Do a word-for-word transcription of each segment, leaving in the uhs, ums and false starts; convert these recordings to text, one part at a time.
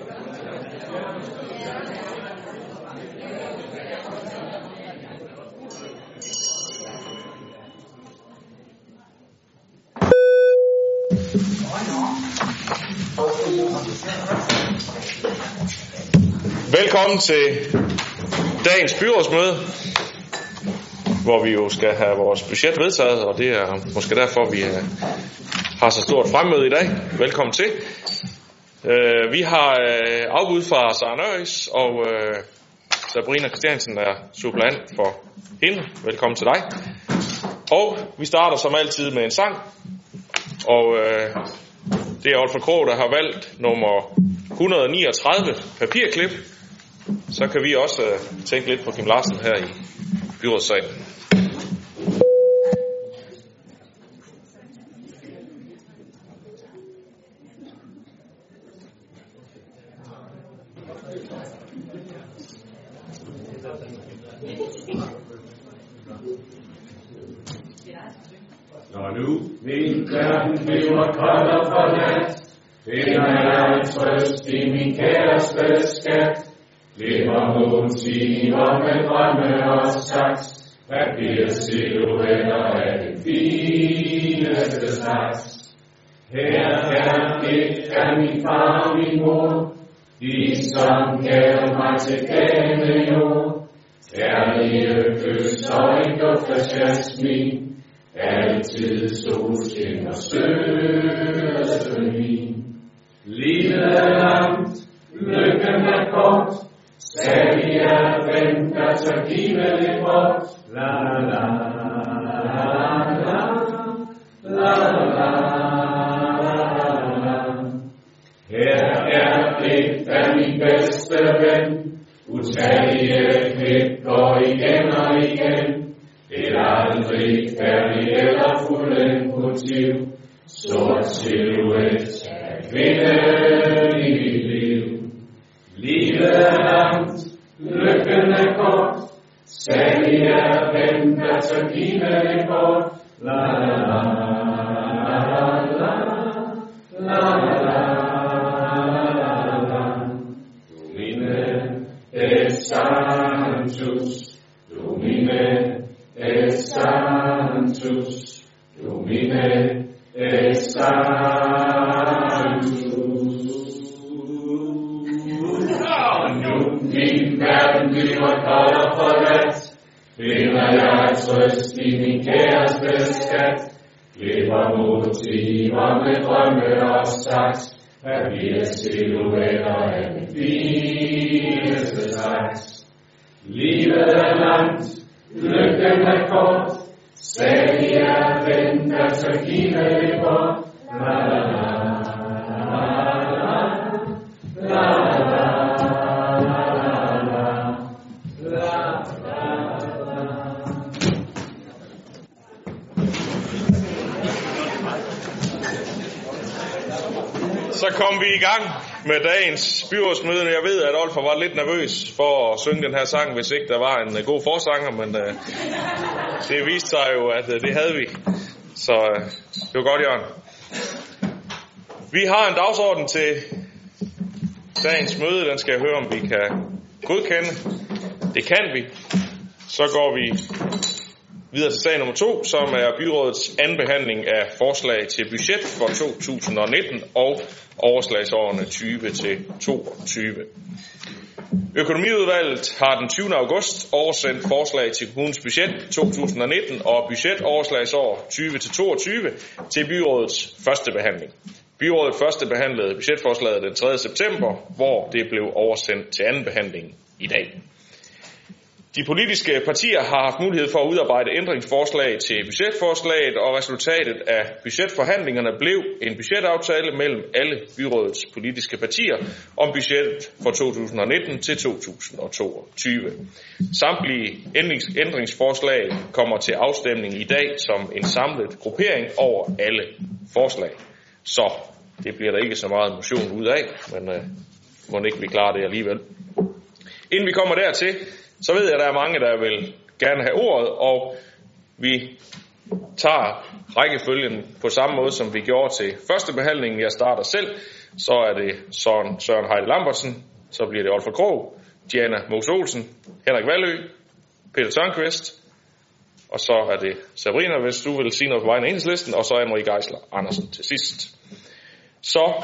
Velkommen til dagens byrådsmøde, hvor vi jo skal have vores budget vedtaget, og det er måske derfor, vi har så stort fremmøde i dag. Velkommen til. Vi har afbud fra Sara Nørris, og Sabrina Christiansen er suppleant for hende. Velkommen til dig. Og vi starter som altid med en sang, og det er Olfer Krog, der har valgt nummer et hundrede niogtredive, Papirklip. Så kan vi også uh, tænke lidt på Kim Larsen her i byrådssalen. Når nu min verden bliver kold og forladt, finder jeg en trøst i min kærestes skat. Glimmer motiver med drømme og saks, papirsilhuetter af det fineste slags. Her er det af min far og min mor, de som gav mig til gave jord. Kærlige kys og en duft af jasmin, altid solskin og sødeste min. Livet er langt, lykken er kort, stadig er ven, der tør give lidt bort. La la la la la la la. Her er det af min bedste ven, utallige klip går igen og igen. Det er aldrig færdig eller fuldendt motiv, sort silhuet af kvinden i mit liv. Livet er langt, lykken er kort, stadig er ven, der tør give det bort. La la la la la la la. Domine et sanctus, domine et sanctus, domine et sanctus. Min verden bliver kold og forladt, finder jeg trøst i min kærestes skat. Glipper motiver med drømme og saks, papirsilhuetter af den fineste slags. Livet er langt, lykken er kort, stadig er ven, der tør give det bort. La la la la la la. Så kom vi i gang med dagens byrådsmøde. Jeg ved, at Olfer var lidt nervøs for at synge den her sang, hvis ikke der var en uh, god forsanger, men uh, det viste sig jo, at uh, det havde vi. Så uh, det var godt, Jørgen. Vi har en dagsorden til dagens møde. Den skal jeg høre, om vi kan godkende. Det kan vi. Så går vi videre til sag nummer to, som er byrådets andenbehandling af forslag til budget for to tusind nitten og overslagsårene tyve til toogtyve. Økonomiudvalget har den tyvende august oversendt forslag til kommunens budget to tusind nitten og budgetoverslagsår tyve til toogtyve til byrådets første behandling. Byrådet første behandlede budgetforslaget den tredje september, hvor det blev oversendt til anden behandling i dag. De politiske partier har haft mulighed for at udarbejde ændringsforslag til budgetforslaget, og resultatet af budgetforhandlingerne blev en budgetaftale mellem alle byrådets politiske partier om budgettet for to tusind nitten til to tusind toogtyve. Samtlige ændringsforslag kommer til afstemning i dag som en samlet gruppering over alle forslag. Så det bliver der ikke så meget motion ud af, men øh, må ikke vi klare det alligevel. Inden vi kommer dertil, så ved jeg, at der er mange, der vil gerne have ordet, og vi tager rækkefølgen på samme måde, som vi gjorde til første behandling. Jeg starter selv, så er det Søren, Søren Heide Lambertsen, så bliver det Olfer Krog, Diana Mose Olsen, Henrik Vallø, Peter Tørnqvist, og så er det Sabrina, hvis du vil sige noget på vegne af Enhedslisten, og så Anne-Marie Geisler Andersen til sidst. Så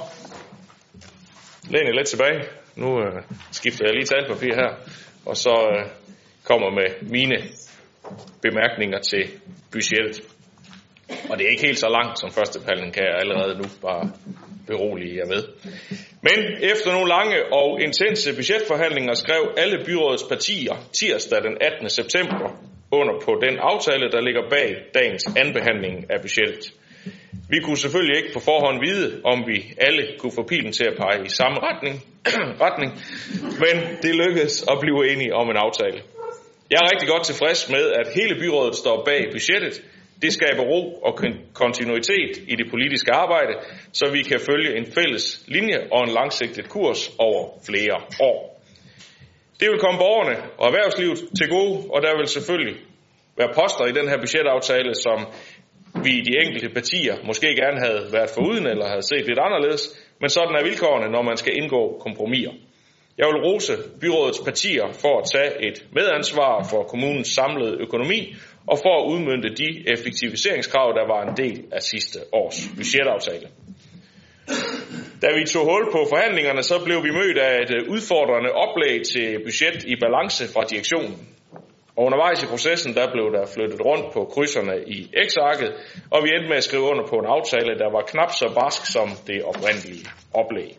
læn jeg lidt tilbage. Nu øh, skifter jeg lige talpapir her, og så øh, kommer med mine bemærkninger til budgettet. Og det er ikke helt så langt som første behandling, kan jeg allerede nu bare berolige jer med. Men efter nogle lange og intense budgetforhandlinger skrev alle byrådets partier tirsdag den attende september under på den aftale, der ligger bag dagens andenbehandling af budgettet. Vi kunne selvfølgelig ikke på forhånd vide, om vi alle kunne få pilen til at pege i samme retning, retning, men det lykkedes at blive enige om en aftale. Jeg er rigtig godt tilfreds med, at hele byrådet står bag budgettet. Det skaber ro og kontinuitet i det politiske arbejde, så vi kan følge en fælles linje og en langsigtet kurs over flere år. Det vil komme borgerne og erhvervslivet til gode, og der vil selvfølgelig være poster i den her budgetaftale, som vi i de enkelte partier måske gerne havde været foruden eller havde set lidt anderledes, men sådan er vilkårene, når man skal indgå kompromiser. Jeg vil rose byrådets partier for at tage et medansvar for kommunens samlede økonomi og for at udmønte de effektiviseringskrav, der var en del af sidste års budgetaftale. Da vi tog hul på forhandlingerne, så blev vi mødt af et udfordrende oplæg til budget i balance fra direktionen. Og undervejs i processen, der blev der flyttet rundt på krydserne i X-arket, og vi endte med at skrive under på en aftale, der var knap så barsk som det oprindelige oplæg.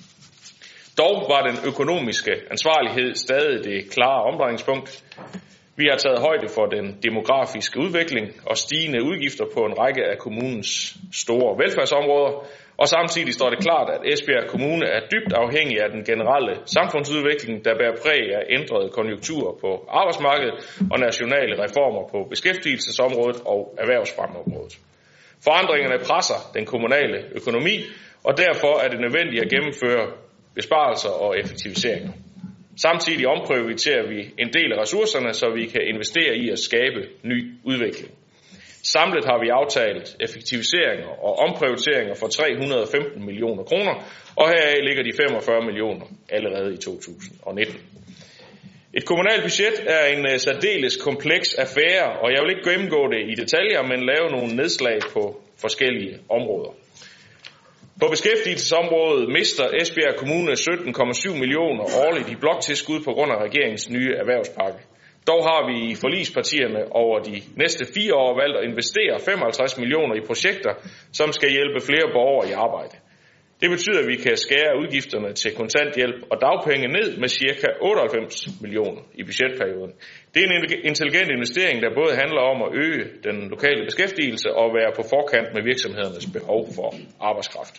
Dog var den økonomiske ansvarlighed stadig det klare omdrejningspunkt. Vi har taget højde for den demografiske udvikling og stigende udgifter på en række af kommunens store velfærdsområder, og samtidig står det klart, at Esbjerg Kommune er dybt afhængig af den generelle samfundsudvikling, der bærer præg af ændrede konjunkturer på arbejdsmarkedet og nationale reformer på beskæftigelsesområdet og erhvervsfremmeområdet. Forandringerne presser den kommunale økonomi, og derfor er det nødvendigt at gennemføre besparelser og effektiviseringer. Samtidig omprioriterer vi en del af ressourcerne, så vi kan investere i at skabe ny udvikling. Samlet har vi aftalt effektiviseringer og omprioriteringer for tre hundrede og femten millioner kroner, og heraf ligger de femogfyrre millioner allerede i to tusind og nitten. Et kommunalt budget er en særdeles kompleks affære, og jeg vil ikke gennemgå det i detaljer, men lave nogle nedslag på forskellige områder. På beskæftigelsesområdet mister Esbjerg Kommune sytten komma syv millioner årligt i bloktilskud på grund af regeringens nye erhvervspakke. Dog har vi i forligspartierne over de næste fire år valgt at investere femoghalvtreds millioner i projekter, som skal hjælpe flere borgere i arbejde. Det betyder, at vi kan skære udgifterne til kontanthjælp og dagpenge ned med ca. otteoghalvfems millioner i budgetperioden. Det er en intelligent investering, der både handler om at øge den lokale beskæftigelse og være på forkant med virksomhedernes behov for arbejdskraft.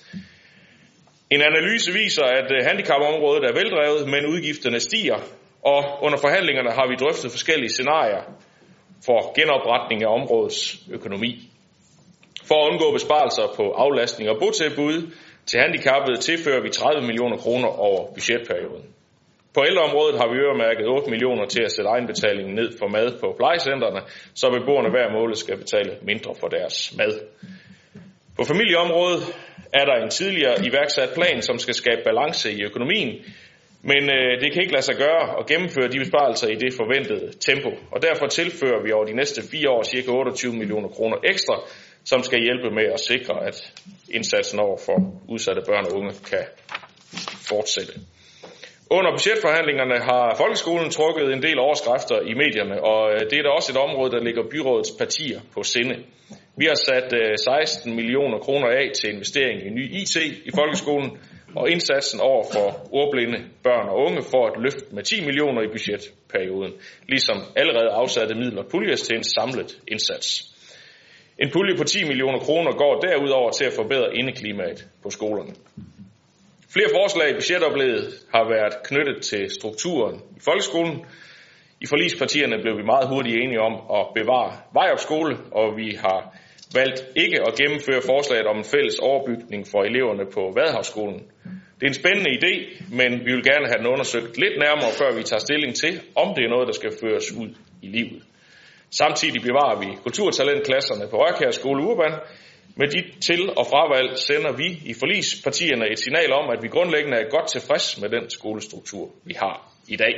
En analyse viser, at handicapområdet er veldrevet, men udgifterne stiger, og under forhandlingerne har vi drøftet forskellige scenarier for genopretning af områdets økonomi. For at undgå besparelser på aflastning og botilbud til handicappede tilfører vi tredive millioner kroner over budgetperioden. På ældreområdet har vi øremærket otte millioner til at sætte egenbetalingen ned for mad på plejecentrene, så beboerne hver måned skal betale mindre for deres mad. På familieområdet er der en tidligere iværksat plan, som skal skabe balance i økonomien, men øh, det kan ikke lade sig gøre at gennemføre de besparelser i det forventede tempo, og derfor tilfører vi over de næste fire år ca. otteogtyve millioner kroner ekstra, som skal hjælpe med at sikre, at indsatsen over for udsatte børn og unge kan fortsætte. Under budgetforhandlingerne har folkeskolen trukket en del overskrifter i medierne, og det er da også et område, der ligger byrådets partier på sinde. Vi har sat seksten millioner kroner af til investering i ny I T i folkeskolen, og indsatsen over for ordblinde børn og unge får et løft med ti millioner i budgetperioden, ligesom allerede afsatte midler puljes til en samlet indsats. En pulje på ti millioner kroner går derudover til at forbedre indeklimaet på skolerne. Flere forslag i budgetoplægget har været knyttet til strukturen i folkeskolen. I forligspartierne blev vi meget hurtigt enige om at bevare Vejrup Skole, og vi har valgt ikke at gennemføre forslaget om en fælles overbygning for eleverne på Vadehavsskolen. Det er en spændende idé, men vi vil gerne have den undersøgt lidt nærmere, før vi tager stilling til, om det er noget, der skal føres ud i livet. Samtidig bevarer vi kulturtalentklasserne på Rørkjær Skole Urban. Med de til- og fravalg sender vi i forligspartierne et signal om, at vi grundlæggende er godt tilfreds med den skolestruktur, vi har i dag.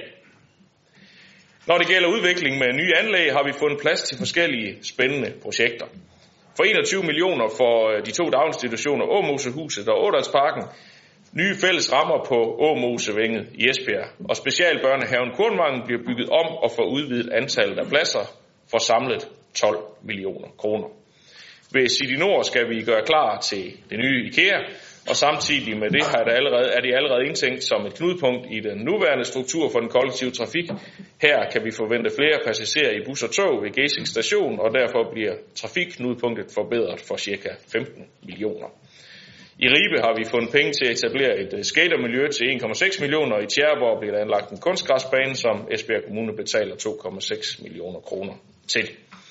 Når det gælder udvikling med nye anlæg, har vi fundet plads til forskellige spændende projekter. For enogtyve millioner for de to daginstitutioner Åmosehuset og Ådalsparken, nye fælles rammer på Åmosevænget i Esbjerg, og specialbørnehaven Kornvangen bliver bygget om og får udvidet antallet af pladser for samlet tolv millioner kroner. Ved City Nord skal vi gøre klar til det nye IKEA, og samtidig med det er, det allerede, er det allerede indtænkt som et knudepunkt i den nuværende struktur for den kollektive trafik. Her kan vi forvente flere passagerer i bus og tog ved Gjesing station, og derfor bliver trafikknudepunktet forbedret for ca. femten millioner. I Ribe har vi fundet penge til at etablere et skatermiljø til en komma seks millioner. I Tjæreborg bliver der anlagt en kunstgræsbane, som Esbjerg Kommune betaler to komma seks millioner kroner til.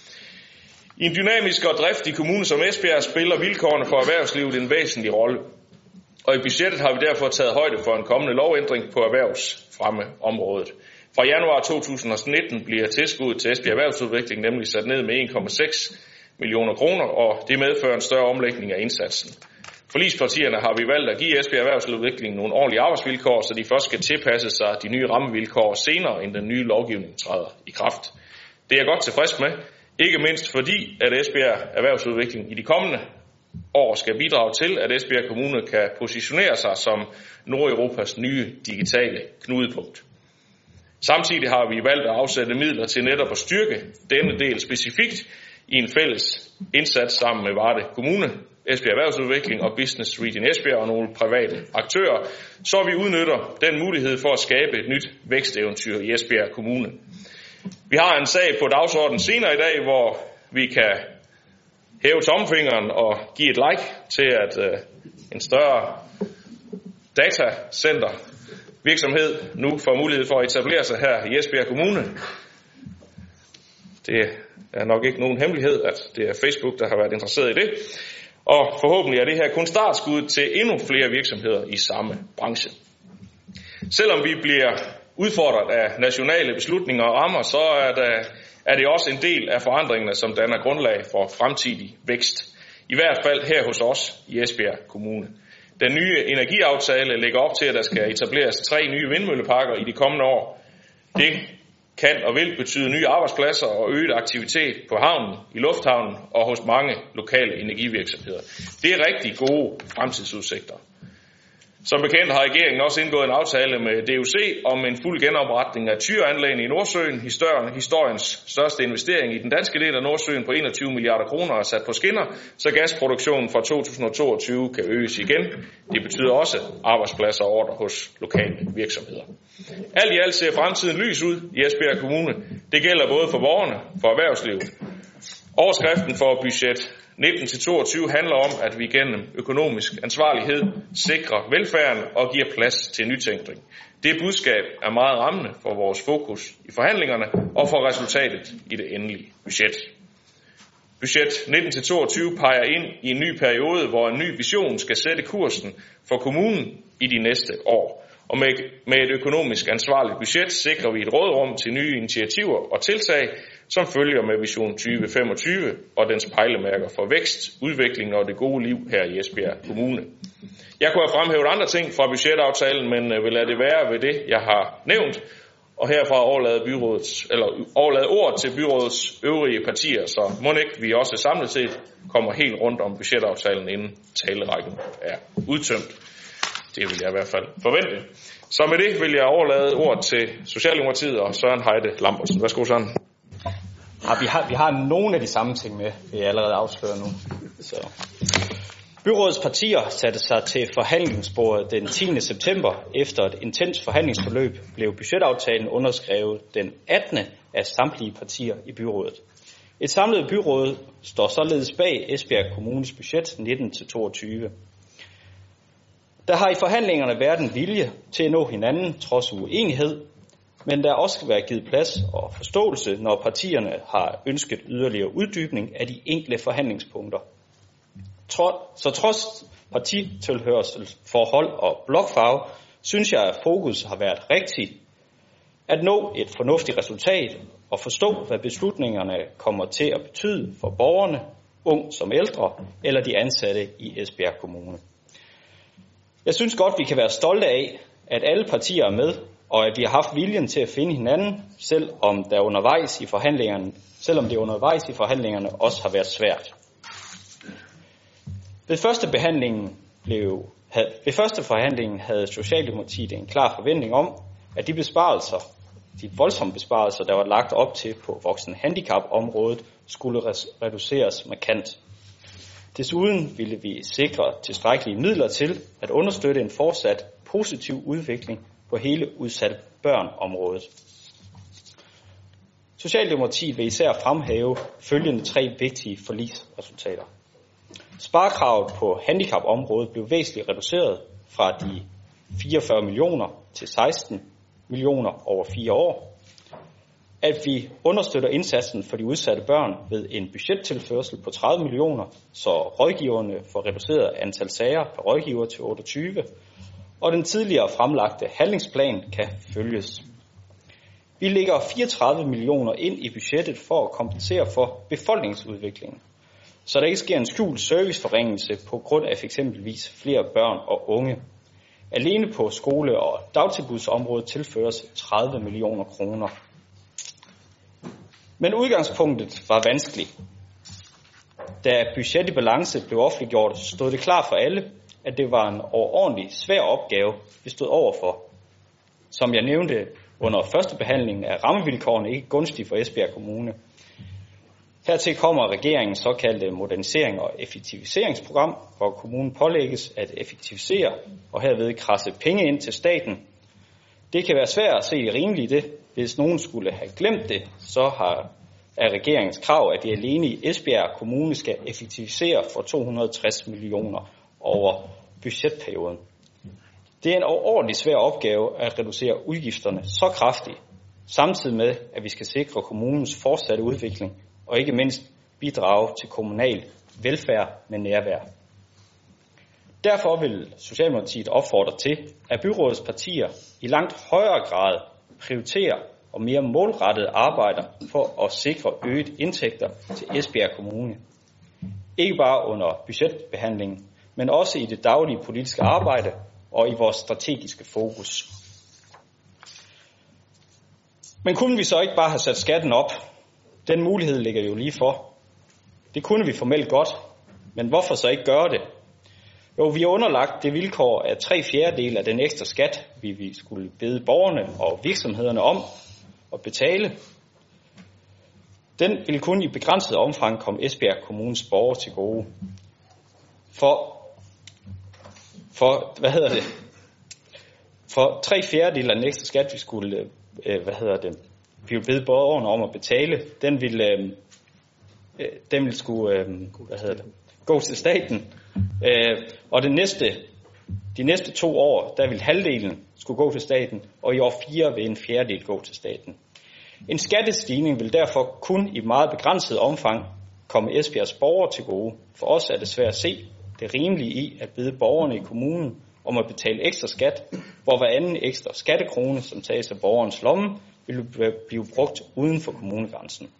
I en dynamisk og driftig kommune som Esbjerg spiller vilkårene for erhvervslivet en væsentlig rolle. Og i budgettet har vi derfor taget højde for en kommende lovændring på erhvervsfremmeområdet. Fra januar to tusind og nitten bliver tilskuddet til Esbjerg Erhvervsudvikling nemlig sat ned med en komma seks millioner kroner, og det medfører en større omlægning af indsatsen. Forligspartierne har vi valgt at give Esbjerg Erhvervsudvikling nogle ordentlige arbejdsvilkår, så de først skal tilpasse sig de nye rammevilkår senere, end den nye lovgivning træder i kraft. Det er jeg godt tilfreds med, ikke mindst fordi, at Esbjerg Erhvervsudvikling i de kommende år skal bidrage til, at Esbjerg Kommune kan positionere sig som Nordeuropas nye digitale knudepunkt. Samtidig har vi valgt at afsætte midler til netop at styrke denne del specifikt i en fælles indsats sammen med Varde Kommune, Esbjerg Erhvervsudvikling og Business Region Esbjerg og nogle private aktører, så vi udnytter den mulighed for at skabe et nyt væksteventyr i Esbjerg Kommune. Vi har en sag på dagsordenen senere i dag, hvor vi kan hæve tommelfingeren og give et like til, at uh, en større datacenter virksomhed nu får mulighed for at etablere sig her i Esbjerg Kommune. Det er nok ikke nogen hemmelighed, at det er Facebook, der har været interesseret i det. Og forhåbentlig er det her kun startskud til endnu flere virksomheder i samme branche. Selvom vi bliver udfordret af nationale beslutninger og rammer, så er, der, er det også en del af forandringerne, som danner grundlag for fremtidig vækst. I hvert fald her hos os i Esbjerg Kommune. Den nye energiaftale lægger op til, at der skal etableres tre nye vindmølleparker i de kommende år. Det kan og vil betyde nye arbejdspladser og øget aktivitet på havnen, i lufthavnen og hos mange lokale energivirksomheder. Det er rigtig gode fremtidsudsigter. Som bekendt har regeringen også indgået en aftale med D U C om en fuld genopretning af Tyre-anlæggene i Nordsøen. Historiens største investering i den danske del af Nordsøen på enogtyve milliarder kroner er sat på skinner, så gasproduktionen fra to tusind og toogtyve kan øges igen. Det betyder også arbejdspladser og ordre hos lokale virksomheder. Alt i alt ser fremtiden lys ud i Esbjerg Kommune. Det gælder både for borgerne, for erhvervslivet. Overskriften for budget nitten til toogtyve handler om, at vi gennem økonomisk ansvarlighed sikrer velfærden og giver plads til nytænkning. Det budskab er meget rammende for vores fokus i forhandlingerne og for resultatet i det endelige budget. Budget nitten til toogtyve peger ind i en ny periode, hvor en ny vision skal sætte kursen for kommunen i de næste år. Og med, med et økonomisk ansvarligt budget sikrer vi et rådrum til nye initiativer og tiltag, som følger med Vision tyve femogtyve og dens pejlemærker for vækst, udvikling og det gode liv her i Esbjerg Kommune. Jeg kunne have fremhævet andre ting fra budgetaftalen, men vil lade det være ved det, jeg har nævnt, og herfra overlade, byrådets, eller overlade ordet til byrådets øvrige partier, så må ikke vi også samlet set kommer helt rundt om budgetaftalen, inden talerækken er udtømt. Det vil jeg i hvert fald forvente. Så med det vil jeg overlade ordet til Socialdemokratiet og Søren Heide Lambertsen. Værsgo, Søren. Ja, vi, har, vi har nogle af de samme ting med, vi allerede afslører nu. Så. Byrådets partier satte sig til forhandlingsbordet den tiende september. Efter et intens forhandlingsforløb blev budgetaftalen underskrevet den attende af samtlige partier i byrådet. Et samlet byråd står således bag Esbjerg Kommunes budget nitten til toogtyve. Der har i forhandlingerne været en vilje til at nå hinanden trods uenighed, men der også skal være givet plads og forståelse, når partierne har ønsket yderligere uddybning af de enkelte forhandlingspunkter. Så trods partitilhørselsforhold og blokfarve, synes jeg, at fokus har været rigtig At nå et fornuftigt resultat og forstå, hvad beslutningerne kommer til at betyde for borgerne, ung som ældre, eller de ansatte i Esbjerg Kommune. Jeg synes godt, vi kan være stolte af, at alle partier er med, og at vi har haft viljen til at finde hinanden, selvom der undervejs i forhandlingerne, selvom det undervejs i forhandlingerne også har været svært. Ved første behandlingen blev, havde, ved første forhandlingen havde Socialdemokratiet en klar forventning om, at de besparelser, de voldsomme besparelser, der var lagt op til på voksenhandicapområdet, skulle reduceres markant. Desuden ville vi sikre tilstrækkelige midler til at understøtte en fortsat positiv udvikling på hele udsatte børnområdet. Socialdemokratiet vil især fremhæve følgende tre vigtige forligsresultater. Sparekravet på handicapområdet blev væsentligt reduceret fra de fireogfyrre millioner til seksten millioner over fire år. At vi understøtter indsatsen for de udsatte børn ved en budgettilførsel på tredive millioner, så rådgiverne får reduceret antal sager per rådgiver til otteogtyve, og den tidligere fremlagte handlingsplan kan følges. Vi lægger fireogtredive millioner ind i budgettet for at kompensere for befolkningsudviklingen, så der ikke sker en skjult serviceforringelse på grund af eksempelvis flere børn og unge. Alene på skole- og dagtilbudsområdet tilføres tredive millioner kroner. Men udgangspunktet var vanskeligt. Da budget i balance blev offentliggjort, stod det klart for alle, at det var en overordentlig svær opgave, vi stod overfor. Som jeg nævnte under første behandling af rammevilkårene ikke gunstige for Esbjerg Kommune. Hertil kommer regeringens såkaldte modernisering og effektiviseringsprogram, hvor kommunen pålægges at effektivisere og herved krasse penge ind til staten. Det kan være svært at se rimeligt i det. Hvis nogen skulle have glemt det, så har er regeringens krav, at vi alene i Esbjerg Kommune skal effektivisere for to hundrede og tres millioner over budgetperioden. Det er en overordentlig svær opgave at reducere udgifterne så kraftigt, samtidig med, at vi skal sikre kommunens fortsatte udvikling og ikke mindst bidrage til kommunal velfærd med nærvær. Derfor vil Socialdemokratiet opfordre til, at byrådets partier i langt højere grad prioriterer og mere målrettet arbejder for at sikre øget indtægter til Esbjerg Kommune. Ikke bare under budgetbehandlingen, men også i det daglige politiske arbejde og i vores strategiske fokus. Men kunne vi så ikke bare have sat skatten op? Den mulighed ligger jo lige for. Det kunne vi formelt godt, men hvorfor så ikke gøre det? Jo, vi har underlagt det vilkår, at tre fjerdedel af den ekstra skat, vi, vi skulle bede borgerne og virksomhederne om at betale, den vil kun i begrænset omfang komme Esbjerg Kommunes borgere til gode. For, for hvad hedder det? For tre fjerdedel af den ekstra skat, vi skulle, øh, hvad hedder det, vi vil bede borgerne om at betale, den vil, øh, den vil skulle, øh, hvad hedder det, gå til staten. Øh, og det næste, de næste to år, der vil halvdelen skulle gå til staten, og i år fire vil en fjerdedel gå til staten. En skattestigning vil derfor kun i meget begrænset omfang komme Esbjergs borgere til gode. For os er det svært at se det rimelige i at bede borgerne i kommunen om at betale ekstra skat, hvor hver anden ekstra skattekrone, som tages af borgerens lomme, vil blive brugt uden for kommunegrænsen.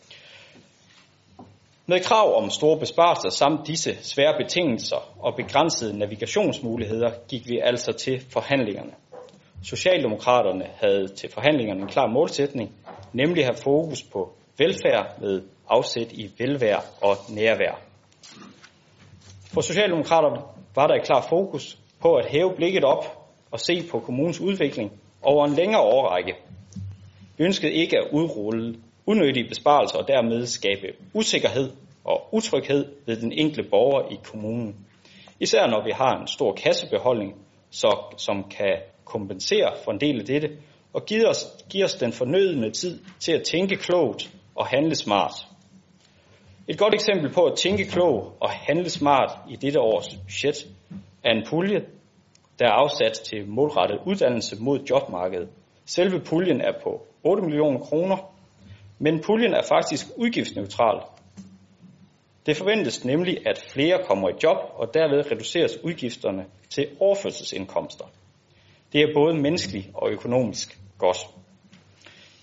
Med krav om store besparelser samt disse svære betingelser og begrænsede navigationsmuligheder gik vi altså til forhandlingerne. Socialdemokraterne havde til forhandlingerne en klar målsætning, nemlig at have fokus på velfærd med afsæt i velvære og nærvær. For Socialdemokraterne var der et klart fokus på at hæve blikket op og se på kommunens udvikling over en længere årrække. Vi ønskede ikke at udrulle unødige besparelser og dermed skabe usikkerhed og utryghed ved den enkelte borger i kommunen. Især når vi har en stor kassebeholdning, så, som kan kompensere for en del af dette og give os, give os den fornødne tid til at tænke klogt og handle smart. Et godt eksempel på at tænke klogt og handle smart i dette års budget er en pulje, der er afsat til målrettet uddannelse mod jobmarkedet. Selve puljen er på otte millioner kroner, men puljen er faktisk udgiftsneutral. Det forventes nemlig, at flere kommer i job, og derved reduceres udgifterne til overførselsindkomster. Det er både menneskeligt og økonomisk godt.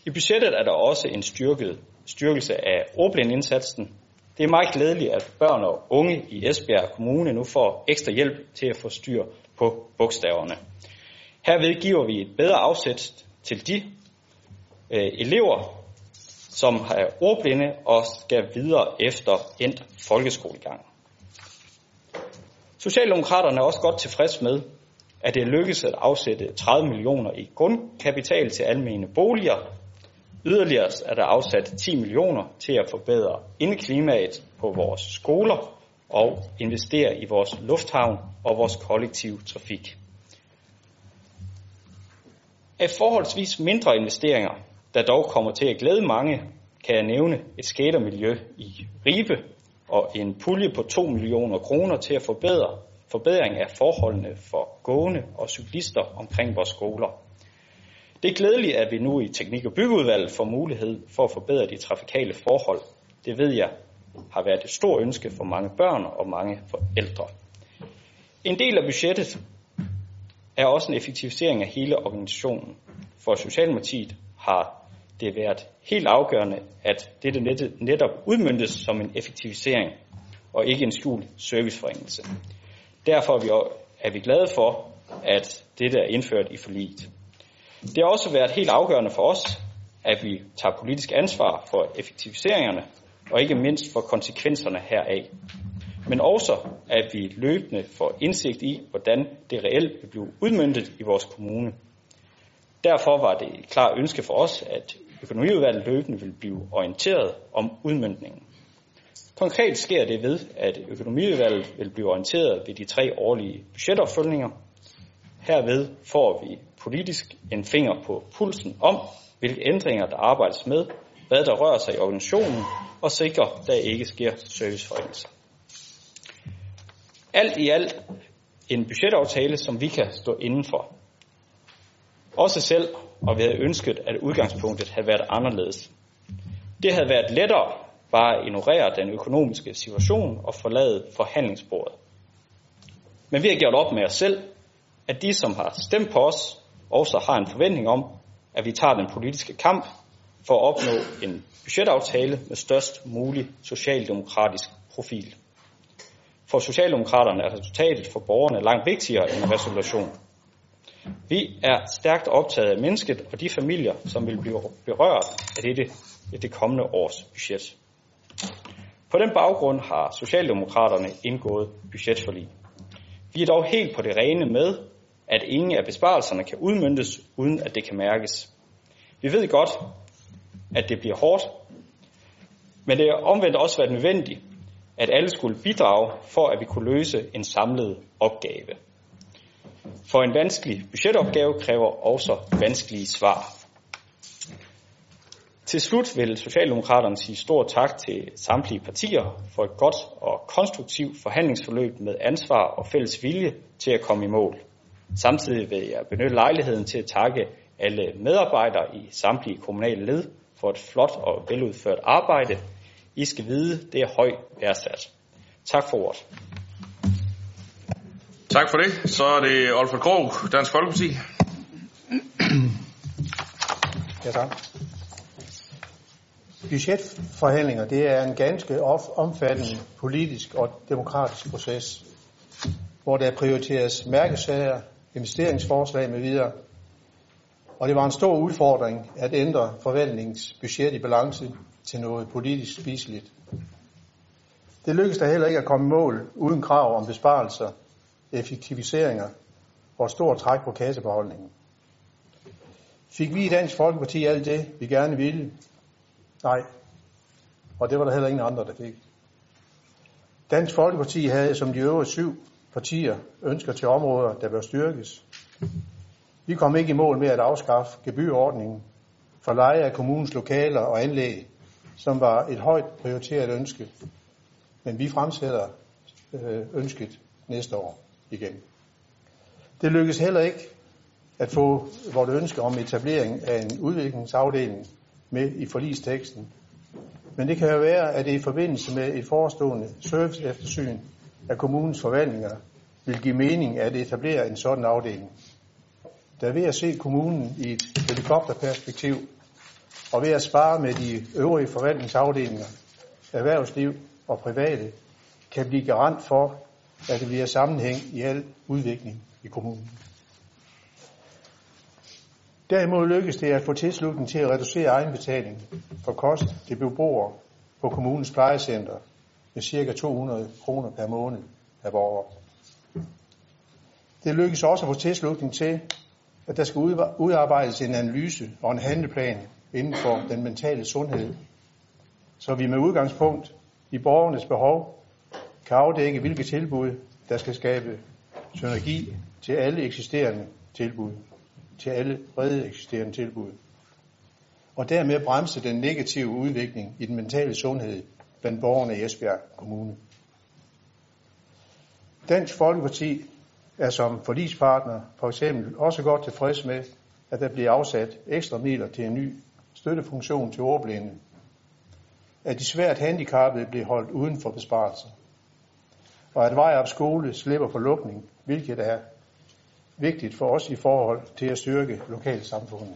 I budgettet er der også en styrket, styrkelse af ordblindeindsatsen. Det er meget glædeligt, at børn og unge i Esbjerg Kommune nu får ekstra hjælp til at få styr på bogstaverne. Herved giver vi et bedre afsæt til de øh, elever, som er ordblinde og skal videre efter endt folkeskolegang. Socialdemokraterne er også godt tilfreds med, at det lykkes at afsætte tredive millioner i grundkapital til almene boliger. Yderligere er der afsat ti millioner til at forbedre indeklimaet på vores skoler og investere i vores lufthavn og vores kollektive trafik. Af forholdsvis mindre investeringer, der dog kommer til at glæde mange, kan jeg nævne et skatermiljø i Ribe og en pulje på to millioner kroner til at forbedre forbedring af forholdene for gående og cyklister omkring vores skoler. Det er glædeligt, at vi nu i Teknik- og Byggeudvalget får mulighed for at forbedre de trafikale forhold. Det ved jeg har været et stort ønske for mange børn og mange forældre. En del af budgettet er også en effektivisering af hele organisationen. For Socialdemokratiet har det været helt afgørende, at dette netop udmøntes som en effektivisering og ikke en skjult serviceforringelse. Derfor er vi, er vi glade for, at dette er indført i forliget. Det har også været helt afgørende for os, at vi tager politisk ansvar for effektiviseringerne og ikke mindst for konsekvenserne heraf. Men også, at vi løbende får indsigt i, hvordan det reelt vil blive udmøntet i vores kommune. Derfor var det et klart ønske for os, at økonomiudvalget løbende vil blive orienteret om udmøntningen. Konkret sker det ved, at økonomiudvalget vil blive orienteret ved de tre årlige budgetopfølgninger. Herved får vi politisk en finger på pulsen om, hvilke ændringer der arbejdes med, hvad der rører sig i organisationen, og sikrer, at der ikke sker serviceforringelser. Alt i alt en budgetaftale, som vi kan stå indenfor. Også selv, og vi havde ønsket, at udgangspunktet havde været anderledes. Det havde været lettere bare at ignorere den økonomiske situation og forlade forhandlingsbordet. Men vi har gjort op med os selv, at de, som har stemt på os, også har en forventning om, at vi tager den politiske kamp for at opnå en budgetaftale med størst mulig socialdemokratisk profil. For Socialdemokraterne er resultatet for borgerne langt vigtigere end en resolution. Vi er stærkt optaget af mennesket og de familier, som vil blive berørt af dette i det kommende års budget. På den baggrund har Socialdemokraterne indgået budgetforlig. Vi er dog helt på det rene med, at ingen af besparelserne kan udmøntes, uden at det kan mærkes. Vi ved godt, at det bliver hårdt, men det har omvendt også været nødvendigt, at alle skulle bidrage, for at vi kunne løse en samlet opgave. For en vanskelig budgetopgave kræver også vanskelige svar. Til slut vil Socialdemokraterne sige stor tak til samtlige partier for et godt og konstruktivt forhandlingsforløb med ansvar og fælles vilje til at komme i mål. Samtidig vil jeg benytte lejligheden til at takke alle medarbejdere i samtlige kommunale led for et flot og veludført arbejde. I skal vide, det er højt værdsat. Tak for ordet. Tak for det. Så er det Olfert Krog, Dansk Folkeparti. Ja, tak. Budgetforhandlinger, det er en ganske omfattende politisk og demokratisk proces, hvor der prioriteres mærkesager, investeringsforslag med videre. Og det var en stor udfordring at ændre forvaltningens budget i balance til noget politisk spiseligt. Det lykkedes der heller ikke at komme i mål uden krav om besparelser, effektiviseringer og stor træk på kassebeholdningen. Fik vi i Dansk Folkeparti alt det, vi gerne ville? Nej, og det var der heller ingen andre, der fik. Dansk Folkeparti havde som de øvrige syv partier ønsker til områder, der bør styrkes. Vi kom ikke i mål med at afskaffe gebyrordningen for leje af kommunens lokaler og anlæg, som var et højt prioriteret ønske. Men vi fremsætter ønsket næste år igen. Det lykkedes heller ikke at få vores ønske om etablering af en udviklingsafdeling med i forligsteksten. Men det kan jo være, at det i forbindelse med et forestående serviceeftersyn af kommunens forvaltninger vil give mening at etablere en sådan afdeling. Der er ved at se kommunen i et helikopterperspektiv, og ved at spare med de øvrige forvaltningsafdelinger, erhvervsliv og private, kan blive garant for, at det bliver sammenhæng i al udvikling i kommunen. Derimod lykkes det at få tilslutning til at reducere egenbetaling for kost til beboere på kommunens plejecenter med ca. to hundrede kroner per måned per borger. Det lykkes også at få tilslutning til, at der skal udarbejdes en analyse og en handleplan inden for den mentale sundhed, så vi med udgangspunkt i borgernes behov kan afdække, hvilke tilbud, der skal skabe synergi til alle eksisterende tilbud, til alle brede eksisterende tilbud, og dermed bremse den negative udvikling i den mentale sundhed blandt borgerne i Esbjerg Kommune. Dansk Folkeparti er som forligspartner for eksempel også godt tilfreds med, at der bliver afsat ekstra midler til en ny støttefunktion til ordblinde, at de svært handicappede bliver holdt uden for besparelser, og at Vejrup Skole slipper for lukning, hvilket er vigtigt for os i forhold til at styrke lokalsamfundet.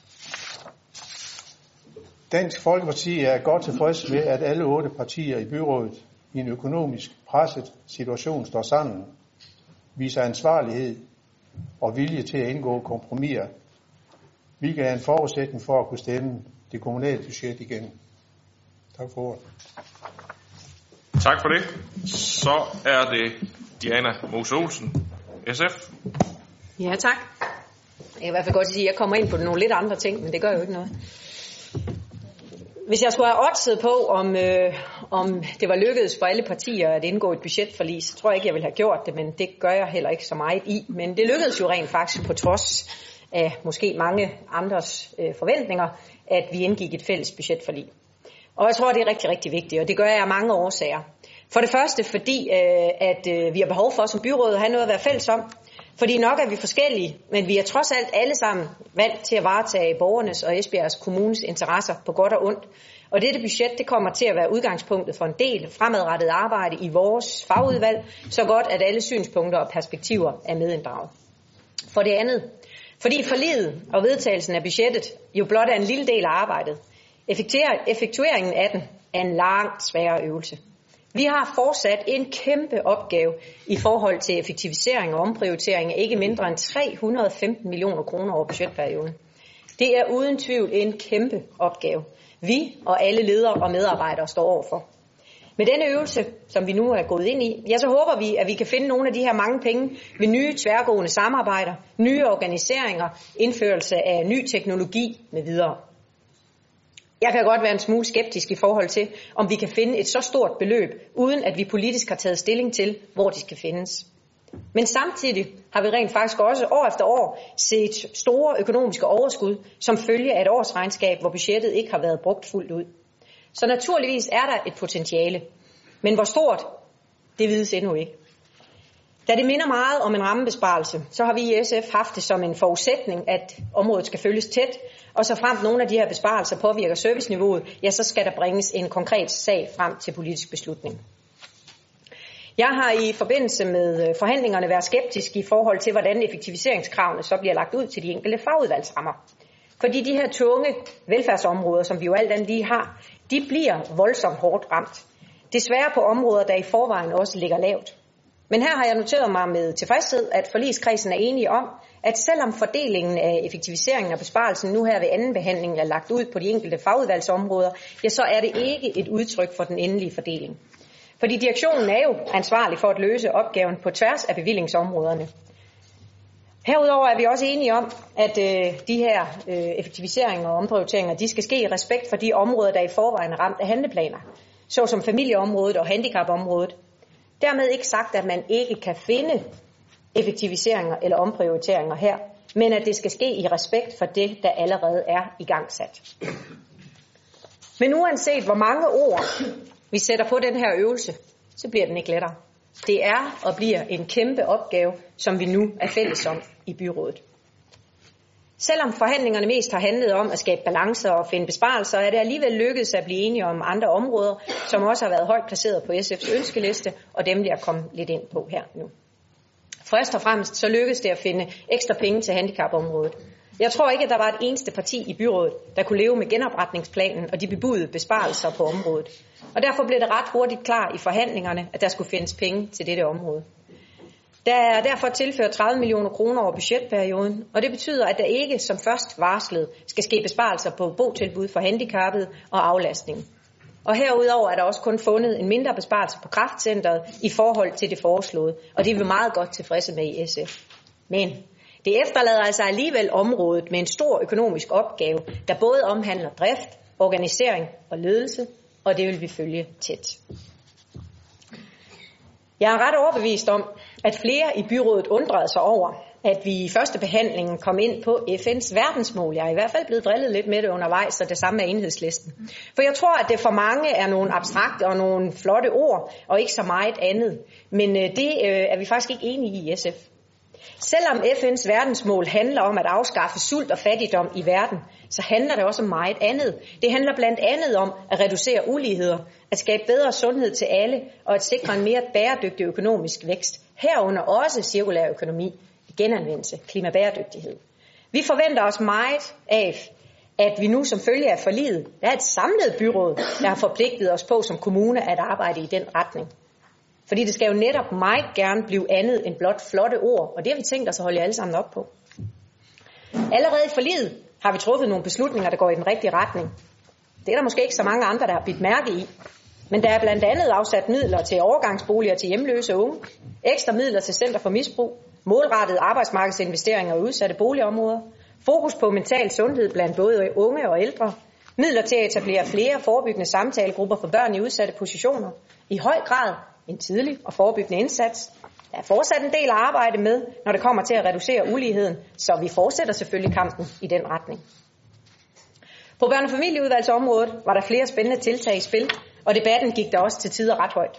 Dansk Folkeparti er godt tilfreds med, at alle otte partier i byrådet i en økonomisk presset situation står sammen, viser ansvarlighed og vilje til at indgå kompromiser, hvilket er en forudsætning for at kunne stemme det kommunale budget igen. Tak for ordet. Tak for det. Så er det Diana Mose Olsen, S F. Ja, tak. Jeg kan i hvert fald godt sige, at jeg kommer ind på nogle lidt andre ting, men det gør jo ikke noget. Hvis jeg skulle have oddset på, om, øh, om det var lykkedes for alle partier at indgå et budgetforlig, så tror jeg ikke, jeg ville have gjort det, men det gør jeg heller ikke så meget i. Men det lykkedes jo rent faktisk på trods af måske mange andres øh, forventninger, at vi indgik et fælles budgetforlig. Og jeg tror, det er rigtig, rigtig vigtigt, og det gør jeg af mange årsager. For det første, fordi øh, at øh, vi har behov for som byråd at have noget at være fælles om. Fordi nok er vi forskellige, men vi er trods alt alle sammen valgt til at varetage borgernes og Esbjergs kommunes interesser på godt og ondt. Og dette budget, det kommer til at være udgangspunktet for en del fremadrettet arbejde i vores fagudvalg, så godt at alle synspunkter og perspektiver er medinddraget. For det andet, fordi forliget og vedtagelsen af budgettet jo blot er en lille del af arbejdet, effektueringen af den er en langt sværere øvelse. Vi har fortsat en kæmpe opgave i forhold til effektivisering og omprioritering af ikke mindre end tre hundrede og femten millioner kroner over budgetperioden. Det er uden tvivl en kæmpe opgave, vi og alle ledere og medarbejdere står overfor. Med denne øvelse, som vi nu er gået ind i, ja, så håber vi, at vi kan finde nogle af de her mange penge ved nye tværgående samarbejder, nye organiseringer, indførelse af ny teknologi med videre. Jeg kan godt være en smule skeptisk i forhold til, om vi kan finde et så stort beløb, uden at vi politisk har taget stilling til, hvor de skal findes. Men samtidig har vi rent faktisk også år efter år set store økonomiske overskud, som følge af et årsregnskab, hvor budgettet ikke har været brugt fuldt ud. Så naturligvis er der et potentiale. Men hvor stort, det vides endnu ikke. Da det minder meget om en rammebesparelse, så har vi i S F haft det som en forudsætning, at området skal følges tæt, og så frem nogle af de her besparelser påvirker serviceniveauet, ja, så skal der bringes en konkret sag frem til politisk beslutning. Jeg har i forbindelse med forhandlingerne været skeptisk i forhold til, hvordan effektiviseringskravene så bliver lagt ud til de enkelte fagudvalgsrammer. Fordi de her tunge velfærdsområder, som vi jo alt andet lige har, de bliver voldsomt hårdt ramt. Desværre på områder, der i forvejen også ligger lavt. Men her har jeg noteret mig med tilfredshed, at forligskredsen er enige om, at selvom fordelingen af effektiviseringen og besparelsen nu her ved anden behandling er lagt ud på de enkelte fagudvalgsområder, ja, så er det ikke et udtryk for den endelige fordeling. Fordi direktionen er jo ansvarlig for at løse opgaven på tværs af bevillingsområderne. Herudover er vi også enige om, at øh, de her øh, effektiviseringer og omprioriteringer, de skal ske i respekt for de områder, der i forvejen er ramt af handleplaner, såsom familieområdet og handicapområdet. Dermed ikke sagt, at man ikke kan finde effektiviseringer eller omprioriteringer her, men at det skal ske i respekt for det, der allerede er igangsat. Men uanset hvor mange ord vi sætter på den her øvelse, så bliver den ikke lettere. Det er og bliver en kæmpe opgave, som vi nu er fælles om i byrådet. Selvom forhandlingerne mest har handlet om at skabe balancer og finde besparelser, er det alligevel lykkedes at blive enige om andre områder, som også har været højt placeret på S F's ønskeliste, og dem vil jeg komme lidt ind på her nu. Først og fremmest så lykkedes det at finde ekstra penge til handicapområdet. Jeg tror ikke, at der var et eneste parti i byrådet, der kunne leve med genopretningsplanen og de bebudede besparelser på området. Og derfor blev det ret hurtigt klar i forhandlingerne, at der skulle findes penge til dette område. Der er derfor tilført tredive millioner kroner over budgetperioden, og det betyder, at der ikke som først varslet skal ske besparelser på botilbud for handicappede og aflastning. Og herudover er der også kun fundet en mindre besparelse på Kræftcentret i forhold til det foreslåede, og det er vi meget godt tilfredse med i S F. Men det efterlader altså alligevel området med en stor økonomisk opgave, der både omhandler drift, organisering og ledelse, og det vil vi følge tæt. Jeg er ret overbevist om, at flere i byrådet undrede sig over, at vi i første behandling kom ind på F N's verdensmål. Jeg er i hvert fald blevet drillet lidt med det undervejs, og det samme er Enhedslisten. For jeg tror, at det for mange er nogle abstrakte og nogle flotte ord, og ikke så meget andet. Men det er vi faktisk ikke enige i S F. Selvom F N's verdensmål handler om at afskaffe sult og fattigdom i verden, så handler det også om meget andet. Det handler blandt andet om at reducere uligheder, at skabe bedre sundhed til alle og at sikre en mere bæredygtig økonomisk vækst. Herunder også cirkulær økonomi, genanvendelse, klimabæredygtighed. Vi forventer os meget af, at vi nu som følge af forliget, der er et samlet byråd, der har forpligtet os på som kommune at arbejde i den retning. Fordi det skal jo netop meget gerne blive andet end blot flotte ord, og det har vi tænkt os at holde jer alle sammen op på. Allerede i forliget har vi truffet nogle beslutninger, der går i den rigtige retning. Det er der måske ikke så mange andre, der har bidt mærke i. Men der er blandt andet afsat midler til overgangsboliger til hjemløse unge, ekstra midler til Center for Misbrug, målrettede arbejdsmarkedsinvesteringer i udsatte boligområder, fokus på mental sundhed blandt både unge og ældre, midler til at etablere flere forebyggende samtalegrupper for børn i udsatte positioner, i høj grad en tidlig og forebyggende indsats. Der er fortsat en del at arbejde med, når det kommer til at reducere uligheden, så vi fortsætter selvfølgelig kampen i den retning. På børne- og familieudvalgsområdet var der flere spændende tiltag i spil, og debatten gik der også til tider ret højt.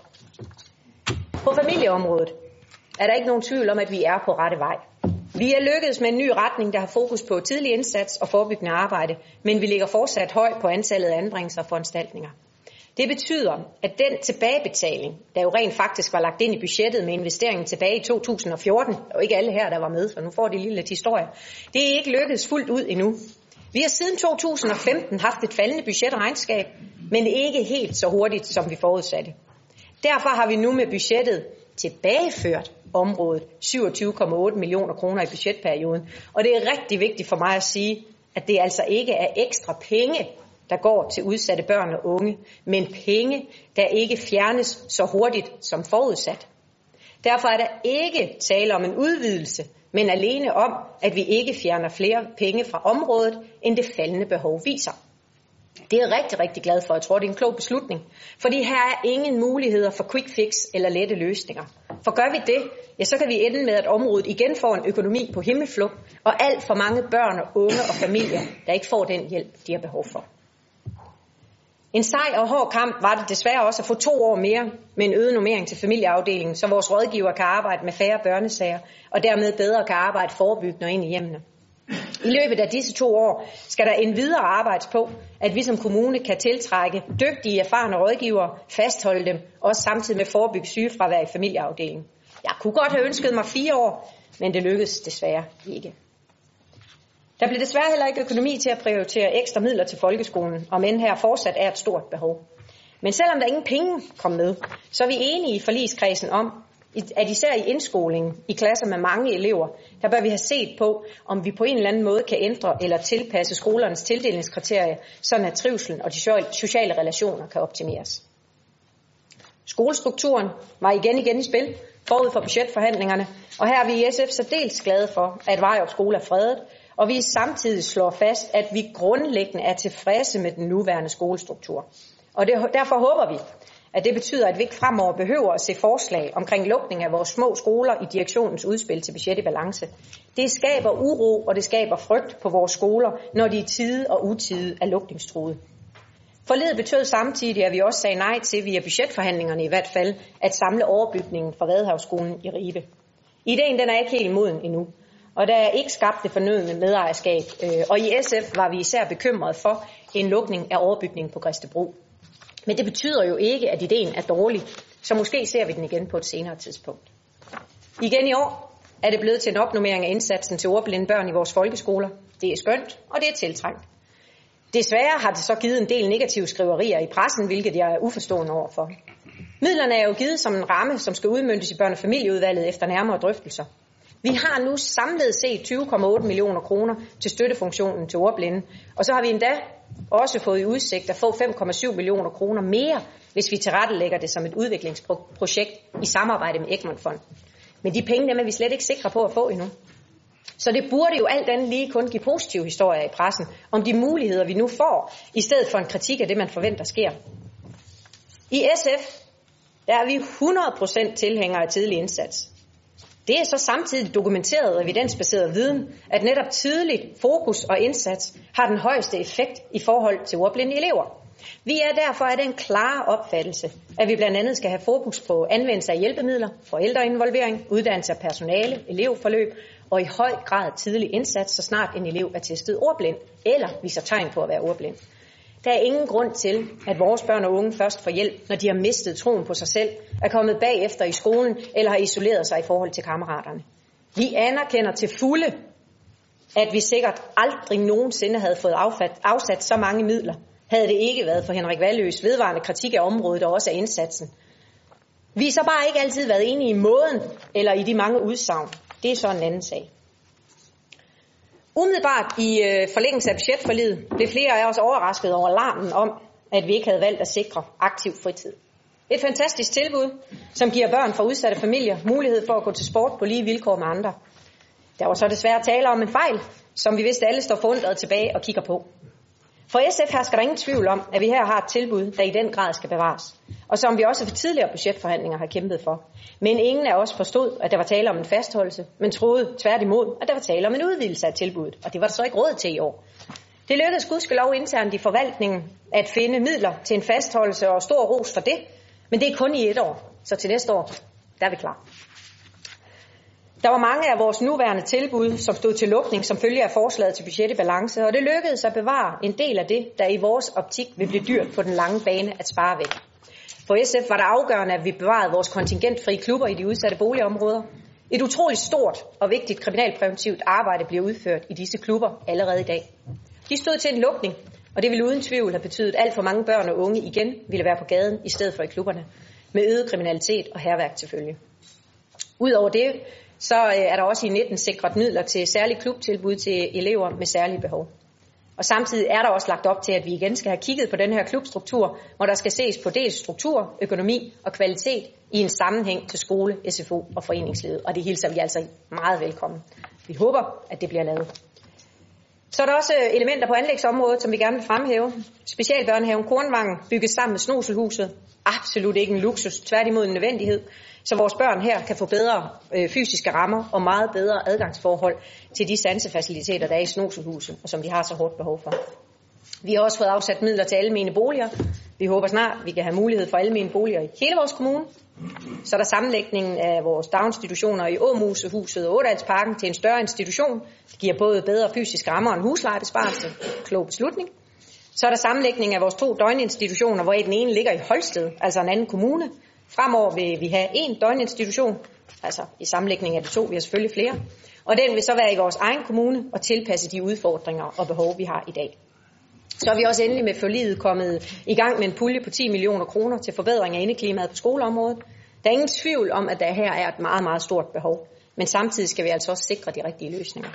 På familieområdet er der ikke nogen tvivl om, at vi er på rette vej. Vi er lykkedes med en ny retning, der har fokus på tidlig indsats og forebyggende arbejde, men vi ligger fortsat højt på antallet af anbringelser og foranstaltninger. Det betyder, at den tilbagebetaling, der jo rent faktisk var lagt ind i budgettet med investeringen tilbage i to tusind og fjorten, og ikke alle her, der var med, så nu får de lige lidt historie, det er ikke lykkedes fuldt ud endnu. Vi har siden to tusind og femten haft et faldende budgetregnskab, men ikke helt så hurtigt, som vi forudsatte. Derfor har vi nu med budgettet tilbageført området syvogtyve komma otte millioner kroner i budgetperioden, og det er rigtig vigtigt for mig at sige, at det altså ikke er ekstra penge, der går til udsatte børn og unge, men penge, der ikke fjernes så hurtigt som forudsat. Derfor er der ikke tale om en udvidelse, men alene om, at vi ikke fjerner flere penge fra området, end det faldende behov viser. Det er jeg rigtig, rigtig glad for. Jeg tror, det er en klog beslutning. Fordi her er ingen muligheder for quick fix eller lette løsninger. For gør vi det, ja, så kan vi ende med, at området igen får en økonomi på himmelflugt, og alt for mange børn og unge og familier, der ikke får den hjælp, de har behov for. En sej og hård kamp var det desværre også at få to år mere med en øget normering til familieafdelingen, så vores rådgiver kan arbejde med færre børnesager, og dermed bedre kan arbejde forebyggende og ind i hjemmene. I løbet af disse to år skal der endvidere arbejdes på, at vi som kommune kan tiltrække dygtige, erfarne rådgivere, fastholde dem, også samtidig med forebygge sygefravær i familieafdelingen. Jeg kunne godt have ønsket mig fire år, men det lykkedes desværre ikke. Der blev desværre heller ikke økonomi til at prioritere ekstra midler til folkeskolen, om end her fortsat er et stort behov. Men selvom der ingen penge kom med, så er vi enige i forligskredsen om, at især i indskolingen, i klasser med mange elever, der bør vi have set på, om vi på en eller anden måde kan ændre eller tilpasse skolernes tildelingskriterier, sådan at trivselen og de sociale relationer kan optimeres. Skolestrukturen var igen igen i spil forud for budgetforhandlingerne, og her er vi i S F så dels glade for, at Vejrup Skole er fredet, og vi samtidig slår fast, at vi grundlæggende er tilfredse med den nuværende skolestruktur. Og det, derfor håber vi, at det betyder, at vi ikke fremover behøver at se forslag omkring lukning af vores små skoler i direktionens udspil til budget i balance. Det skaber uro, og det skaber frygt på vores skoler, når de i tide og utide er lukningstruede. Forliget betød samtidig, at vi også sagde nej til via budgetforhandlingerne i hvert fald, at samle overbygningen fra Vadehavsskolen i Ribe. Ideen den er ikke helt moden endnu, og der er ikke skabt det fornødne medejerskab, og i S F var vi især bekymrede for en lukning af overbygningen på Græstebro. Men det betyder jo ikke, at ideen er dårlig, så måske ser vi den igen på et senere tidspunkt. Igen i år er det blevet til en opnormering af indsatsen til ordblinde børn i vores folkeskoler. Det er skønt, og det er tiltrængt. Desværre har det så givet en del negative skriverier i pressen, hvilket jeg er uforstående overfor. Midlerne er jo givet som en ramme, som skal udmøntes i børne- og familieudvalget efter nærmere drøftelser. Vi har nu samlet set tyve komma otte millioner kroner til støttefunktionen til ordblinde, og så har vi endda også fået i udsigt at få fem komma syv millioner kroner mere, hvis vi tilrettelægger det som et udviklingsprojekt i samarbejde med Egmont Fonden. Men de penge dem er vi slet ikke sikre på at få endnu. Så det burde jo alt andet lige kun give positive historier i pressen om de muligheder, vi nu får, i stedet for en kritik af det, man forventer sker. I S F der er vi hundrede procent tilhængere af tidlig indsats. Det er så samtidig dokumenteret og evidensbaseret viden, at netop tidligt fokus og indsats har den højeste effekt i forhold til ordblinde elever. Vi er derfor af den klare opfattelse, at vi blandt andet skal have fokus på anvendelse af hjælpemidler, forældreinvolvering, uddannelse af personale, elevforløb og i høj grad tidlig indsats, så snart en elev er testet ordblind eller viser tegn på at være ordblind. Der er ingen grund til, at vores børn og unge først får hjælp, når de har mistet troen på sig selv, er kommet bagefter i skolen eller har isoleret sig i forhold til kammeraterne. Vi anerkender til fulde, at vi sikkert aldrig nogensinde havde fået afsat så mange midler, havde det ikke været for Henrik Valløs vedvarende kritik af området og også af indsatsen. Vi har så bare ikke altid været enige i måden eller i de mange udsagn. Det er så en anden sag. Umiddelbart i øh, forlængelse af budgetforliget blev flere af os overrasket over larmen om, at vi ikke havde valgt at sikre aktiv fritid. Et fantastisk tilbud, som giver børn fra udsatte familier mulighed for at gå til sport på lige vilkår med andre. Der var så desværre tale om en fejl, som vi vist alle står forundret tilbage og kigger på. For S F hersker der ingen tvivl om, at vi her har et tilbud, der i den grad skal bevares, og som vi også for tidligere budgetforhandlinger har kæmpet for. Men ingen af os forstod, at der var tale om en fastholdelse, men troede tværtimod, at der var tale om en udvidelse af tilbuddet, og det var der så ikke råd til i år. Det lykkedes gudskelov internt i forvaltningen at finde midler til en fastholdelse og stor ros for det, men det er kun i et år, så til næste år, der er vi klar. Der var mange af vores nuværende tilbud, som stod til lukning som følge af forslaget til budget i balance, og det lykkedes at bevare en del af det, der i vores optik vil blive dyrt på den lange bane at spare væk. For S F var det afgørende, at vi bevarede vores kontingentfri klubber i de udsatte boligområder. Et utroligt stort og vigtigt kriminalpræventivt arbejde bliver udført i disse klubber allerede i dag. De stod til en lukning, og det ville uden tvivl have betydet, at alt for mange børn og unge igen ville være på gaden i stedet for i klubberne, med øget kriminalitet og hærværk til følge. Udover det, så er der også i nitten sikret midler til særlige klubtilbud til elever med særlige behov. Og samtidig er der også lagt op til, at vi igen skal have kigget på den her klubstruktur, hvor der skal ses på dels struktur, økonomi og kvalitet i en sammenhæng til skole, S F O og foreningslivet. Og det hilser vi altså meget velkommen. Vi håber, at det bliver lavet. Så er der også elementer på anlægsområdet, som vi gerne vil fremhæve. Specialbørnehaven Kornvangen bygges sammen med Snoselhuset. Absolut ikke en luksus, tværtimod en nødvendighed, så vores børn her kan få bedre øh, fysiske rammer og meget bedre adgangsforhold til de sansefaciliteter, der er i Snoselhuset, og som de har så hårdt behov for. Vi har også fået afsat midler til almene boliger. Vi håber snart, vi kan have mulighed for almene boliger i hele vores kommune. Så er der sammenlægningen af vores daginstitutioner i Åmosehuset og Ådalsparken til en større institution. Det giver både bedre fysiske rammer og en huslejebesparelse. Klog beslutning. Så er der sammenlægning af vores to døgninstitutioner, hvor den ene ligger i Holsted, altså en anden kommune. Fremover vil vi have en døgninstitution, altså i sammenlægning af de to, vi har selvfølgelig flere. Og den vil så være i vores egen kommune og tilpasse de udfordringer og behov, vi har i dag. Så er vi også endelig med forliget kommet i gang med en pulje på ti millioner kroner til forbedring af indeklimaet på skoleområdet. Der er ingen tvivl om, at der her er et meget, meget stort behov. Men samtidig skal vi altså også sikre de rigtige løsninger.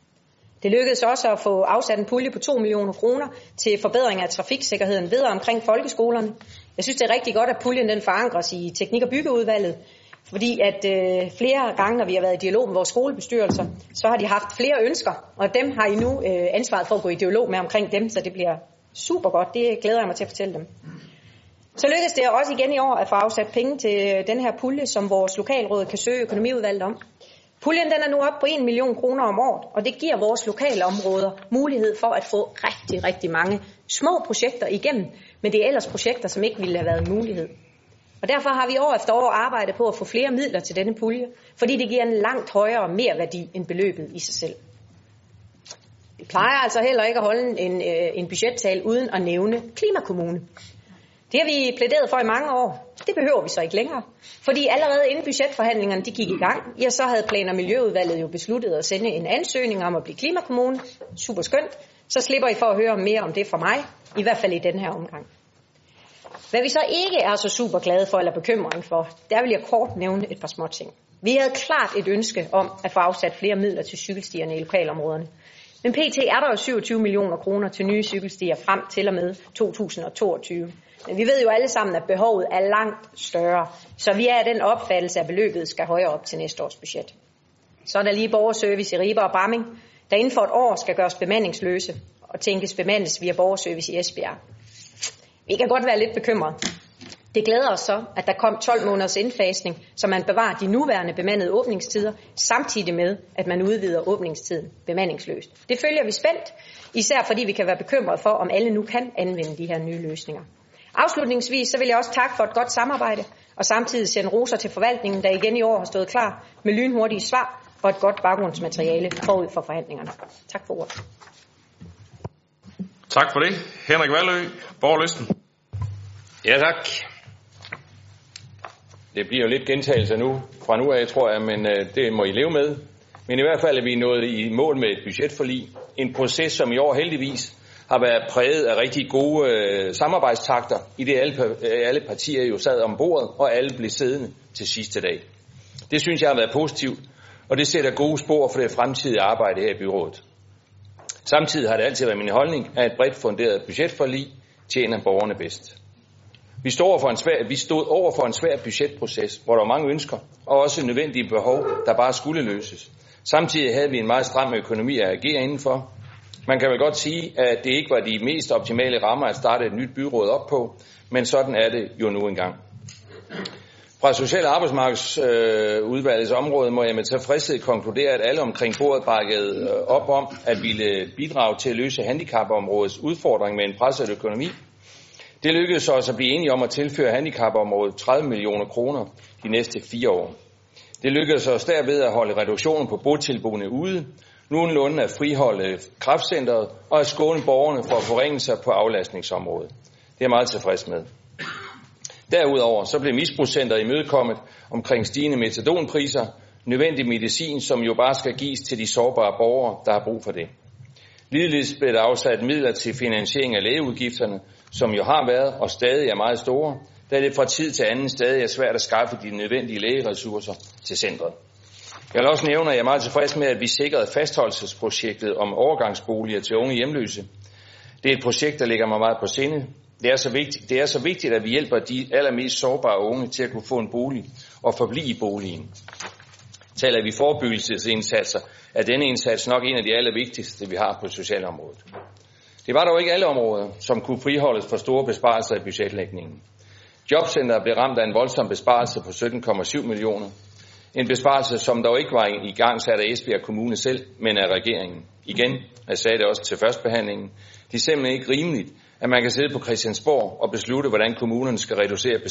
Det lykkedes også at få afsat en pulje på to millioner kroner til forbedring af trafiksikkerheden ved og omkring folkeskolerne. Jeg synes, det er rigtig godt, at puljen den forankres i teknik- og byggeudvalget, fordi at øh, flere gange, når vi har været i dialog med vores skolebestyrelser, så har de haft flere ønsker, og dem har I nu øh, ansvaret for at gå i dialog med omkring dem, så det bliver super godt. Det glæder jeg mig til at fortælle dem. Så lykkedes det også igen i år at få afsat penge til den her pulje, som vores lokalråd kan søge økonomiudvalget om. Puljen den er nu op på en million kroner om året, og det giver vores lokale områder mulighed for at få rigtig, rigtig mange små projekter igennem, men det er ellers projekter, som ikke ville have været en mulighed. Og derfor har vi år efter år arbejdet på at få flere midler til denne pulje, fordi det giver en langt højere merværdi end beløbet i sig selv. Vi plejer altså heller ikke at holde en, en budgettal uden at nævne klimakommune. Det har vi plæderet for i mange år. Det behøver vi så ikke længere. Fordi allerede inden budgetforhandlingerne de gik i gang, ja, så havde Plan- og Miljøudvalget jo besluttet at sende en ansøgning om at blive klimakommune. Super skønt. Så slipper I for at høre mere om det fra mig, i hvert fald i den her omgang. Hvad vi så ikke er så super glade for eller bekymring for, der vil jeg kort nævne et par små ting. Vi havde klart et ønske om at få afsat flere midler til cykelstierne i lokalområderne. Men pt. er der jo syvogtyve millioner kroner til nye cykelstier frem til og med to tusind og toogtyve. Men vi ved jo alle sammen, at behovet er langt større, så vi er af den opfattelse, at beløbet skal højere op til næste års budget. Så er der lige borgerservice i Ribe og Bramming, der inden for et år skal gøres bemandingsløse og tænkes bemandes via borgerservice i Esbjerg. Vi kan godt være lidt bekymrede. Det glæder os så, at der kom tolv måneders indfasning, så man bevarer de nuværende bemandede åbningstider, samtidig med, at man udvider åbningstiden bemandingsløst. Det følger vi spændt, især fordi vi kan være bekymrede for, om alle nu kan anvende de her nye løsninger. Afslutningsvis så vil jeg også takke for et godt samarbejde, og samtidig sende roser til forvaltningen, der igen i år har stået klar med lynhurtige svar og et godt baggrundsmateriale forud for forhandlingerne. Tak for ordet. Tak for det. Henrik Vallø, Borgerlisten. Ja, tak. Det bliver jo lidt gentagelse nu, fra nu af, tror jeg, men øh, det må I leve med. Men i hvert fald er vi nået i mål med et budgetforlig. En proces, som i år heldigvis har været præget af rigtig gode øh, samarbejdstakter, i det alle, alle partier jo sad om bordet, og alle blev siddende til sidste dag. Det synes jeg har været positivt, og det sætter gode spor for det fremtidige arbejde her i byrådet. Samtidig har det altid været min holdning, at et bredt funderet budgetforlig tjener borgerne bedst. Vi stod over for en svær, vi stod over for en svær budgetproces, hvor der var mange ønsker og også nødvendige behov, der bare skulle løses. Samtidig havde vi en meget stram økonomi at agere indenfor. Man kan vel godt sige, at det ikke var de mest optimale rammer at starte et nyt byråd op på, men sådan er det jo nu engang. Fra Social- og Arbejdsmarkedsudvalgets øh, område må jeg med tilfredshed konkludere, at alle omkring bordet bakkede øh, op om at ville bidrage til at løse handicapområdets udfordring med en presset økonomi. Det lykkedes os at blive enige om at tilføre handicapområdet tredive millioner kroner de næste fire år. Det lykkedes os derved at holde reduktionen på botilbudene ude, nogenlunde at friholde kræftcentret og at skåne borgerne for forringelser på aflastningsområdet. Det er jeg meget tilfreds med. Derudover så blev misbrugscentret imødekommet omkring stigende metadonpriser, nødvendig medicin, som jo bare skal gives til de sårbare borgere, der har brug for det. Ligeledes blev der afsat midler til finansiering af lægeudgifterne, som jo har været og stadig er meget store, da det fra tid til anden stadig er svært at skaffe de nødvendige lægeressourcer til centret. Jeg vil også nævne, at jeg er meget tilfreds med, at vi sikrede fastholdelsesprojektet om overgangsboliger til unge hjemløse. Det er et projekt, der ligger mig meget på sinde. Det er så vigtigt, det er så vigtigt at vi hjælper de allermest sårbare unge til at kunne få en bolig og forblive i boligen. Taler vi forebyggelsesindsatser, er denne indsats nok en af de allervigtigste, vi har på socialområdet. Det var dog ikke alle områder, som kunne friholdes for store besparelser i budgetlægningen. Jobcenteret blev ramt af en voldsom besparelse på sytten komma syv millioner. En besparelse, som dog ikke var i gang sat af Esbjerg Kommune selv, men af regeringen. Igen, jeg sagde det også til førstbehandlingen, det er simpelthen ikke rimeligt, at man kan sidde på Christiansborg og beslutte, hvordan kommunerne skal reducere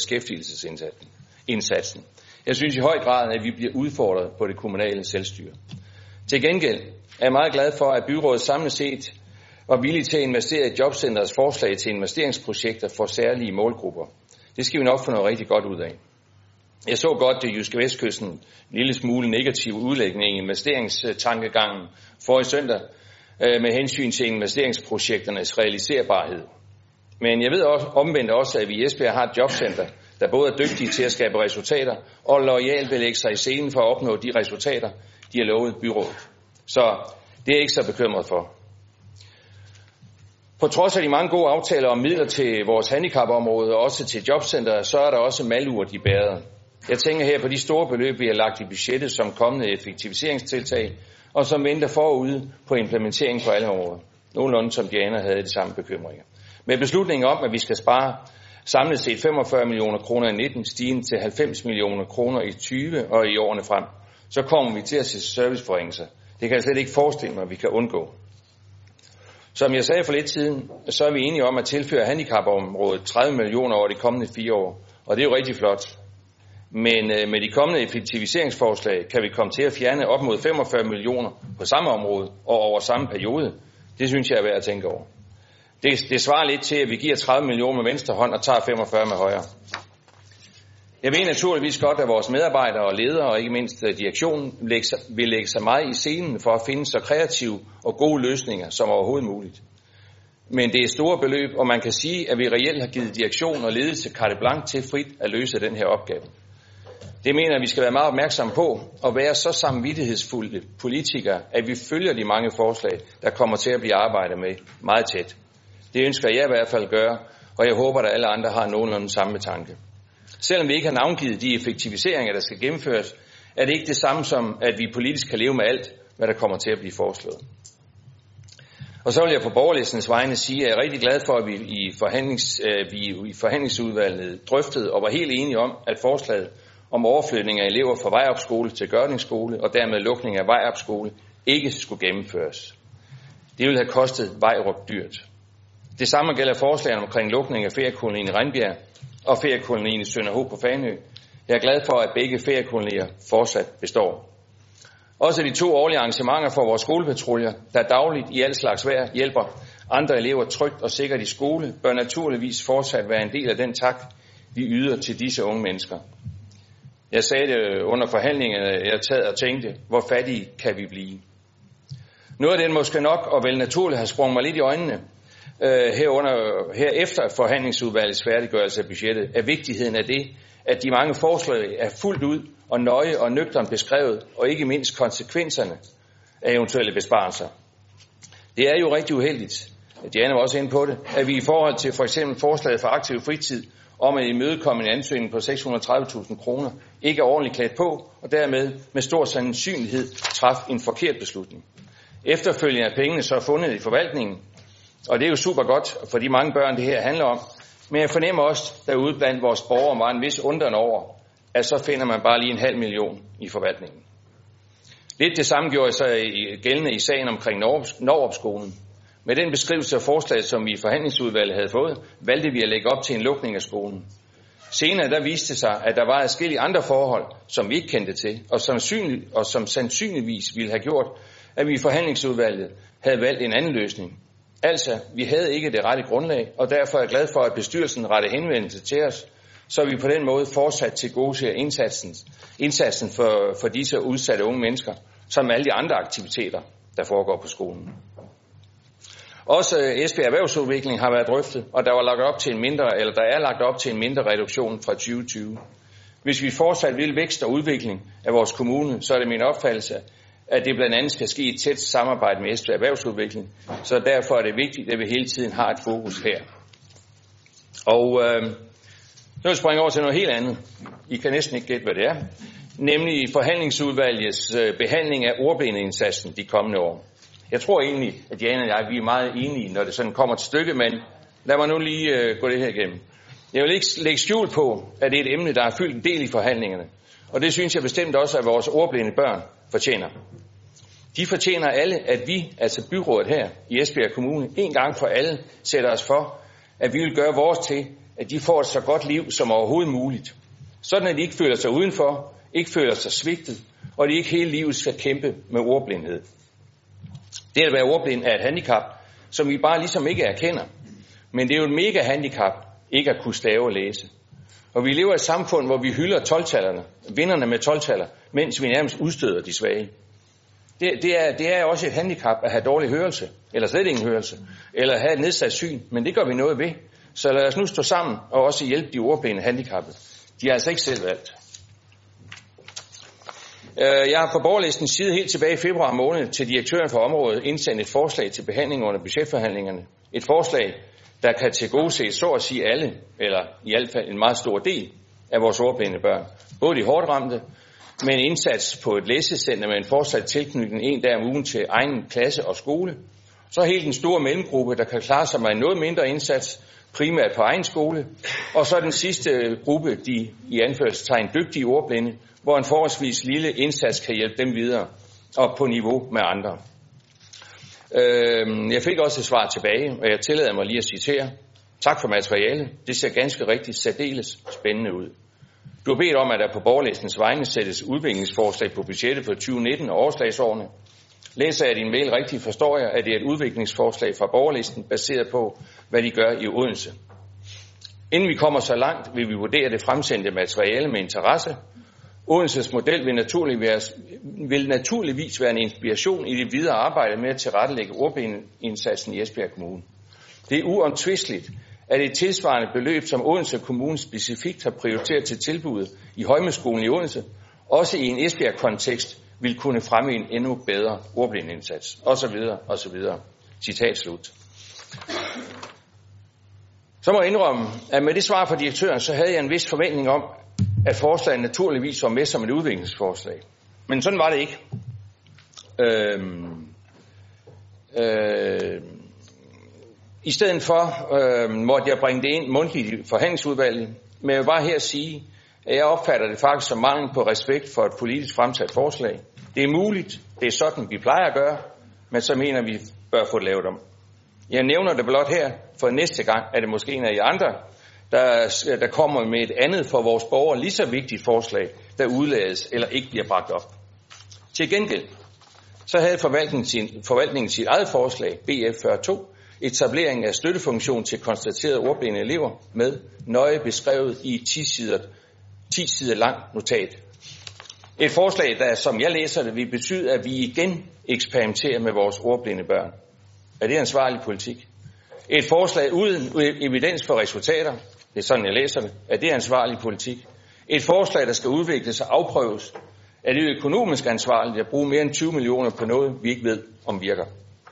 beskæftigelsesindsatsen. Jeg synes i høj grad, at vi bliver udfordret på det kommunale selvstyre. Til gengæld er jeg meget glad for, at byrådet samlet set var villig til at investere i Jobcenterets forslag til investeringsprojekter for særlige målgrupper. Det skal vi nok få noget rigtig godt ud af. Jeg så godt det Jyske Vestkysten en lille smule negativ udlægning i investeringstankegangen for i søndag med hensyn til investeringsprojekternes realiserbarhed. Men jeg ved også, omvendt også, at vi i Esbjerg har et jobcenter, der både er dygtige til at skabe resultater og loyalt vil lægge sig i scenen for at opnå de resultater, de har lovet byrådet. Så det er jeg ikke så bekymret for. På trods af de mange gode aftaler om midler til vores handicapområde og også til jobcenter, så er der også malurt i bæret. Jeg tænker her på de store beløb, vi har lagt i budgettet som kommende effektiviseringstiltag, og som venter forude på implementering på alle områder. Nogenlunde som Diana havde de samme bekymringer. Med beslutningen om, at vi skal spare samlet set femogfyrre millioner kroner i nitten, stigende til halvfems millioner kroner i tyve og i årene frem, så kommer vi til at se serviceforringelser. Det kan jeg slet ikke forestille mig, at vi kan undgå. Som jeg sagde for lidt siden, så er vi enige om at tilføre handicapområdet tredive millioner over de kommende fire år, og det er jo rigtig flot. Men med de kommende effektiviseringsforslag kan vi komme til at fjerne op mod femogfyrre millioner på samme område og over samme periode. Det synes jeg er værd at tænke over. Det, det svarer lidt til, at vi giver tredive millioner med venstre hånd og tager femogfyrre med højre. Jeg ved naturligvis godt, at vores medarbejdere og ledere, og ikke mindst direktionen, vil lægge sig meget i scenen for at finde så kreative og gode løsninger som overhovedet muligt. Men det er store beløb, og man kan sige, at vi reelt har givet direktion og ledelse carte blanche til frit at løse den her opgave. Det mener jeg, at vi skal være meget opmærksomme på, og være så samvittighedsfulde politikere, at vi følger de mange forslag, der kommer til at blive arbejdet med meget tæt. Det ønsker jeg i hvert fald at gøre, og jeg håber, at alle andre har nogenlunde samme tanke. Selvom vi ikke har navngivet de effektiviseringer, der skal gennemføres, er det ikke det samme som, at vi politisk kan leve med alt, hvad der kommer til at blive foreslået. Og så vil jeg på borgerlistens vegne sige, at jeg er rigtig glad for, at vi i, forhandlings, øh, vi i forhandlingsudvalget drøftede og var helt enige om, at forslaget om overflytning af elever fra Vejopskole til Gørdningsskole og dermed lukning af Vejopskole ikke skulle gennemføres. Det ville have kostet Vejrup dyrt. Det samme gælder forslagene omkring lukning af feriekolonien i Rindbjerg og feriekolonien i Sønderho på Fanø. Jeg er glad for, at begge feriekolonier fortsat består. Også de to årlige arrangementer for vores skolepatruljer, der dagligt i al slags vejr hjælper andre elever trygt og sikkert i skole, bør naturligvis fortsat være en del af den tak, vi yder til disse unge mennesker. Jeg sagde det under forhandlingerne, jeg sad og tænkte, hvor fattige kan vi blive? Noget af det måske nok, og vel naturligt har sprunget mig lidt i øjnene, øh, herunder, her efter forhandlingsudvalgets færdiggørelse af budgettet, er vigtigheden af det, at de mange forslag er fuldt ud og nøje og nøgternt beskrevet, og ikke mindst konsekvenserne af eventuelle besparelser. Det er jo rigtig uheldigt, Diana var også inde på det, at vi i forhold til for eksempel forslaget for aktiv fritid, om at imødekomme en ansøgning på seks hundrede og tredive tusind kroner, ikke er ordentligt klædt på, og dermed med stor sandsynlighed traf en forkert beslutning. Efterfølgende er pengene så fundet i forvaltningen, og det er jo super godt for de mange børn, det her handler om. Men jeg fornemmer også derude blandt vores borgere var en vis undren over, at så finder man bare lige en halv million i forvaltningen. Lidt det samme gjorde jeg så gældende i sagen omkring Novopskolen. Med den beskrivelse af forslaget, som vi i forhandlingsudvalget havde fået, valgte vi at lægge op til en lukning af skolen. Senere der viste sig, at der var adskillige andre forhold, som vi ikke kendte til, og som, synlig, og som sandsynligvis ville have gjort, at vi i forhandlingsudvalget havde valgt en anden løsning. Altså, vi havde ikke det rette grundlag, og derfor er jeg glad for, at bestyrelsen rettede henvendelse til os, så vi på den måde fortsat til gode ser indsatsen, indsatsen for, for disse udsatte unge mennesker, som alle de andre aktiviteter, der foregår på skolen. Også Esbjerg Erhvervsudvikling har været drøftet, og der var lagt op til en mindre, eller der er lagt op til en mindre reduktion fra tyve tyve. Hvis vi fortsat vil vækst og udvikling af vores kommune, så er det min opfattelse, at det blandt andet skal ske i et tæt samarbejde med Esbjerg Erhvervsudvikling, så derfor er det vigtigt, at vi hele tiden har et fokus her. Og øh, så vil jeg springe over til noget helt andet. I kan næsten ikke gætte, hvad det er. Nemlig forhandlingsudvalgets øh, behandling af ordblindeindsatsen de kommende år. Jeg tror egentlig, at Jane og jeg vi er meget enige, når det sådan kommer til stykket, men lad mig nu lige øh, gå det her igennem. Jeg vil ikke lægge skjul på, at det er et emne, der har fyldt en del i forhandlingerne. Og det synes jeg bestemt også, at vores ordblinde børn fortjener. De fortjener alle, at vi, altså byrådet her i Esbjerg Kommune, en gang for alle sætter os for, at vi vil gøre vores til, at de får et så godt liv som overhovedet muligt. Sådan at de ikke føler sig udenfor, ikke føler sig svigtet, og de ikke hele livet skal kæmpe med ordblindhed. Det at være ordblind er et handicap, som vi bare ligesom ikke erkender. Men det er jo et mega handicap, ikke at kunne stave og læse. Og vi lever i et samfund, hvor vi hylder tolv-tallerne, vinderne med tolv-taller, mens vi nærmest udstøder de svage. Det, det, er, det er også et handicap at have dårlig hørelse, eller slet ingen hørelse, eller have et nedsat syn, men det gør vi noget ved. Så lad os nu stå sammen og også hjælpe de ordblinde handicappede. De har altså ikke selv valgt. Jeg har på borgerlistens side helt tilbage i februar måned til direktøren for området indsendt et forslag til behandling under budgetforhandlingerne. Et forslag, der kan tilgodese så at sige alle, eller i hvert fald en meget stor del af vores ordblinde børn. Både de hårdt ramte, med en indsats på et læsecenter med en fortsat tilknytning en dag om ugen til egen klasse og skole. Så helt den store mellemgruppe, der kan klare sig med en noget mindre indsats, primært på egen skole. Og så den sidste gruppe, de i anførselstegn dygtige ordblinde, hvor en forholdsvis lille indsats kan hjælpe dem videre og på niveau med andre. Jeg fik også et svar tilbage, og jeg tillader mig lige at citere. Tak for materialet. Det ser ganske rigtigt særdeles spændende ud. Du har bedt om, at der på borgerlistens vegne sættes udviklingsforslag på budgettet for tyve nitten og overslagsårene. Læser jeg din mail rigtigt, forstår jeg, at det er et udviklingsforslag fra borgerlisten, baseret på, hvad de gør i Odense. Inden vi kommer så langt, vil vi vurdere det fremsendte materiale med interesse. Odenses model vil naturligvis, vil naturligvis være en inspiration i det videre arbejde med at tilrettelægge ordblindeindsatsen i Esbjerg Kommune. Det er uomtvisteligt, at et tilsvarende beløb, som Odense Kommune specifikt har prioriteret til tilbuddet i Højmeskolen i Odense, også i en Esbjerg-kontekst, vil kunne fremme en endnu bedre ordblindeindsats, og så videre, og så videre. Citat slut. Så må jeg indrømme, at med det svar fra direktøren, så havde jeg en vis forventning om, at forslaget naturligvis var med som et udviklingsforslag. Men sådan var det ikke. Øhm, øh, I stedet for øh, måtte jeg bringe det ind mundtligt i forhandlingsudvalget, men jeg vil bare her sige, at jeg opfatter det faktisk som mangel på respekt for et politisk fremsat forslag. Det er muligt, det er sådan, vi plejer at gøre, men så mener vi, bør få det lavet om. Jeg nævner det blot her, for næste gang er det måske en af jer andre, der, der kommer med et andet for vores borgere lige så vigtigt forslag, der udlades eller ikke bliver bragt op. Til gengæld, så havde forvaltningen sin, forvaltningen sit eget forslag, B F fyrre to, etablering af støttefunktion til konstaterede ordblinde elever med nøje beskrevet i et ti sider langt notat. Et forslag, der, som jeg læser det, vil betyde, at vi igen eksperimenterer med vores ordblinde børn. Er det ansvarlig politik? Et forslag uden evidens for resultater, det er sådan, jeg læser det, er det ansvarlig politik? Et forslag, der skal udvikles og afprøves, er det økonomisk ansvarligt at bruge mere end tyve millioner på noget, vi ikke ved, om virker?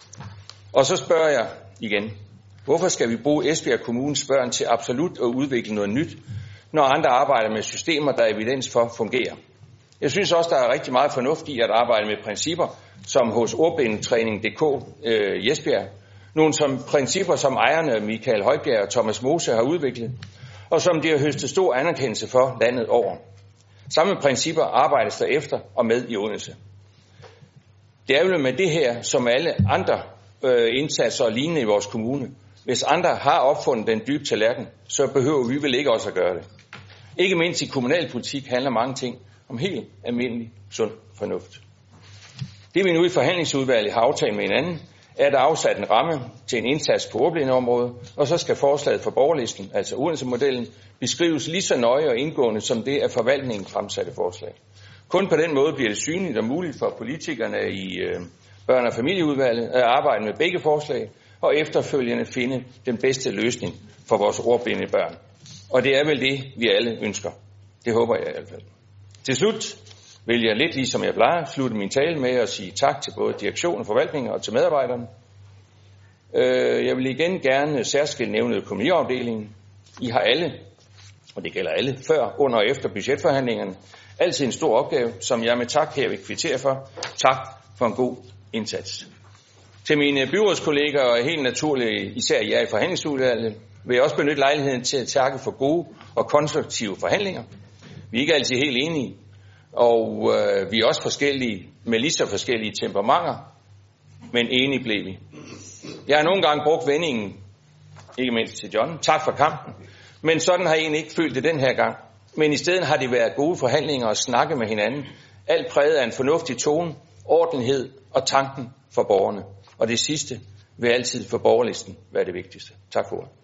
Og så spørger jeg igen, hvorfor skal vi bruge Esbjerg Kommunes børn til absolut at udvikle noget nyt, når andre arbejder med systemer, der er evidens for fungerer? Jeg synes også, der er rigtig meget fornuft i at arbejde med principper, som hos ordblindetræning punktum d k øh, i Esbjerg. Nogle som principper, som ejerne Michael Højbjerg og Thomas Mose har udviklet, og som de har høstet stor anerkendelse for landet over. Samme principper arbejdes der efter og med i Odense. Det er jo med det her, som alle andre øh, indsatser og lignende i vores kommune. Hvis andre har opfundet den dybe tallerken, så behøver vi vel ikke også at gøre det. Ikke mindst i kommunalpolitik handler mange ting om helt almindelig sund fornuft. Det vi nu i forhandlingsudvalget har aftalt med hinanden, er at der afsat en ramme til en indsats på ordblindeområdet, og så skal forslaget for borgerlisten, altså Odense-modellen, beskrives lige så nøje og indgående som det af forvaltningen fremsatte forslag. Kun på den måde bliver det synligt og muligt for politikerne i øh, børne- og familieudvalget at arbejde med begge forslag, og efterfølgende finde den bedste løsning for vores ordblinde børn. Og det er vel det, vi alle ønsker. Det håber jeg i hvert fald. Til slut vil jeg lidt ligesom jeg plejer slutte min tale med at sige tak til både direktion og forvaltning og til medarbejderne. Jeg vil igen gerne særskilt nævne økonomiafdelingen. I har alle, og det gælder alle, før, under og efter budgetforhandlingerne, altid en stor opgave, som jeg med tak her vil kvittere for. Tak for en god indsats. Til mine byrådskolleger og helt naturligt, især jer i forhandlingsudvalget, vil jeg også benytte lejligheden til at takke for gode og konstruktive forhandlinger. Vi er ikke altid helt enige, og øh, vi er også forskellige, med lige så forskellige temperamenter, men enige blev vi. Jeg har nogle gange brugt vendingen, ikke mindst til John, tak for kampen, men sådan har jeg egentlig ikke følt det den her gang. Men i stedet har det været gode forhandlinger og snakke med hinanden, alt præget af en fornuftig tone, ordenhed og tanken for borgerne. Og det sidste vil altid for borgerlisten være det vigtigste. Tak for ordet.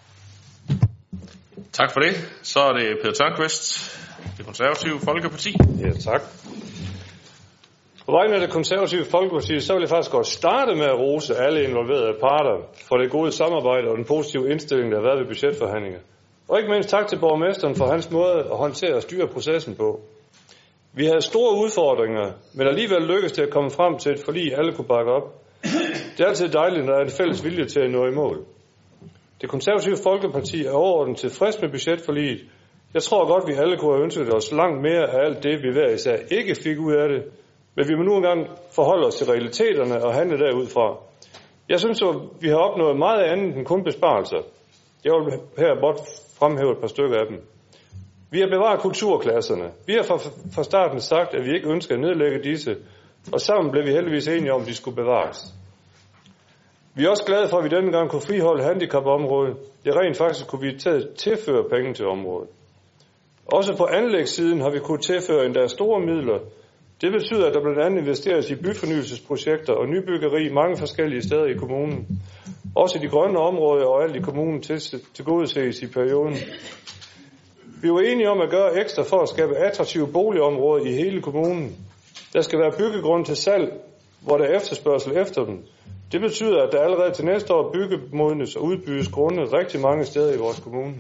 Tak for det. Så er det Peter Tørnqvist, Det Konservative Folkeparti. Ja, tak. På vegne af Det Konservative Folkeparti, så vil jeg faktisk godt starte med at rose alle involverede parter for det gode samarbejde og den positive indstilling, der har været ved budgetforhandlinger. Og ikke mindst tak til borgmesteren for hans måde at håndtere og styre processen på. Vi havde store udfordringer, men alligevel lykkedes det at komme frem til et forlig, alle kunne bakke op. Det er altid dejligt, når der er en fælles vilje til at nå i mål. Det Konservative Folkeparti er overordnet tilfreds med budgetforliget. Jeg tror godt, vi alle kunne have ønsket os langt mere af alt det, vi hver især ikke fik ud af det. Men vi må nu engang forholde os til realiteterne og handle derudfra. Jeg synes, at vi har opnået meget andet end kun besparelser. Jeg vil her blot fremhæve et par stykker af dem. Vi har bevaret kulturklasserne. Vi har fra starten sagt, at vi ikke ønsker at nedlægge disse, og sammen blev vi heldigvis enige om, at de skulle bevares. Vi er også glade for, at vi denne gang kunne friholde handicapområdet. Det rent faktisk kunne vi taget tilføre penge til området. Også på anlægssiden har vi kunnet tilføre endda store midler, Det betyder, at der blandt andet investeres i byfornyelsesprojekter og nybyggeri mange forskellige steder i kommunen. Også i de grønne områder og alt i kommunen til, til godeses i perioden. Vi er enige om at gøre ekstra for at skabe attraktive boligområder i hele kommunen. Der skal være byggegrund til salg, hvor der er efterspørgsel efter dem. Det betyder, at der allerede til næste år byggemodnes og udbydes grunde rigtig mange steder i vores kommune.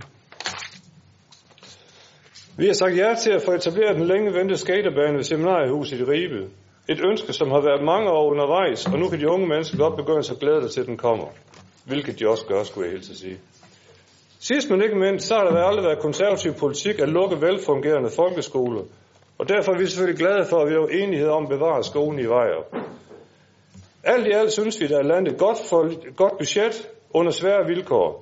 Vi har sagt ja til at få etableret den længe ventede skaterbane ved Seminariehuset i Ribe. Et ønske, som har været mange år undervejs, og nu kan de unge mennesker godt begynde sig at glæde sig til, at den kommer. Hvilket de også gør, skulle jeg helt at sige. Sidst men ikke mindst, så har der aldrig været konservativ politik at lukke velfungerende folkeskoler. Og derfor er vi selvfølgelig glade for, at vi har enighed om at bevare skolen i Vejer. Alt i alt synes vi, at der er landet et godt, for, et godt budget under svære vilkår.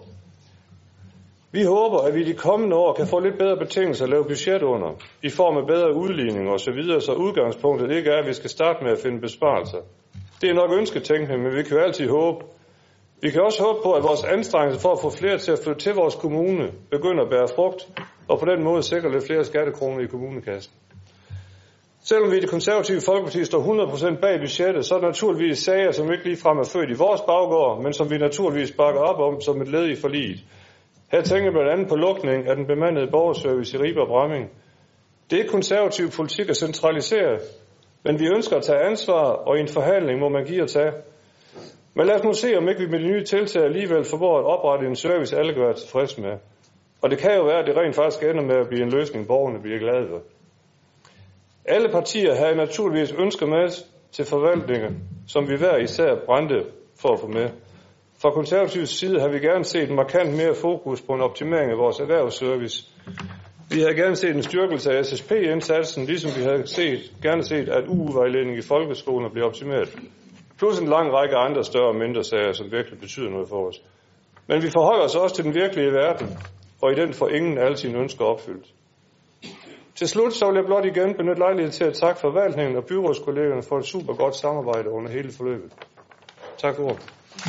Vi håber, at vi i de kommende år kan få lidt bedre betingelser at lave budget under, i form af bedre udligning osv., så udgangspunktet ikke er, at vi skal starte med at finde besparelser. Det er nok ønsketænkning, men vi kan jo altid håbe. Vi kan også håbe på, at vores anstrengelser for at få flere til at flytte til vores kommune begynder at bære frugt, og på den måde sikre lidt flere skattekroner i kommunekassen. Selvom vi i Det Konservative Folkeparti står hundrede procent bag budgettet, så er der naturligvis sager, som ikke ligefrem er født i vores baggård, men som vi naturligvis bakker op om som et led i forliget. Her tænker jeg blandt andet på lukning af den bemandede borgerservice i Ribe og Bramming. Det er konservativ politik at centralisere, men vi ønsker at tage ansvar, og i en forhandling må man give og tage. Men lad os nu se, om ikke vi med de nye tiltag alligevel formår at oprette en service, alle kan være tilfreds med. Og det kan jo være, at det rent faktisk ender med at blive en løsning, borgerne bliver glade ved. Alle partier har naturligvis ønsker med til forvaltningen, som vi hver især brændte for at få med. Fra konservativs side har vi gerne set markant mere fokus på en optimering af vores erhvervsservice. Vi har gerne set en styrkelse af S S P-indsatsen, ligesom vi har set, gerne set, at U U-vejledning i folkeskolen bliver optimeret. Plus en lang række andre større og mindre sager, som virkelig betyder noget for os. Men vi forholder os også til den virkelige verden, og i den får ingen alle sine ønsker opfyldt. Til slut så vil jeg blot igen benytte lejligheden til at takke forvaltningen og byrådskollegerne for et super godt samarbejde under hele forløbet. Tak for ordet.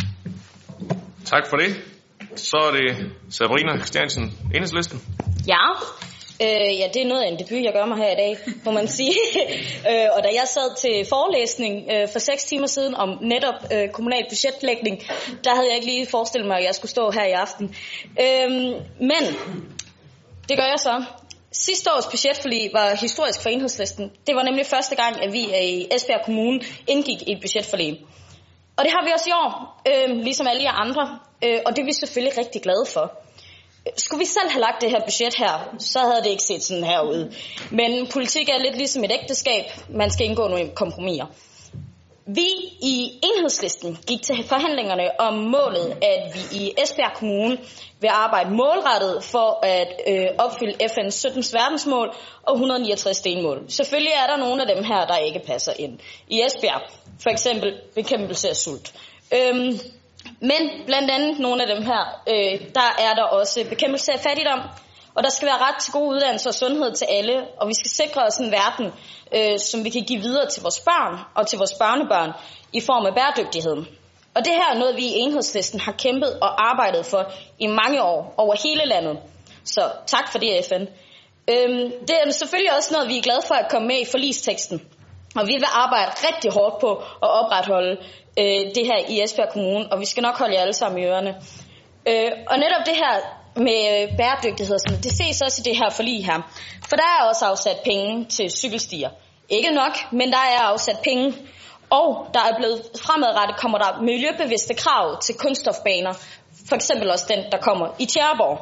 Tak for det. Så er det Sabrina Christiansen, Enhedslisten. Ja, øh, ja, det er noget af en debut, jeg gør mig her i dag, må man sige. øh, og da jeg sad til forelæsning øh, for seks timer siden om netop øh, kommunal budgetlægning, der havde jeg ikke lige forestillet mig, at jeg skulle stå her i aften. Øh, men det gør jeg så. Sidste års budgetforlig var historisk for Enhedslisten. Det var nemlig første gang, at vi i Esbjerg Kommune indgik i et budgetforlig. Og det har vi også i år, øh, ligesom alle jer andre, øh, og det er vi selvfølgelig rigtig glade for. Skulle vi selv have lagt det her budget her, så havde det ikke set sådan her ud. Men politik er lidt ligesom et ægteskab. Man skal indgå nogle kompromiser. Vi i Enhedslisten gik til forhandlingerne om målet, at vi i Esbjerg Kommune vil arbejde målrettet for at øh, opfylde F N's sytten verdensmål og et hundrede og niogtres delmål. Selvfølgelig er der nogle af dem her, der ikke passer ind. I Esbjerg, for eksempel bekæmpelse af sult. Øhm, men blandt andet nogle af dem her, øh, der er der også bekæmpelse af fattigdom. Og der skal være ret til god uddannelse og sundhed til alle, og vi skal sikre os en verden, øh, som vi kan give videre til vores børn og til vores børnebørn i form af bæredygtighed. Og det her er noget, vi i Enhedslisten har kæmpet og arbejdet for i mange år over hele landet. Så tak for det, F N. Øhm, det er selvfølgelig også noget, vi er glade for at komme med i forligsteksten. Og vi vil arbejde rigtig hårdt på at opretholde øh, det her i Esbjerg Kommune, og vi skal nok holde jer alle sammen i ørerne. Øh, og netop det her med bæredygtighed, det ses også i det her forlig her. For der er også afsat penge til cykelstier. Ikke nok, men der er afsat penge. Og der er blevet fremadrettet, kommer der miljøbevidste krav til kunststofbaner. For eksempel også den, der kommer i Tjæreborg.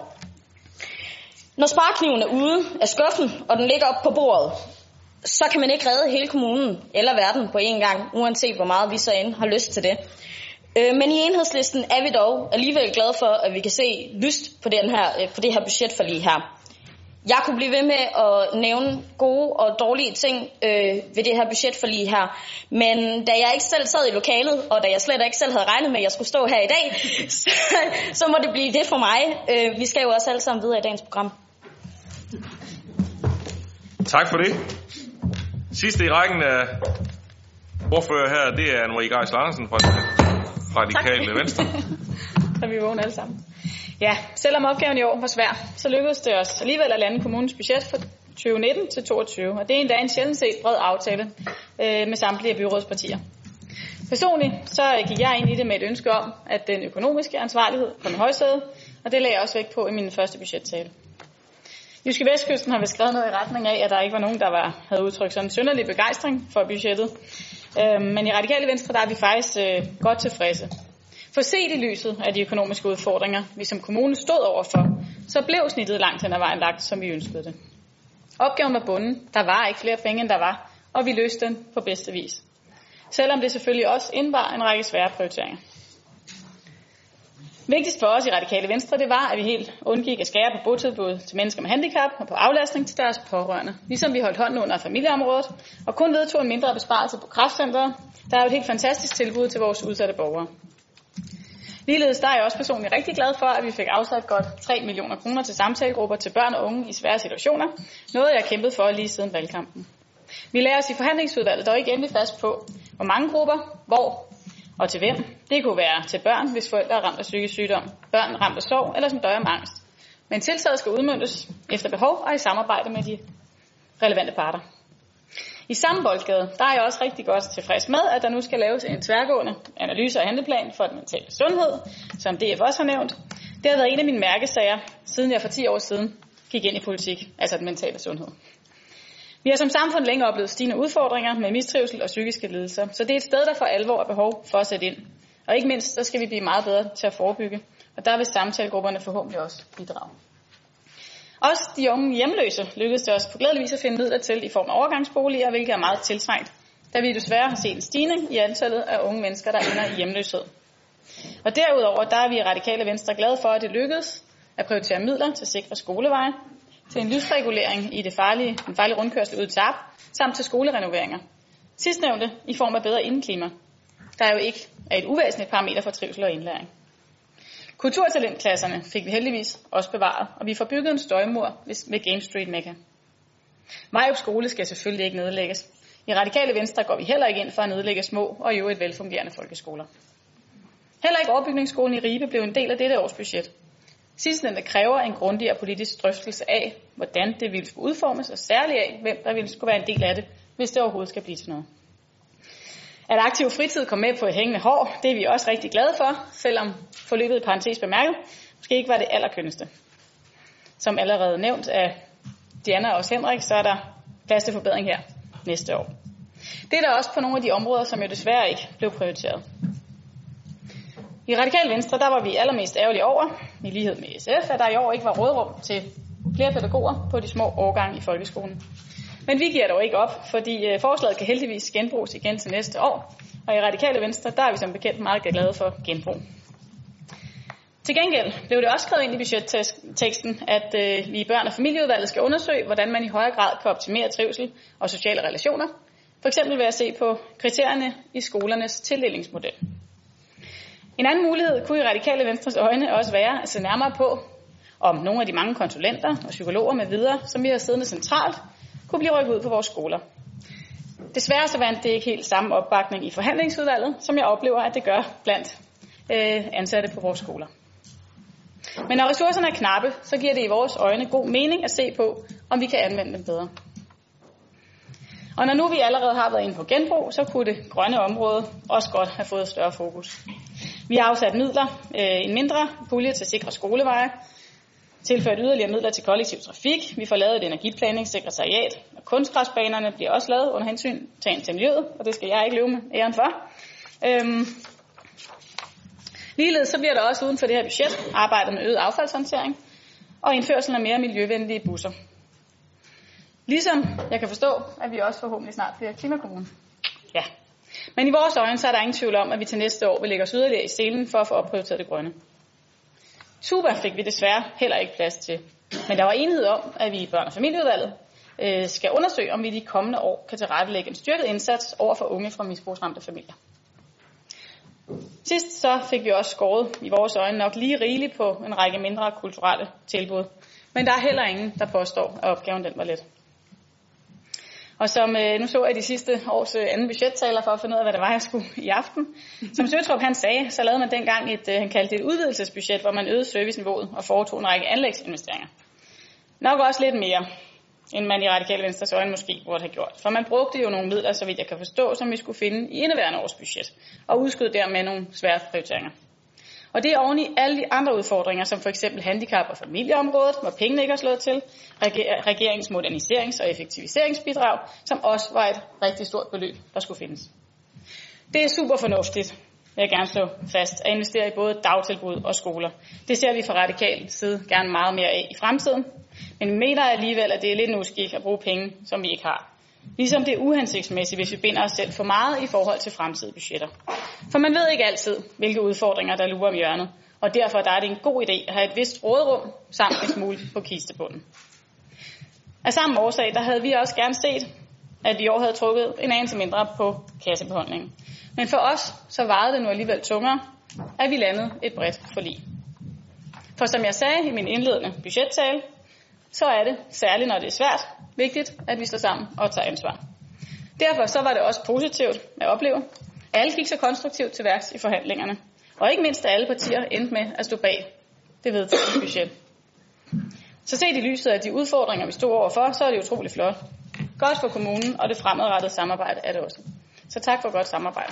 Når sparekniven er ude af skuffen, og den ligger op på bordet, så kan man ikke redde hele kommunen eller verden på én gang, uanset hvor meget vi så end har lyst til det. Men i Enhedslisten er vi dog alligevel glade for, at vi kan se lyst på, den her, på det her budgetforlig her. Jeg kunne blive ved med at nævne gode og dårlige ting øh, ved det her budgetforlig her. Men da jeg ikke selv sad i lokalet, og da jeg slet ikke selv havde regnet med, at jeg skulle stå her i dag, så, så må det blive det for mig. Øh, vi skal jo også alle sammen videre i dagens program. Tak for det. Sidste i rækken af ordfører her, det er Anne-Marie Geis Larsen fra Radikale Venstre. Så vi vågner alle sammen. Ja, selvom opgaven i år var svær, så lykkedes det os alligevel at lande kommunens budget for tyve nitten til toogtyve, og det er endda en sjældent set bred aftale øh, med samtlige af byrådspartier. Personligt så gik jeg ind i det med et ønske om, at den økonomiske ansvarlighed kom i højsædet, og det lagde jeg også vægt på i min første budgettale. Jyske Vestkysten har beskrevet noget i retning af, at der ikke var nogen, der var, havde udtrykt sådan en synderlig begejstring for budgettet. Øh, men i Radikale Venstre der er vi faktisk øh, godt tilfredse. For set i lyset af de økonomiske udfordringer, vi som kommune stod overfor, så blev snittet langt hen ad vejen lagt, som vi ønskede det. Opgaven var bunden, der var ikke flere penge, end der var, og vi løste den på bedste vis. Selvom det selvfølgelig også indebar en række svære prioriteringer. Vigtigst for os i Radikale Venstre, det var, at vi helt undgik at skære på botilbud til mennesker med handicap og på aflastning til deres pårørende. Ligesom vi holdt hånden under familieområdet og kun vedtog en mindre besparelse på kræftcenteret, der er jo et helt fantastisk tilbud til vores udsatte borgere. Ligeledes der er jeg også personligt rigtig glad for, at vi fik afsat godt tre millioner kroner til samtalegrupper til børn og unge i svære situationer. Noget jeg kæmpede for lige siden valgkampen. Vi lader os i forhandlingsudvalget dog ikke endelig fast på, hvor mange grupper, hvor og til hvem. Det kunne være til børn, hvis forældre er ramt af psykisk sygdom, børn ramt af sorg eller som døjer med angst. Men tiltaget skal udmøntes efter behov og i samarbejde med de relevante parter. I samme boldgade, der er jeg også rigtig godt tilfreds med, at der nu skal laves en tværgående analyse og handleplan for den mentale sundhed, som D F også har nævnt. Det har været en af mine mærkesager, siden jeg for ti år siden gik ind i politik, altså den mentale sundhed. Vi har som samfund længe oplevet stigende udfordringer med mistrivsel og psykiske lidelser, så det er et sted, der for alvor er behov for at sætte ind. Og ikke mindst, så skal vi blive meget bedre til at forebygge, og der vil samtalegrupperne forhåbentlig også bidrage. Også de unge hjemløse lykkedes det os på glædelig vis at finde midler til i form af overgangsboliger, hvilket er meget tiltrængt, da vi desværre har set en stigning i antallet af unge mennesker, der ender i hjemløshed. Og derudover, der er vi i Radikale Venstre glade for, at det lykkedes at prioritere midler til sikre skoleveje, til en lysregulering i det farlige, den farlige rundkørsel ud til Tarp, samt til skolerenoveringer. Sidstnævnte i form af bedre indeklima, der jo ikke er et uvæsentligt parameter for trivsel og indlæring. Kulturtalentklasserne fik vi heldigvis også bevaret, og vi får bygget en støjmur ved Game Street Mecca. Majup skole skal selvfølgelig ikke nedlægges. I Radikale Venstre går vi heller ikke ind for at nedlægge små og i øvrigt velfungerende folkeskoler. Heller ikke overbygningsskolen i Ribe blev en del af dette års budget. Sidstnævnte kræver en grundigere politisk drøftelse af, hvordan det ville skulle udformes, og særligt af, hvem der ville skulle være en del af det, hvis det overhovedet skal blive til noget. At aktiv fritid kom med på et hængende hår, det er vi også rigtig glade for, selvom forløbet i parentes bemærket måske ikke var det allerkønneste. Som allerede nævnt af Diana og også Henrik, så er der plads til forbedring her næste år. Det er der også på nogle af de områder, som jo desværre ikke blev prioriteret. I Radikale Venstre, der var vi allermest ærgerlige over, i lighed med S F, at der i år ikke var rådrum til flere pædagoger på de små årgange i folkeskolen. Men vi giver dog ikke op, fordi forslaget kan heldigvis genbruges igen til næste år, og i Radikale Venstre, der er vi som bekendt meget glade for genbrug. Til gengæld blev det også skrevet ind i budgetteksten, at øh, vi i børn- og familieudvalget skal undersøge, hvordan man i højere grad kan optimere trivsel og sociale relationer, f.eks. ved at se på kriterierne i skolernes tildelingsmodel. En anden mulighed kunne i Radikale Venstres øjne også være at se nærmere på, om nogle af de mange konsulenter og psykologer med videre, som vi har siddende centralt, kunne blive rykket ud på vores skoler. Desværre så vandt det ikke helt samme opbakning i forhandlingsudvalget, som jeg oplever, at det gør blandt øh, ansatte på vores skoler. Men når ressourcerne er knappe, så giver det i vores øjne god mening at se på, om vi kan anvende dem bedre. Og når nu vi allerede har været inde på genbrug, så kunne det grønne område også godt have fået større fokus. Vi har afsat midler, øh, en mindre pulje til sikre skoleveje, tilført yderligere midler til kollektiv trafik, vi får lavet et energiplanningssekretariat, og kunstgræsbanerne bliver også lavet under hensyn til miljøet, og det skal jeg ikke løbe med æren for. Øhm. Ligeledes så bliver der også uden for det her budget arbejdet med øget affaldshåndtering og indførsel af mere miljøvenlige busser. Ligesom jeg kan forstå, at vi også forhåbentlig snart bliver klimakommune. Ja. Men i vores øjne så er der ingen tvivl om, at vi til næste år vil lægge os yderligere i scenen for at få opprioriteret det grønne. Tuba fik vi desværre heller ikke plads til. Men der var enighed om, at vi i børn- og familieudvalget øh, skal undersøge, om vi de kommende år kan tilrettelægge en styrket indsats over for unge fra misbrugsramte familier. Sidst så fik vi også skåret i vores øjne nok lige rigeligt på en række mindre kulturelle tilbud. Men der er heller ingen, der påstår, at opgaven den var let. Og som øh, nu så jeg de sidste års øh, anden budgettaler for at finde ud af, hvad det var, jeg skulle i aften. Som Søtrup han sagde, så lavede man dengang et, øh, han kaldte det et udvidelsesbudget, hvor man øgede serviceniveauet og foretog en række anlægsinvesteringer. Nok også lidt mere. end man i Radikale Venstres øjne måske burde have gjort. For man brugte jo nogle midler, så vidt jeg kan forstå, som vi skulle finde i indeværende års budget, og udskød dermed nogle svære prioriteringer. Og det er oven i alle de andre udfordringer, som for eksempel handicap- og familieområdet, hvor pengene ikke er slået til, regeringens moderniserings- og effektiviseringsbidrag, som også var et rigtig stort beløb, der skulle findes. Det er super fornuftigt, vil jeg gerne slå fast, at investere i både dagtilbud og skoler. Det ser vi fra radikal side gerne meget mere af i fremtiden, men vi mener alligevel, at det er lidt en uskik at bruge penge, som vi ikke har. Ligesom det er uhensigtsmæssigt, hvis vi binder os selv for meget i forhold til fremtidige budgetter. For man ved ikke altid, hvilke udfordringer der lurer om hjørnet, og derfor der er det en god idé at have et vist råderum samt en smule på kistebunden. Af samme årsag, der havde vi også gerne set, at vi i år havde trukket en anelse mindre på kassebeholdningen. Men for os, så varede det nu alligevel tungere, at vi landede et bredt forlig. For som jeg sagde i min indledende budgettale, så er det, særligt når det er svært, vigtigt, at vi står sammen og tager ansvar. Derfor så var det også positivt at opleve, at alle gik så konstruktivt til værks i forhandlingerne. Og ikke mindst, at alle partier endte med at stå bag det vedtagne budget. Så set i lyset af de udfordringer, vi stod overfor, så er det utroligt flot. Godt for kommunen og det fremadrettede samarbejde er det også. Så tak for godt samarbejde.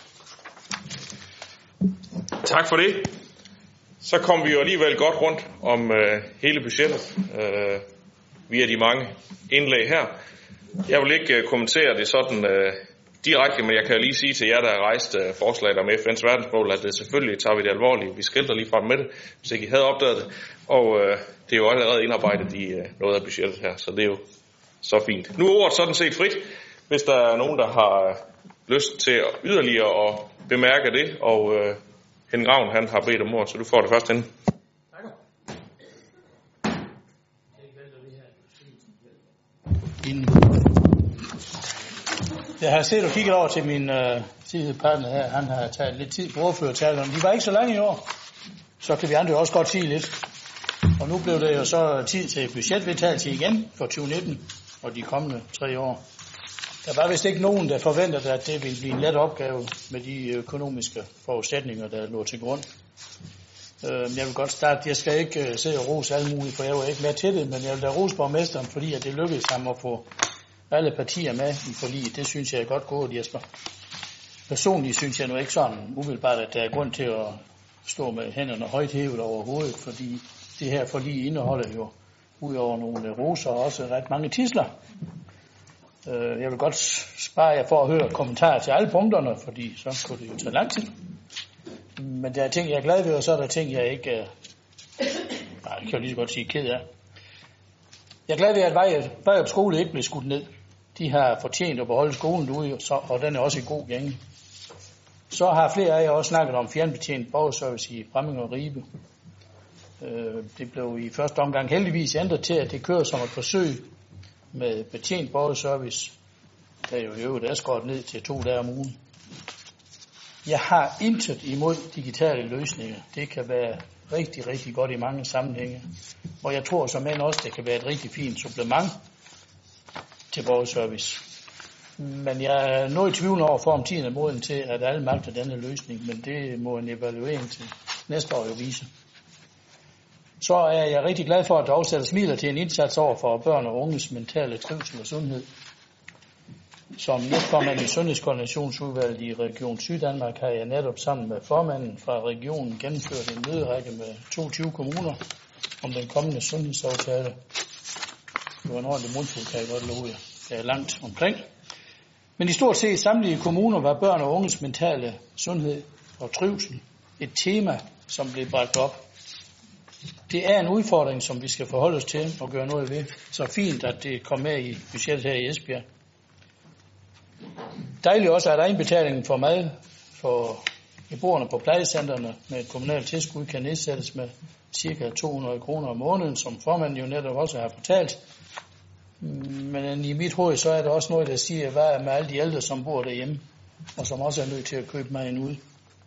Tak for det. Så kom vi jo alligevel godt rundt om øh, hele budgettet øh, via de mange indlæg her. Jeg vil ikke øh, kommentere det sådan øh, direkte, men jeg kan jo lige sige til jer, der har rejst øh, forslaget om F N's verdensmål, at det selvfølgelig tager vi det alvorligt. Vi skilter lige frem med det, hvis ikke I havde opdaget det. Og øh, det er jo allerede indarbejdet i øh, noget af budgettet her, så det er jo så fint. Nu er ordet sådan set frit, hvis der er nogen, der har lyst til yderligere at bemærke det, og øh, Henning Ravn, han har bedt om ord, så du får det først henne. Jeg har set og kigget over til min øh, sidepartner her. Han har taget lidt tid på ordførertalerne. De var ikke så lange i år, så kan vi andre også godt sige lidt. Og nu blev det jo så tid til budgetvedtagelse igen for tyve nitten og de kommende tre år. Der var vist ikke nogen, der forventede, at det ville blive en let opgave med de økonomiske forudsætninger, der lå til grund. Jeg vil godt starte. Jeg skal ikke sidde og rose alle mulige, for jeg var ikke med til det, men jeg vil da rose borgmesteren, fordi at det lykkedes ham at få alle partier med i forliget. Det synes jeg er godt gået, Jesper. Personligt synes jeg nu ikke sådan umiddelbart, at der er grund til at stå med hænderne højt hævet over hovedet, fordi det her forlig indeholder jo ud over nogle roser og også ret mange tidsler. Jeg vil godt spare jer for at høre kommentarer til alle punkterne, fordi så kunne det jo tage lang tid. Men der er ting, jeg er glad ved, og så er der ting, jeg ikke er, nej, jeg kan jo lige så godt sige ked af. Jeg er glad ved, at Vejrup skole ikke blev skudt ned. De har fortjent at beholde skolen derude, og den er også i god gænge. Så har flere af jer også snakket om fjernbetjent borgerservice i Bramming og Ribe. Det blev i første omgang heldigvis ændret til, at det kører som et forsøg med betjent borgerservice, der jo i øvrigt er skåret ned til to dage om ugen. Jeg har intet imod digitale løsninger. Det kan være rigtig, rigtig godt i mange sammenhænge. Og jeg tror som end også, det kan være et rigtig fint supplement til borgerservice. Men jeg er noget i tvivl over for, om tiden er moden til, at alle magter denne løsning. Men det må en evaluering til næste år jo vise. Så er jeg rigtig glad for, at der afsættes midler til en indsats over for børn og unges mentale trivsel og sundhed. Som næstformand i Sundhedskoordinationsudvalget i Region Syddanmark har jeg netop sammen med formanden fra regionen gennemført en møderække med toogtyve kommuner om den kommende sundhedsaftale. Det var en ordentlig mundfuld, kan jeg godt love jer. Det er langt omkring. Men i stort set samtlige kommuner var børn og unges mentale sundhed og trivsel et tema, som blev bragt op. Det er en udfordring, som vi skal forholde os til og gøre noget ved. Så fint, at det kom med i budgettet her i Esbjerg. Dejligt også, at egenbetalingen for mad for beboerne på plejecentrene med et kommunalt tilskud kan nedsættes med ca. to hundrede kroner om måneden, som formanden jo netop også har fortalt. Men i mit hoved så er der også noget, der siger, hvad er med alle de ældre, som bor derhjemme, og som også er nødt til at købe maden ud.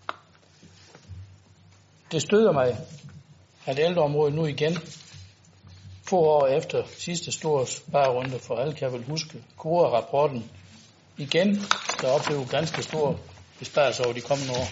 Det støder mig, at ældreområdet nu igen, få år efter sidste store sparerunde for alle, kan vel huske, Kora-rapporten, igen, der oplever ganske store besparelser over de kommende år.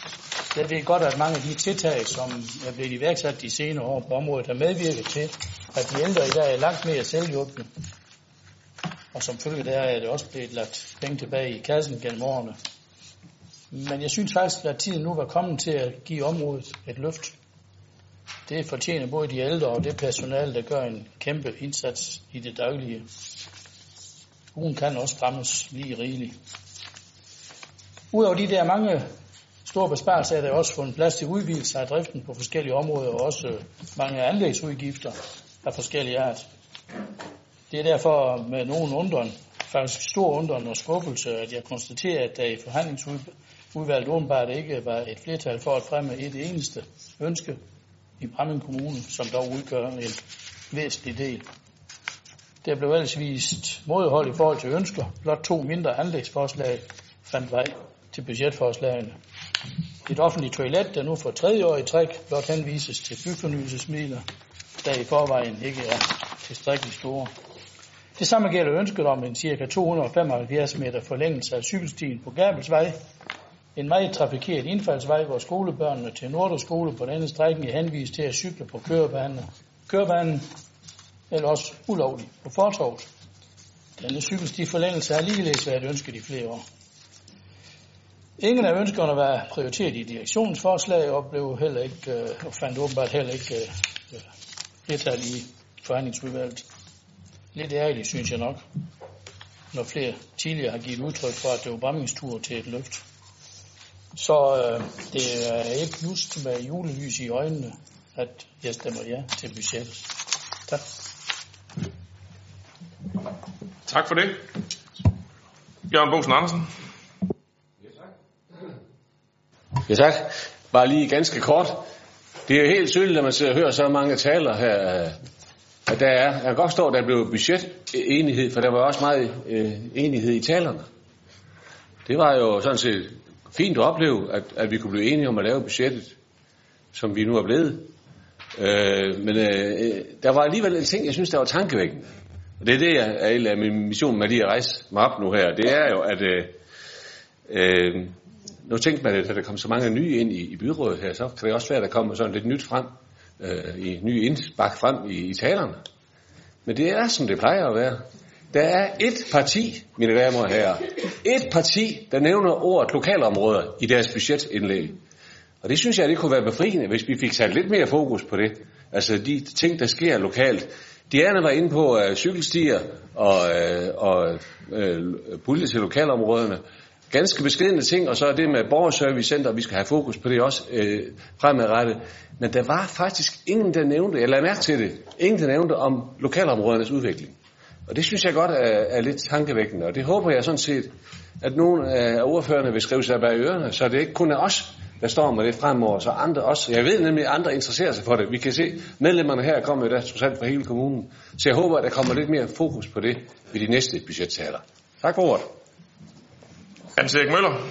Jeg ved godt, at mange af de tiltag, som er blevet iværksat de senere år på området, har medvirket til, at de ældre i dag er langt mere selvhjulpne. Og som følge der er det også blevet lagt penge tilbage i kassen gennem årene. Men jeg synes faktisk, at tiden nu var kommet til at give området et løft. Det fortjener både de ældre og det personale, der gør en kæmpe indsats i det daglige. Ugen kan også strammes lige rigeligt. Udover de der mange store besparelser, er der også fundet plads til udvidelse af driften på forskellige områder, og også mange anlægsudgifter af forskellige art. Det er derfor med nogen undren, faktisk stor undren og skuffelse, at jeg konstaterer, at der i forhandlingsudvalget åbenbart ikke var et flertal for at fremme et eneste ønske i Bramming Kommune, som dog udgør en væsentlig del. Der blev ellers vist modhold i forhold til ønsker. Blot to mindre anlægsforslag fandt vej til budgetforslagene. Et offentligt toilet, der nu for tredje år i træk blot henvises til byfornyelsesmidler, der i forvejen ikke er tilstrækkeligt store. Det samme gælder ønsket om en ca. to hundrede og femoghalvfjerds meter forlængelse af cykelstien på Gabelsvej. En meget trafikeret indfaldsvej, hvor skolebørnene til Norderskole på denne strækning er henvist til at cykle på kørebanen. Kørebanen eller også ulovligt på fortovet. Denne cykelsti forlængelse har ligeledes været ønsket i flere år. Ingen af ønskerne var prioriteret i direktionsforslag og blev heller ikke, og fandt åbenbart heller ikke flertal i forhandlingsudvalget. Lidt ærgerligt, synes jeg nok, når flere tidligere har givet udtryk for, at det var Brammings tur til et løft. Så øh, det er ikke just med julelys i øjnene, at jeg stemmer ja til budgettet. Tak. Tak for det. Jørgen Bosen Andersen. Ja, tak. Bare lige ganske kort. Det er jo helt tydeligt, når man sidder og hører så mange taler her, at der er, jeg kan godt forstå, at der blev budgetenighed, for der var også meget øh, enighed i talerne. Det var jo sådan set fint at opleve, at, at vi kunne blive enige om at lave budgettet, som vi nu er blevet. Øh, men øh, der var alligevel en ting, jeg synes, der var tankevækkende. Og det er det, jeg er min mission med lige at rejse mig op nu her. Det er jo, at øh, øh, nu tænkte man, at der kom så mange nye ind i, i byrådet her, så kan det også være, at der kommer sådan lidt nyt frem, øh, i nye indspark frem i, i talerne. Men det er, som det plejer at være. Der er et parti, mine damer og herrer, et parti, der nævner ordet lokalområder i deres budgetindlæg. Og det synes jeg, det kunne være befriende, hvis vi fik sat lidt mere fokus på det. Altså de ting, der sker lokalt. Diana var inde på uh, cykelstier og, uh, og uh, pulje til lokalområderne. Ganske beskedne ting, og så er det med borgerservicecenter, vi skal have fokus på det også uh, fremadrettet. Men der var faktisk ingen, der nævnte, jeg lader mærke til det, ingen, der nævnte om lokalområdernes udvikling. Og det synes jeg godt er, er lidt tankevækkende, og det håber jeg sådan set, at nogle af ordførerne vil skrive sig bag ørerne, så det ikke kun er os, der står med det fremover, så andre også. Jeg ved nemlig, at andre interesserer sig for det. Vi kan se, medlemmerne her kommer jo der trods alt fra hele kommunen, så jeg håber, at der kommer lidt mere fokus på det ved de næste budgettaler. Tak for ordet. Hans Erik Møller.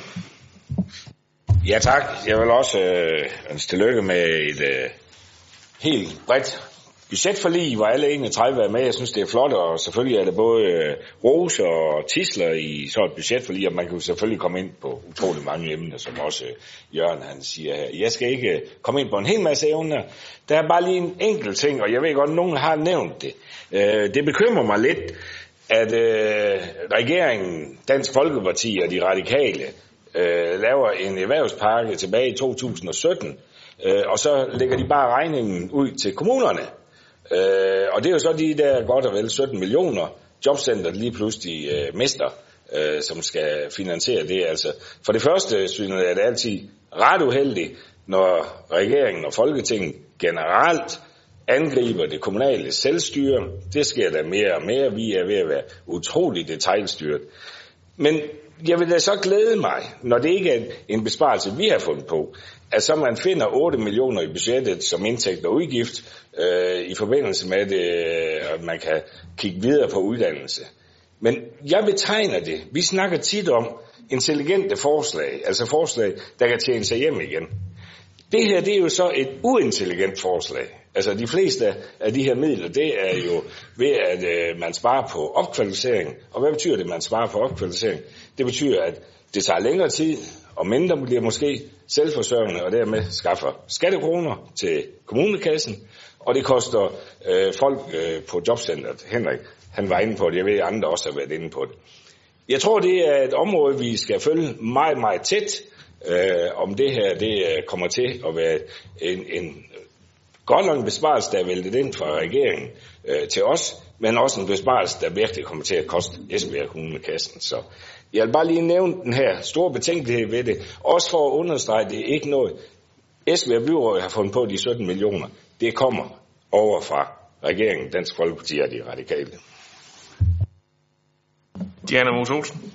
Ja tak. Jeg vil også øh, ønske tillykke med et øh, helt bredt budgetforlig, hvor alle enogtredive er med. Jeg synes, det er flot, og selvfølgelig er det både øh, rose og tisler i så et budgetforlig, og man kan jo selvfølgelig komme ind på utrolig mange emner, som også øh, Jørgen han siger her. Jeg skal ikke øh, komme ind på en hel masse emner. Der er bare lige en enkelt ting, og jeg ved godt, at nogen har nævnt det. Øh, det bekymrer mig lidt, at øh, regeringen, Dansk Folkeparti og de radikale øh, laver en erhvervspakke tilbage i to tusind og sytten, øh, og så lægger de bare regningen ud til kommunerne. Øh, og det er jo så de der godt og vel sytten millioner jobcenter lige pludselig øh, mister, øh, som skal finansiere det. Altså, for det første synes jeg, at det er altid ret uheldigt, når regeringen og Folketinget generelt angriber det kommunale selvstyre. Det sker der mere og mere. Vi er ved at være utroligt detailstyret. Men jeg vil da så glæde mig, når det ikke er en besparelse, vi har fundet på, at så man finder otte millioner i budgettet som indtægt og udgift øh, i forbindelse med det, at man kan kigge videre på uddannelse. Men jeg betegner det. Vi snakker tit om intelligente forslag, altså forslag, der kan tjene sig hjem igen. Det her, det er jo så et uintelligent forslag. Altså de fleste af de her midler, det er jo ved, at øh, man sparer på opkvalificering. Og hvad betyder det, at man sparer på opkvalificering? Det betyder, at det tager længere tid og mindre bliver måske selvforsørgende, og dermed skaffer skattekroner til kommunekassen, og det koster øh, folk øh, på jobcentret. Henrik, han var inde på det, jeg ved, at andre også har været inde på det. Jeg tror, det er et område, vi skal følge meget, meget tæt, øh, om det her det kommer til at være en, en godt nok en besparelse, der er væltet ind fra regeringen øh, til os, men også en besparelse, der virkelig kommer til at koste Esbjerg Kommune med kassen. Så jeg vil bare lige nævne den her store betænkelighed ved det, også for at understrege, det er ikke noget, Esbjerg Byråd har fundet på de sytten millioner. Det kommer over fra regeringen, Dansk Folkeparti og de radikale. Diana Mose Olsen.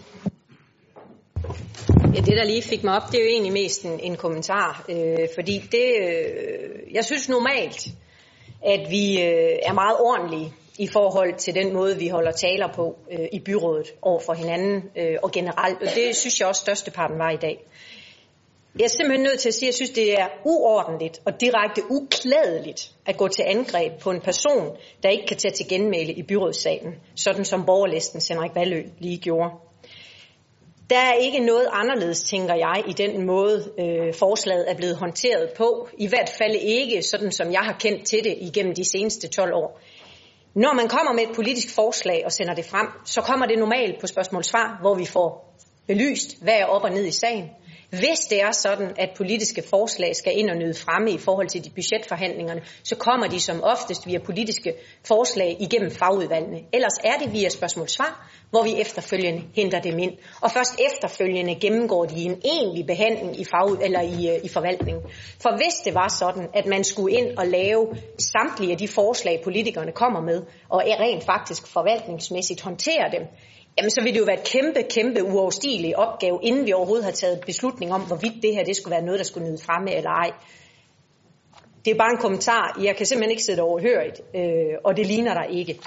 Ja, det der lige fik mig op, det er jo egentlig mest en, en kommentar, øh, fordi det, øh, jeg synes normalt, at vi øh, er meget ordentlige i forhold til den måde, vi holder taler på øh, i byrådet over for hinanden øh, og generelt, og det synes jeg også størsteparten var i dag. Jeg er simpelthen nødt til at sige, at jeg synes, det er uordentligt og direkte uklædeligt at gå til angreb på en person, der ikke kan tage til genmæle i byrådssalen, sådan som borgerlisten Henrik Vallø lige gjorde. Der er ikke noget anderledes, tænker jeg, i den måde øh, forslaget er blevet håndteret på. I hvert fald ikke sådan, som jeg har kendt til det igennem de seneste tolv år. Når man kommer med et politisk forslag og sender det frem, så kommer det normalt på spørgsmål-svar, hvor vi får belyst, hvad er op og ned i sagen. Hvis det er sådan, at politiske forslag skal ind og nyde fremme i forhold til de budgetforhandlingerne, så kommer de som oftest via politiske forslag igennem fagudvalgene. Ellers er det via spørgsmål-svar, hvor vi efterfølgende henter dem ind. Og først efterfølgende gennemgår de en egentlig behandling i, fag, eller i, i forvaltningen. For hvis det var sådan, at man skulle ind og lave samtlige af de forslag, politikerne kommer med, og rent faktisk forvaltningsmæssigt håndtere dem, jamen så vil det jo være et kæmpe, kæmpe uoverstigelig opgave, inden vi overhovedet har taget beslutning om, hvorvidt det her det skulle være noget, der skulle nyde fremme eller ej. Det er bare en kommentar. Jeg kan simpelthen ikke sidde overhørigt, øh, og det ligner der ikke.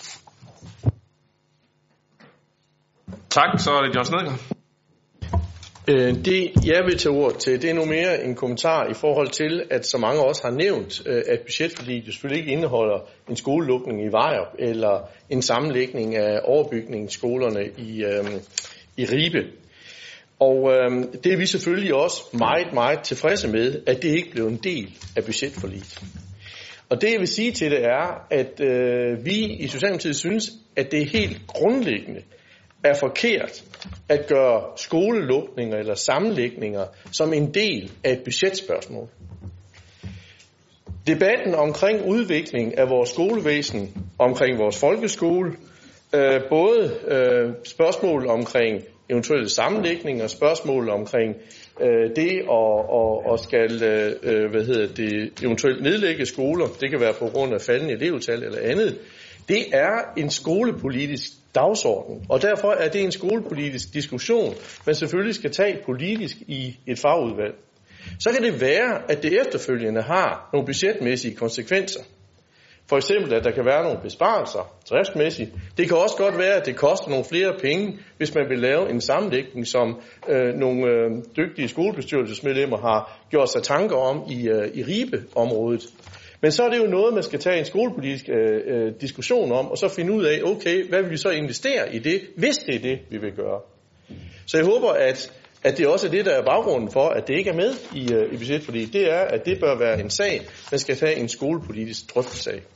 Tak, så er det John Snedgaard. Øh, det jeg vil tage ord til, det er nu mere en kommentar i forhold til, at så mange også har nævnt, øh, at budgetforliget jo selvfølgelig ikke indeholder en skolelukning i Vejrup, eller en sammenlægning af overbygningsskolerne i, øh, i Ribe. Og øh, det er vi selvfølgelig også meget, meget tilfredse med, at det ikke blev en del af budgetforliget. Og det jeg vil sige til det er, at øh, vi i Socialdemokratiet synes, at det er helt grundlæggende, er forkert at gøre skolelukninger eller sammenlægninger som en del af et budgetspørgsmål. Debatten omkring udvikling af vores skolevæsen, omkring vores folkeskole, øh, både øh, spørgsmål omkring eventuelle sammenlægninger, spørgsmål omkring øh, det og, og, og skal øh, hvad hedder det, eventuelt nedlægge skoler, det kan være på grund af faldende elevtal eller andet, det er en skolepolitisk dagsorden, og derfor er det en skolepolitisk diskussion, man selvfølgelig skal tage politisk i et fagudvalg. Så kan det være, at det efterfølgende har nogle budgetmæssige konsekvenser. For eksempel, at der kan være nogle besparelser driftsmæssigt. Det kan også godt være, at det koster nogle flere penge, hvis man vil lave en sammenlægning, som øh, nogle øh, dygtige skolebestyrelsesmedlemmer har gjort sig tanker om i, øh, i Ribe-området. Men så er det jo noget, man skal tage en skolepolitisk øh, diskussion om, og så finde ud af, okay, hvad vil vi så investere i det, hvis det er det, vi vil gøre. Så jeg håber, at, at det også er det, der er baggrunden for, at det ikke er med i, øh, i budgetforliget. Det er, at det bør være en sag, man skal tage en skolepolitisk drøftelse af.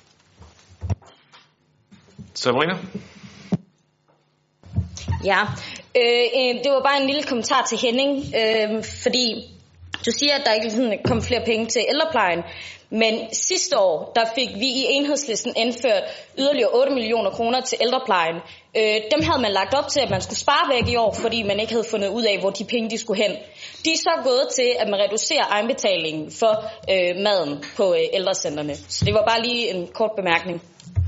Sabrina? Ja, øh, det var bare en lille kommentar til Henning, øh, fordi du siger, at der ikke sådan kom flere penge til ældreplejen, men sidste år, der fik vi i Enhedslisten indført yderligere otte millioner kroner til ældreplejen. Øh, dem havde man lagt op til, at man skulle spare væk i år, fordi man ikke havde fundet ud af, hvor de penge de skulle hen. De er så gået til, at man reducerer egenbetalingen for øh, maden på øh, ældrecentrene. Så det var bare lige en kort bemærkning.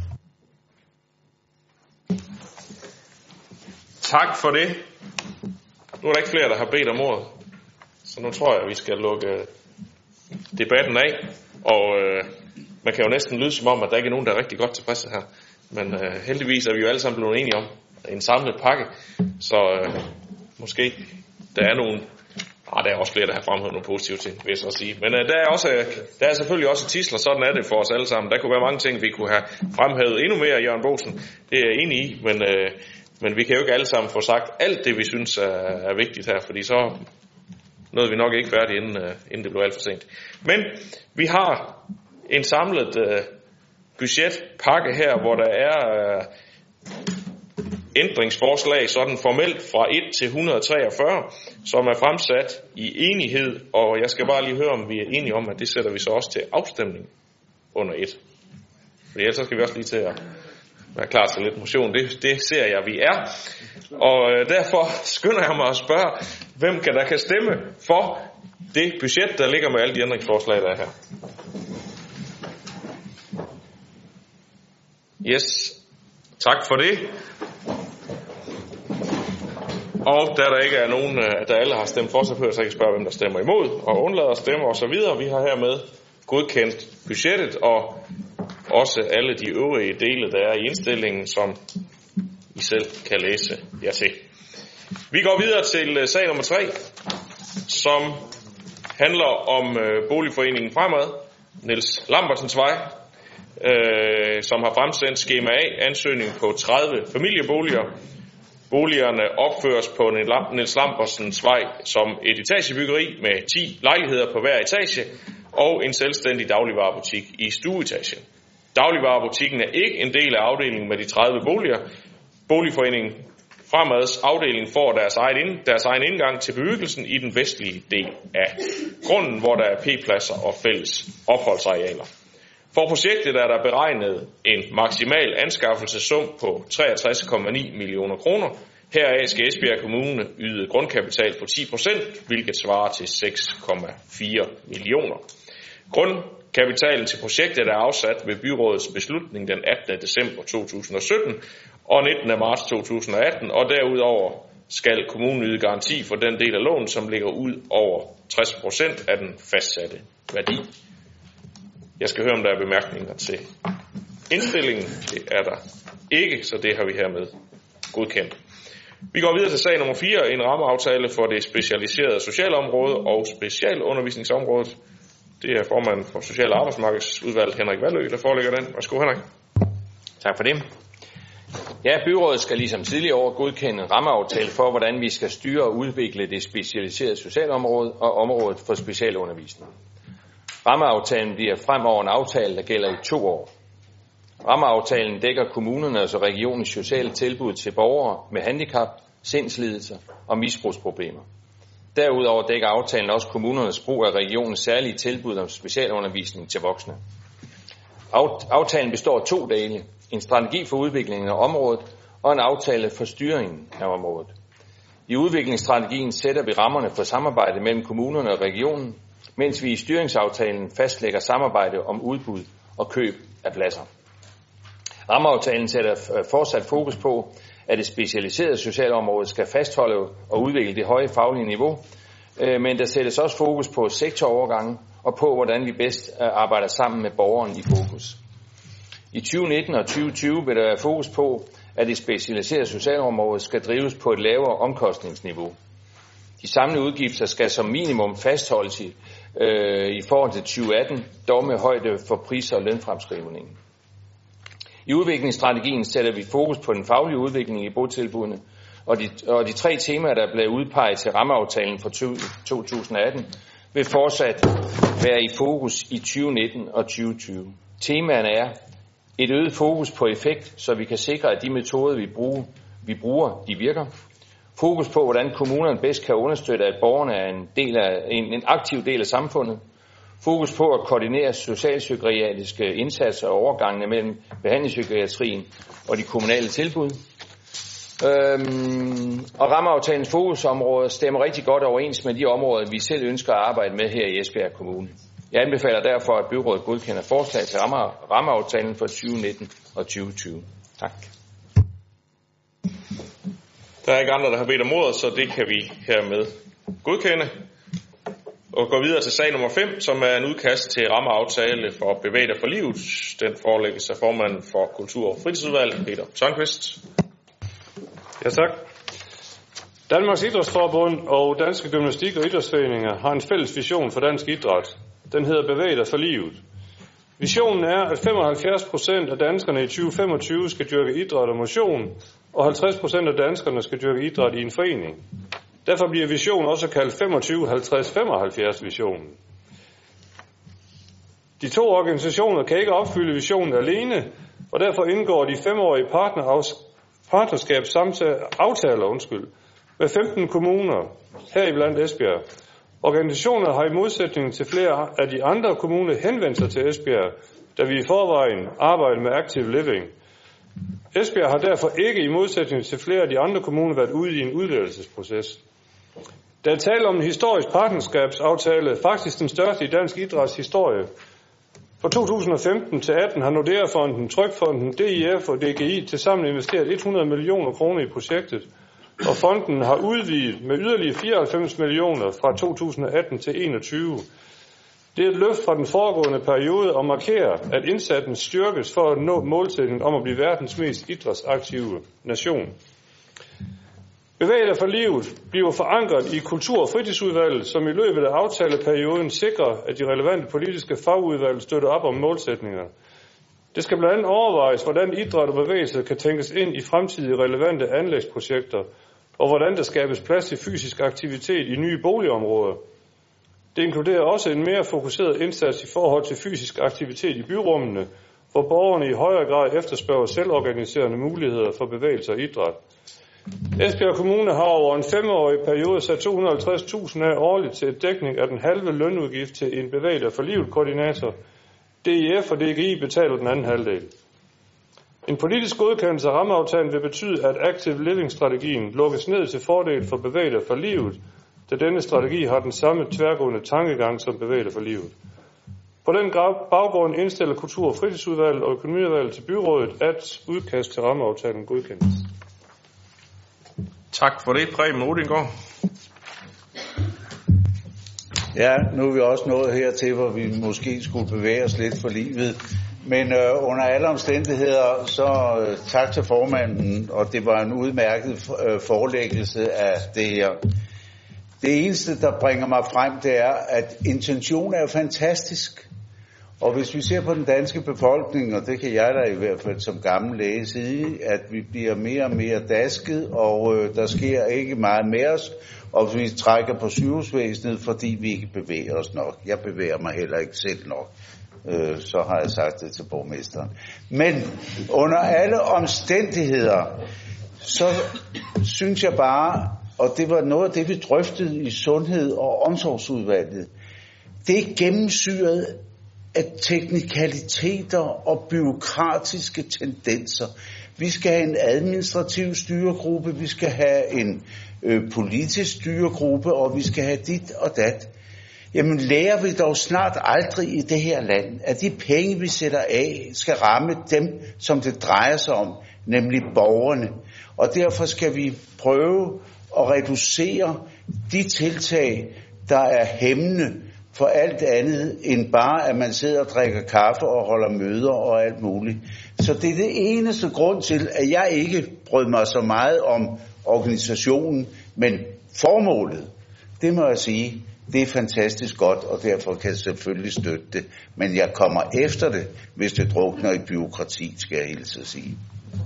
Tak for det. Nu er der ikke flere, der har bedt om ordet. Så nu tror jeg, at vi skal lukke debatten af. Og øh, man kan jo næsten lyde som om, at der ikke er nogen, der er rigtig godt tilfredse her. Men øh, heldigvis er vi jo alle sammen blevet enige om en samlet pakke. Så øh, måske der er nogen... Ah, der er også flere, der har fremhævet nogle positive ting, vil jeg så sige. Men øh, der, er også, øh, der er selvfølgelig også tidsler. Sådan er det for os alle sammen. Der kunne være mange ting, vi kunne have fremhævet endnu mere, Jørgen Bosen. Det er jeg enig i, men... Øh, Men vi kan jo ikke alle sammen få sagt alt det, vi synes er, er vigtigt her, fordi så nåede vi nok ikke færdigt, inden, øh, inden det blev alt for sent. Men vi har en samlet øh, budgetpakke her, hvor der er øh, ændringsforslag sådan formelt fra et til et hundrede og treogfyrre, som er fremsat i enighed, og jeg skal bare lige høre, om vi er enige om, at det sætter vi så også til afstemning under et. For ellers så skal vi også lige til at være klar til lidt motion. Det, det ser jeg, vi er. Og øh, derfor skynder jeg mig at spørge, hvem kan der kan stemme for det budget, der ligger med alle de ændringsforslag, der er her. Yes, tak for det. Og da der ikke er nogen, der alle har stemt for, så behøver jeg så ikke spørge, hvem der stemmer imod og undlader at stemme osv. Vi har hermed godkendt budgettet og også alle de øvrige dele, der er i indstillingen, som I selv kan læse jer til. Vi går videre til sag nummer tre, som handler om boligforeningen Fremad, Niels Lambertsens Vej, øh, som har fremsendt skema A, ansøgning på tredive familieboliger. Boligerne opføres på Niels Lambertsens Vej som et etagebyggeri med ti lejligheder på hver etage og en selvstændig dagligvarebutik i stueetagen. Dagligvarebutikken er ikke en del af afdelingen med de tredive boliger. Boligforeningen Fremads afdeling får deres egen, ind, deres egen indgang til bebyggelsen i den vestlige del af grunden, hvor der er p-pladser og fælles opholdsarealer. For projektet er der beregnet en maksimal anskaffelsessum på treogtres komma ni millioner kroner. Heraf skal Esbjerg Kommune yde grundkapital på ti procent, hvilket svarer til seks komma fire millioner. Grundkapitalen til projektet er afsat ved byrådets beslutning den attende december to tusind og sytten og nittende marts to tusind og atten, og derudover skal kommunen yde garanti for den del af lånet, som ligger ud over tres procent af den fastsatte værdi. Jeg skal høre, om der er bemærkninger til indstillingen. Det er der ikke, så det har vi hermed godkendt. Vi går videre til sag nummer fire, en rammeaftale for det specialiserede socialområde og specialundervisningsområdet. Det er formanden for Social- og Arbejdsmarkedsudvalget, Henrik Valø, der forelægger den. Værsgo, Henrik. Tak for det. Ja, byrådet skal ligesom tidligere år godkende en rammeaftale for, hvordan vi skal styre og udvikle det specialiserede socialområde og området for specialundervisning. Rammeaftalen bliver fremover en aftale, der gælder i to år. Rammeaftalen dækker kommunernes og regionens sociale tilbud til borgere med handicap, sindslidelser og misbrugsproblemer. Derudover dækker aftalen også kommunernes brug af regionens særlige tilbud om specialundervisning til voksne. Aftalen består af to dele. En strategi for udviklingen af området og en aftale for styringen af området. I udviklingsstrategien sætter vi rammerne for samarbejde mellem kommunerne og regionen, mens vi i styringsaftalen fastlægger samarbejde om udbud og køb af pladser. Rammeaftalen sætter fortsat fokus på, at det specialiserede socialområde skal fastholde og udvikle det høje faglige niveau, men der sættes også fokus på sektorovergangen og på, hvordan vi bedst arbejder sammen med borgeren i fokus. I tyve nitten og tyve tyve vil der være fokus på, at det specialiserede socialområde skal drives på et lavere omkostningsniveau. De samlede udgifter skal som minimum fastholdes i, øh, i forhold til tyve atten, dog med højde for pris- og lønfremskrivningen. I udviklingsstrategien sætter vi fokus på den faglige udvikling i botilbudene, og de, og de tre temaer, der blev udpeget til rammeaftalen for to tusind og atten, vil fortsat være i fokus i tyve nitten og tyve tyve. Temaerne er et øget fokus på effekt, så vi kan sikre, at de metoder, vi bruger, vi bruger de virker. Fokus på, hvordan kommunerne bedst kan understøtte, at borgerne er en, del af, en, en aktiv del af samfundet. Fokus på at koordinere socialpsykiatriske indsatser og overgangene mellem behandlingspsykiatrien og de kommunale tilbud. Øhm, og rammeaftalens fokusområder stemmer rigtig godt overens med de områder, vi selv ønsker at arbejde med her i Esbjerg Kommune. Jeg anbefaler derfor, at byrådet godkender forslag til rammeaftalen for tyve nitten og tyve tyve. Tak. Der er ikke andre, der har bedt om ordet, så det kan vi hermed godkende. Og går videre til sag nummer fem, som er en udkast til rammeaftale for Bevægelser for Livet. Den forelægges af formanden for Kultur- og Fritidsudvalget, Peter Tørnqvist. Ja, tak. Danmarks Idrætsforbund og Danske Gymnastik- og Idrætsforeninger har en fælles vision for dansk idræt. Den hedder Bevægelser for Livet. Visionen er, at femoghalvfjerds procent af danskerne i tyve femogtyve skal dyrke idræt og motion, og halvtreds procent af danskerne skal dyrke idræt i en forening. Derfor bliver visionen også kaldt femogtyve halvtreds femoghalvfjerds visionen. De to organisationer kan ikke opfylde visionen alene, og derfor indgår de femårige partnerskabsaftaler undskyld, med femten kommuner, heriblandt Esbjerg. Organisationerne har i modsætning til flere af de andre kommuner henvendt sig til Esbjerg, da vi i forvejen arbejder med Active Living. Esbjerg har derfor ikke i modsætning til flere af de andre kommuner været ude i en udvælgelsesproces. Der er tale om en historisk partnerskabsaftale, faktisk den største i dansk idræts historie. Fra to tusind og femten til atten har Nordea-fonden, Trygfonden, D I F og D G I tilsammen investeret hundrede millioner kroner i projektet, og fonden har udvidet med yderligere fireoghalvfems millioner fra to tusind og atten til enogtyve. Det er et løft fra den foregående periode og markerer, at indsatsen styrkes for at nå målsætningen om at blive verdens mest idrætsaktive nation. Bevæg dig for livet bliver forankret i Kultur- og Fritidsudvalget, som i løbet af aftaleperioden sikrer, at de relevante politiske fagudvalg støtter op om målsætninger. Det skal blandt andet overvejes, hvordan idræt og bevægelse kan tænkes ind i fremtidige relevante anlægsprojekter, og hvordan der skabes plads til fysisk aktivitet i nye boligområder. Det inkluderer også en mere fokuseret indsats i forhold til fysisk aktivitet i byrummene, hvor borgerne i højere grad efterspørger selvorganiserende muligheder for bevægelse og idræt. Esbjerg Kommune har over en femårig periode sat to hundrede og halvtreds tusind af årligt til dækning af den halve lønudgift til en bevæg dig for livet koordinator. D I F og D G I betaler den anden halvdel. En politisk godkendelse af rammeaftalen vil betyde, at Active Living-strategien lukkes ned til fordel for bevæg dig for livet, da denne strategi har den samme tværgående tankegang som bevæg dig for livet. På den baggrund indstiller Kultur- og Fritidsudvalget og Økonomiudvalget til byrådet, at udkast til rammeaftalen godkendes. Tak for det, Preben Odinggaard. Ja, nu er vi også nået hertil, hvor vi måske skulle bevæge os lidt for livet. Men øh, under alle omstændigheder, så øh, tak til formanden, og det var en udmærket øh, forelæggelse af det her. Det eneste, der bringer mig frem, det er, at intentionen er jo fantastisk. Og hvis vi ser på den danske befolkning, og det kan jeg da i hvert fald som gammel læge sige, at vi bliver mere og mere dasket, og øh, der sker ikke meget med os, og vi trækker på sygehusvæsenet, fordi vi ikke bevæger os nok. Jeg bevæger mig heller ikke selv nok. Øh, så har jeg sagt det til borgmesteren. Men under alle omstændigheder, så synes jeg bare, og det var noget af det, vi drøftede i Sundhed- og Omsorgsudvalget, det er gennemsyret af teknikaliteter og byråkratiske tendenser. Vi skal have en administrativ styregruppe, vi skal have en øh, politisk styregruppe, og vi skal have dit og dat. Jamen lærer vi dog snart aldrig i det her land, at de penge, vi sætter af, skal ramme dem, som det drejer sig om, nemlig borgerne. Og derfor skal vi prøve at reducere de tiltag, der er hæmmende for alt andet end bare, at man sidder og drikker kaffe og holder møder og alt muligt. Så det er det eneste grund til, at jeg ikke brød mig så meget om organisationen, men formålet, det må jeg sige, det er fantastisk godt, og derfor kan jeg selvfølgelig støtte det. Men jeg kommer efter det, hvis det drukner i byråkrati, skal jeg hilse at sige.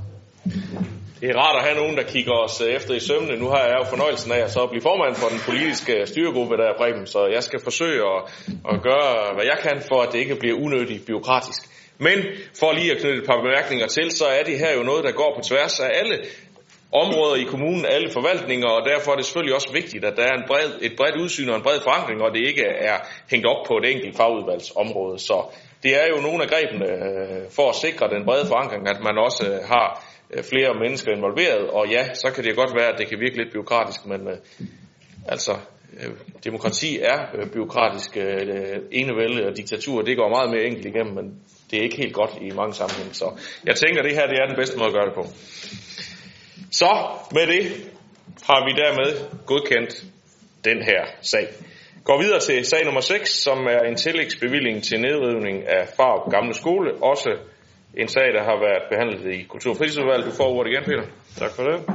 Det er rart at have nogen, der kigger os efter i sømmene. Nu har jeg jo fornøjelsen af at så blive formand for den politiske styregruppe der, Preben, så jeg skal forsøge at, at gøre, hvad jeg kan, for at det ikke bliver unødigt byråkratisk. Men for lige at knytte et par bemærkninger til, så er det her jo noget, der går på tværs af alle områder i kommunen, alle forvaltninger, og derfor er det selvfølgelig også vigtigt, at der er en bred, et bredt udsyn og en bred forankring, og det ikke er hængt op på et enkelt fagudvalgsområde. Så det er jo nogle af grebene for at sikre den brede forankring, at man også har flere mennesker involveret, og ja, så kan det godt være, at det kan virke lidt byråkratisk, men øh, altså, øh, demokrati er øh, byråkratisk, øh, enevælde og diktatur, det går meget mere enkelt igennem, men det er ikke helt godt i mange sammenhænge, så jeg tænker, at det her det er den bedste måde at gøre det på. Så med det har vi dermed godkendt den her sag. Går videre til sag nummer seks, som er en tillægsbevilling til nedrivning af Farup Gamle Skole, også en sag, der har været behandlet i Kultur- og Fritidsudvalget. Du får ordet igen, Peter. Tak for det.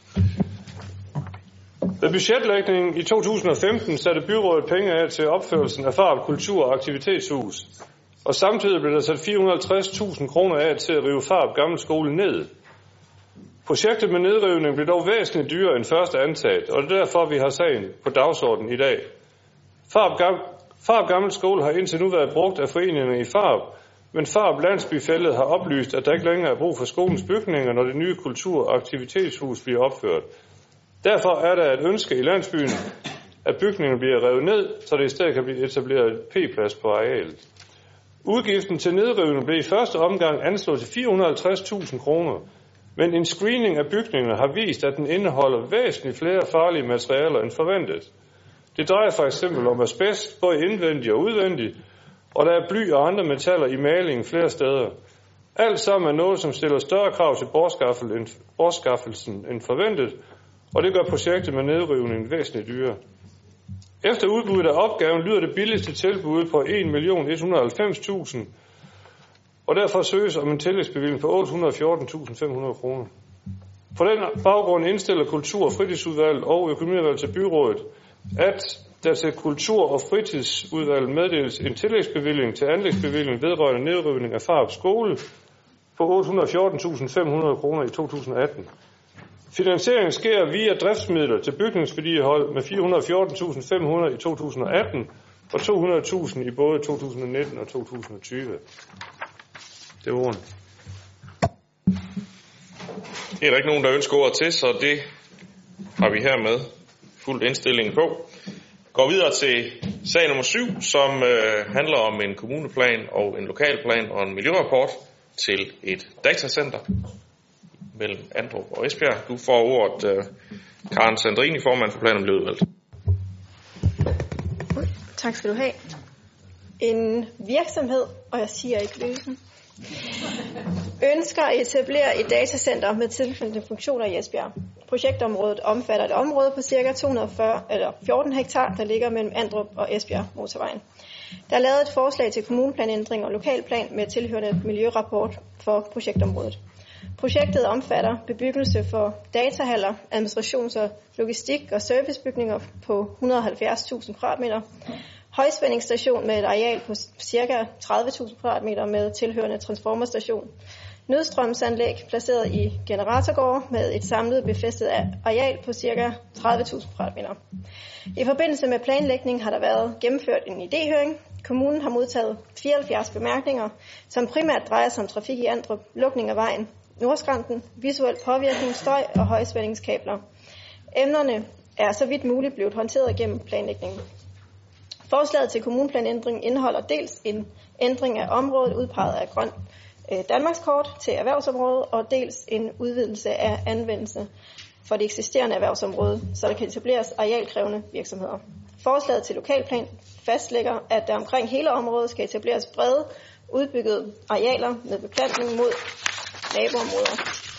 Ved budgetlægningen i to tusind og femten satte byrådet penge af til opførelsen af Farup Kultur- og Aktivitetshus. Og samtidig blev der sat fire hundrede og halvtreds tusind kroner af til at rive Farup Gamle Skole ned. Projektet med nedrivning blev dog væsentligt dyrere end først antaget, og det er derfor, vi har sagen på dagsordenen i dag. Farup, Gam- Farup Gammel Skole har indtil nu været brugt af foreningerne i Farup, men Farup Landsbyfældet har oplyst, at der ikke længere er brug for skolens bygninger, når det nye kultur- og aktivitetshus bliver opført. Derfor er der et ønske i landsbyen, at bygningen bliver revet ned, så det i stedet kan blive etableret et P-plads på arealet. Udgiften til nedrivning blev i første omgang anslået til fire hundrede og halvtreds tusind kroner, men en screening af bygningerne har vist, at den indeholder væsentligt flere farlige materialer end forventet. Det drejer for eksempel om asbest, både indvendigt og udvendigt, og der er bly og andre metaller i malingen flere steder. Alt sammen er noget, som stiller større krav til bortskaffelsen end forventet, og det gør projektet med nedrivningen væsentligt dyrere. Efter udbuddet af opgaven lyder det billigste tilbud på en million et hundrede og halvfems tusind, og derfor søges om en tillægsbevilling på otte hundrede og fjorten tusind fem hundrede kroner. På den baggrund indstiller Kultur- og Fritidsudvalget og Økonomiudvalget til byrådet, at der til Kultur- og Fritidsudvalget meddeles en tillægsbevilling til anlægsbevilling vedrørende nedrivning af Farup Skole på otte hundrede og fjorten tusind fem hundrede kroner i to tusind og atten. Finansieringen sker via driftsmidler til bygningsvedligehold med fire hundrede og fjorten tusind fem hundrede i to tusind og atten og to hundrede tusind i både to tusind og nitten og to tusind og tyve. Det var ordene. Det er der ikke nogen, der ønsker ordet til, så det har vi hermed fuldt indstilling på. Går videre til sag nummer syv, som øh, handler om en kommuneplan og en lokalplan og en miljørapport til et datacenter mellem Andrup og Esbjerg. Du får ordet, øh, Karen Sandrini, formand for Plan- og Miljøudvalget. Tak skal du have. En virksomhed, og jeg siger ikke hvilken, ønsker at etablere et datacenter med tilfældige funktioner i Esbjerg. Projektområdet omfatter et område på ca. to hundrede og fyrre eller fjorten hektar, der ligger mellem Andrup og Esbjerg motorvejen. Der er lavet et forslag til kommuneplanændring og lokalplan med tilhørende miljørapport for projektområdet. Projektet omfatter bebyggelse for datahaller, administrations- og logistik- og servicebygninger på et hundrede og halvfjerds tusind kvadratmeter, højspændingsstation med et areal på ca. tredive tusind kvadratmeter med tilhørende transformerstation, nødstrømsanlæg placeret i generatorgård med et samlet befæstet areal på ca. tredive tusind kvadratmeter. I forbindelse med planlægning har der været gennemført en idéhøring. Kommunen har modtaget fireoghalvfjerds bemærkninger, som primært drejer sig om trafik i Andrup, lukning af vejen, Nordskrænten, visuel påvirkning, støj og højspændingskabler. Emnerne er så vidt muligt blevet håndteret gennem planlægningen. Forslaget til kommuneplanændring indeholder dels en ændring af området udpeget af grøn øh, Danmarkskort til erhvervsområdet, og dels en udvidelse af anvendelse for det eksisterende erhvervsområde, så der kan etableres arealkrævende virksomheder. Forslaget til lokalplan fastlægger, at der omkring hele området skal etableres brede, udbyggede arealer med beplantning mod naboområder.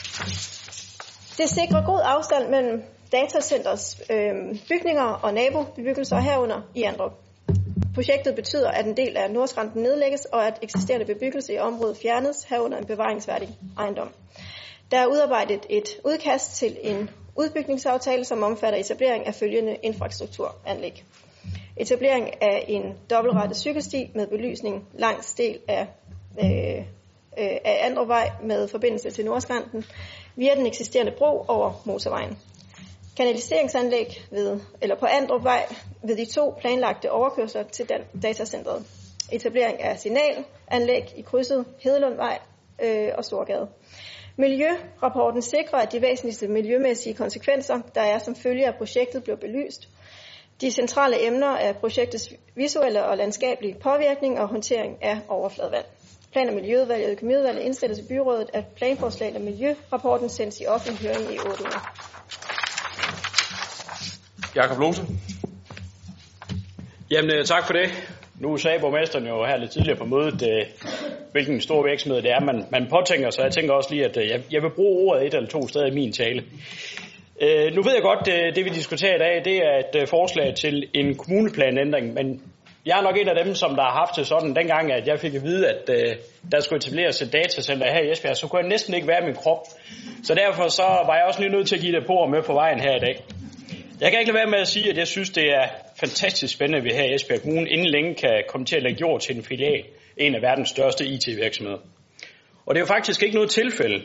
Det sikrer god afstand mellem datacenters øh, bygninger og nabobebyggelser herunder i Andrup. Projektet betyder, at en del af Nordskrænten nedlægges, og at eksisterende bebyggelse i området fjernes herunder en bevaringsværdig ejendom. Der er udarbejdet et udkast til en udbygningsaftale, som omfatter etablering af følgende infrastrukturanlæg. Etablering af en dobbeltrettet cykelsti med belysning langs del af, øh, øh, af Andrupvej med forbindelse til Nordskrænten via den eksisterende bro over motorvejen. Kanaliseringsanlæg ved, eller på Andrupvej ved de to planlagte overkørsler til datacentret. Etablering af signalanlæg i krydset Hedelundvej øh, og Storgade. Miljørapporten sikrer, at de væsentligste miljømæssige konsekvenser, der er som følge af projektet, bliver belyst. De centrale emner er projektets visuelle og landskabelige påvirkning og håndtering af overfladevand. Plan- og Miljøudvalget og Økonomiudvalget indstiller til byrådet, at planforslaget og miljørapporten sendes i offentlig høring i otte uger. Jakob Lose. Jamen, tak for det. Nu sagde borgmesteren jo her lidt tidligere på mødet, øh, hvilken stor virksomhed det er, man, man påtænker sig. Jeg tænker også lige, at øh, jeg, jeg vil bruge ordet et eller to steder i min tale. Øh, nu ved jeg godt, det, det vi diskuterer i dag, det er et øh, forslag til en kommuneplanændring, men jeg er nok en af dem, som der har haft det sådan, dengang at jeg fik at vide, at øh, der skulle etableres et datacenter her i Esbjerg, så kunne jeg næsten ikke være i min krop. Så derfor så var jeg også lige nødt til at give det på og med på vejen her i dag. Jeg kan ikke lade være med at sige, at jeg synes, det er fantastisk spændende, at vi her i Esbjerg Kommune inden længe kan komme til at lægge jord til en filial, en af verdens største I T-virksomheder. Og det er jo faktisk ikke noget tilfælde,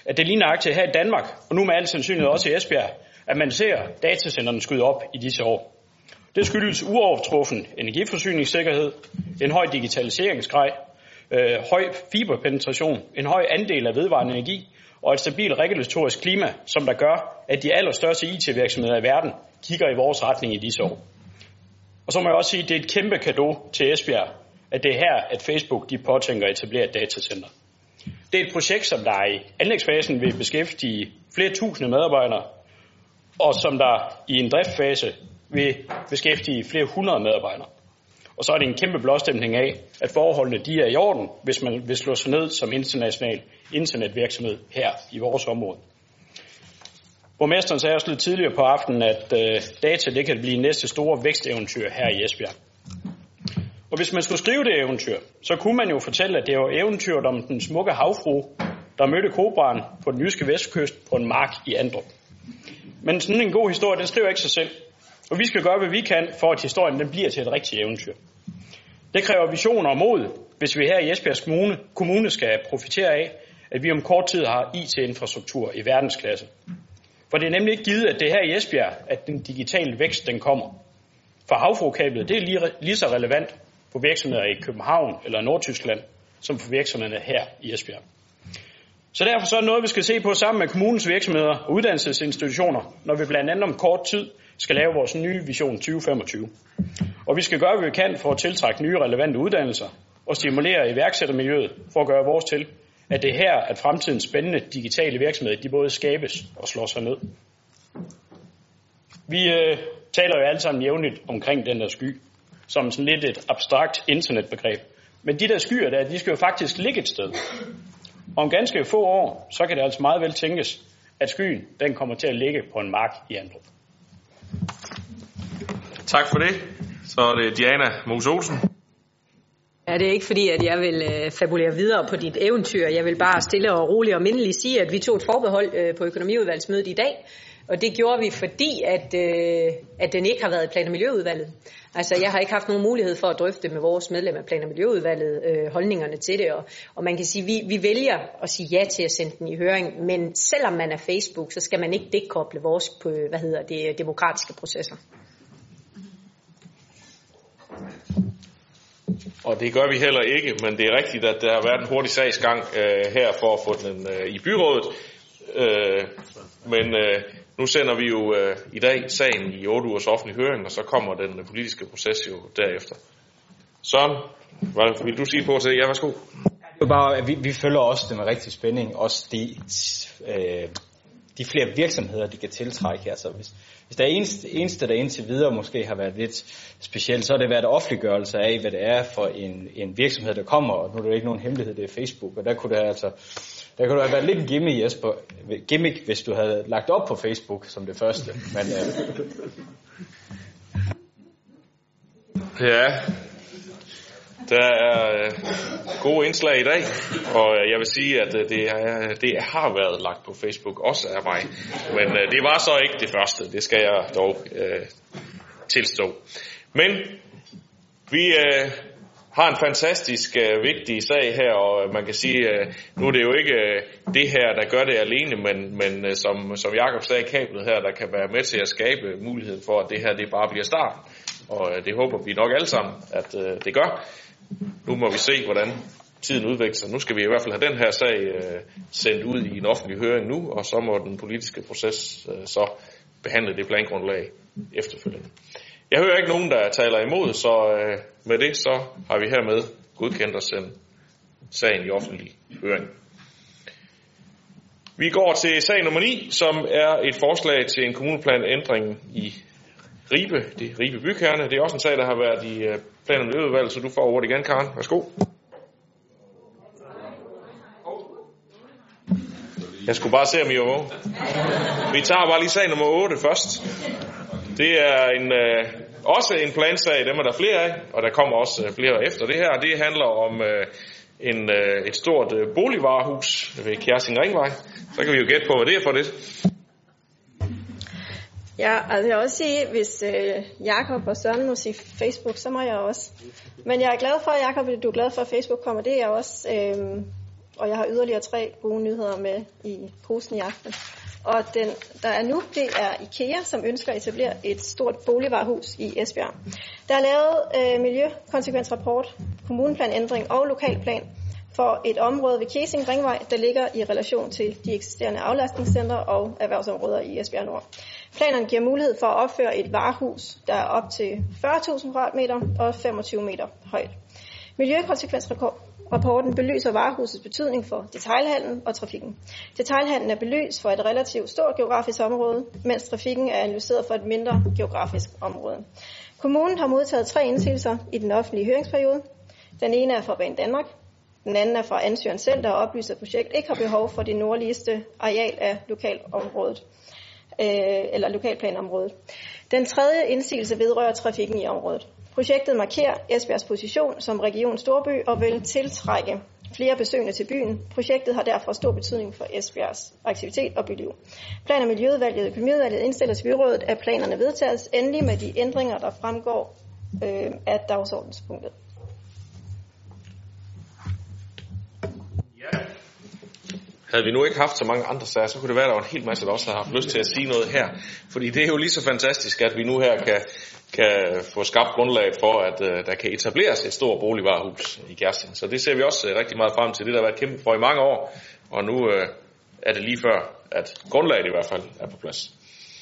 at det ligner aktier her i Danmark, og nu med al sandsynlighed også i Esbjerg, at man ser datacenterne skyde op i disse år. Det skyldes uovertruffen energiforsyningssikkerhed, en høj digitaliseringsgrad, øh, høj fiberpenetration, en høj andel af vedvarende energi og et stabilt regulatorisk klima, som der gør, at de allerstørste I T-virksomheder i verden kigger i vores retning i disse år. Og så må jeg også sige, at det er et kæmpe cadeau til Esbjerg, at det er her, at Facebook de påtænker at etablere et datacenter. Det er et projekt, som der i anlægsfasen vil beskæftige flere tusinde medarbejdere, og som der i en driftfase vil beskæftige flere hundrede medarbejdere. Og så er det en kæmpe blåstemning af, at forholdene de er i orden, hvis man vil slå sig ned som international internetvirksomhed her i vores område. Borgmesteren sagde også lidt tidligere på aftenen, at øh, data det kan blive næste store væksteventyr her i Esbjerg. Og hvis man skulle skrive det eventyr, så kunne man jo fortælle, at det var eventyret om den smukke havfrue, der mødte kobraen på den jyske vestkyst på en mark i Andrup. Men sådan en god historie, den skriver ikke sig selv. Og vi skal gøre, hvad vi kan, for at historien den bliver til et rigtigt eventyr. Det kræver visioner og mod, hvis vi her i Esbjergs kommune, kommune skal profitere af, at vi om kort tid har I T-infrastruktur i verdensklasse. For det er nemlig ikke givet, at det er her i Esbjerg, at den digitale vækst den kommer. For havfruekablet, det er lige, lige så relevant for virksomheder i København eller Nordtyskland, som for virksomhederne her i Esbjerg. Så derfor så er det noget, vi skal se på sammen med kommunens virksomheder og uddannelsesinstitutioner, når vi blandt andet om kort tid skal lave vores nye vision tyve femogtyve. Og vi skal gøre, hvad vi kan for at tiltrække nye relevante uddannelser og stimulere iværksættermiljøet for at gøre vores til, at det er her, at fremtidens spændende digitale virksomheder, de både skabes og slår sig ned. Vi øh, taler jo alle sammen jævnligt omkring den der sky, som sådan lidt et abstrakt internetbegreb. Men de der skyer der, de skal jo faktisk ligge et sted. Og om ganske få år, så kan det altså meget vel tænkes, at skyen den kommer til at ligge på en mark i Andrup. Tak for det. Så er det Diana Mose Olsen. Ja, det er ikke fordi, at jeg vil øh, fabulere videre på dit eventyr. Jeg vil bare stille og roligt og mindeligt sige, at vi tog et forbehold øh, på økonomiudvalgsmødet i dag. Og det gjorde vi, fordi at, øh, at den ikke har været i Plan- og Miljøudvalget. Altså, jeg har ikke haft nogen mulighed for at drøfte med vores medlem af Plan- og Miljøudvalget øh, holdningerne til det. Og, og man kan sige, at vi, vi vælger at sige ja til at sende den i høring. Men selvom man er Facebook, så skal man ikke dekoble vores på, hvad hedder det, demokratiske processer. Og det gør vi heller ikke, men det er rigtigt, at der har været en hurtig sagsgang øh, her for at få den øh, i byrådet. Øh, men øh, nu sender vi jo øh, i dag sagen i otte ugers offentlig høring, og så kommer den øh, politiske proces jo derefter. Søren, hvad vil du sige på til? Ja, værsgo. Det er bare, at vi, vi følger også det med rigtig spænding. Også de, øh, de flere virksomheder, de kan tiltrække. Altså, hvis, hvis der er eneste, eneste, der indtil videre måske har været lidt specielt, så har det været offentliggørelse af, hvad det er for en, en virksomhed, der kommer. Og nu er det ikke nogen hemmelighed, det er Facebook. Og der kunne det altså... Der kunne have været lidt en gimmick, Jesper, gimmick, hvis du havde lagt op på Facebook som det første. Men, øh... Ja, der er øh, gode indslag i dag, og jeg vil sige, at øh, det, er, det har været lagt på Facebook, også af mig. Men øh, det var så ikke det første, det skal jeg dog øh, tilstå. Men vi... Øh, har en fantastisk uh, vigtig sag her, og uh, man kan sige, uh, nu er det jo ikke uh, det her, der gør det alene, men, men uh, som, som Jakob sagde, kablet her, der kan være med til at skabe muligheden for, at det her det bare bliver starten. Og uh, det håber vi nok alle sammen, at uh, det gør. Nu må vi se, hvordan tiden udvikler sig. Nu skal vi i hvert fald have den her sag uh, sendt ud i en offentlig høring nu, og så må den politiske proces uh, så behandle det plangrundlag efterfølgende. Jeg hører ikke nogen, der taler imod, så øh, med det så har vi hermed godkendt at sende sagen i offentlig høring. Vi går til sag nummer ni, som er et forslag til en kommuneplanændring i Ribe, det er Ribe Bykerne. Det er også en sag, der har været i øh, plan- og miljøudvalget, så du får ordet igen, Karen. Værsgo. Jeg skulle bare se, om I var vågen. Vi tager bare lige sag nummer otte først. Det er en, øh, også en plansag, dem er der flere af, og der kommer også øh, flere efter det her. Det handler om øh, en, øh, et stort øh, boligvarehus ved Kjersing Ringvej. Så kan vi jo gætte på, hvad det er for det. Ja, altså jeg vil også sige, hvis øh, Jakob og Søren må sige Facebook, så må jeg også. Men jeg er glad for, Jakob, at du er glad for, at Facebook kommer. Det er jeg også. Øh, og jeg har yderligere tre gode nyheder med i posen i aften. Og den, der er nu, det er IKEA, som ønsker at etablere et stort boligvarehus i Esbjerg. Der er lavet øh, miljøkonsekvensrapport, kommuneplanændring og lokalplan for et område ved Kjesing Ringvej, der ligger i relation til de eksisterende aflastningscentre og erhvervsområder i Esbjerg Nord. Planerne giver mulighed for at opføre et varehus, der er op til fyrre tusind kvadratmeter og femogtyve meter højt. Miljøkonsekvensrapporten belyser varehusets betydning for detailhandlen og trafikken. Detailhandlen er belyst for et relativt stort geografisk område, mens trafikken er analyseret for et mindre geografisk område. Kommunen har modtaget tre indsigelser i den offentlige høringsperiode. Den ene er fra Banedanmark. Den anden er fra ansøgeren selv, der oplyser, at projektet ikke har behov for det nordligste areal af lokalområdet, øh, eller lokalplanområdet. Den tredje indsigelse vedrører trafikken i området. Projektet markerer Esbjergs position som region storby og vil tiltrække flere besøgende til byen. Projektet har derfor stor betydning for Esbjergs aktivitet og byliv. Plan- og Miljøudvalget og Økonomiudvalget indstiller til byrådet, at planerne vedtages endelig med de ændringer, der fremgår øh, af dagsordenspunktet. Havde vi nu ikke haft så mange andre sager, så kunne det være, at der var en hel masse, der også havde haft lyst til at sige noget her. Fordi det er jo lige så fantastisk, at vi nu her kan, kan få skabt grundlag for, at uh, der kan etableres et stort boligvarehus i Gersing. Så det ser vi også uh, rigtig meget frem til. Det der har været kæmpe for i mange år, og nu uh, er det lige før, at grundlaget i hvert fald er på plads.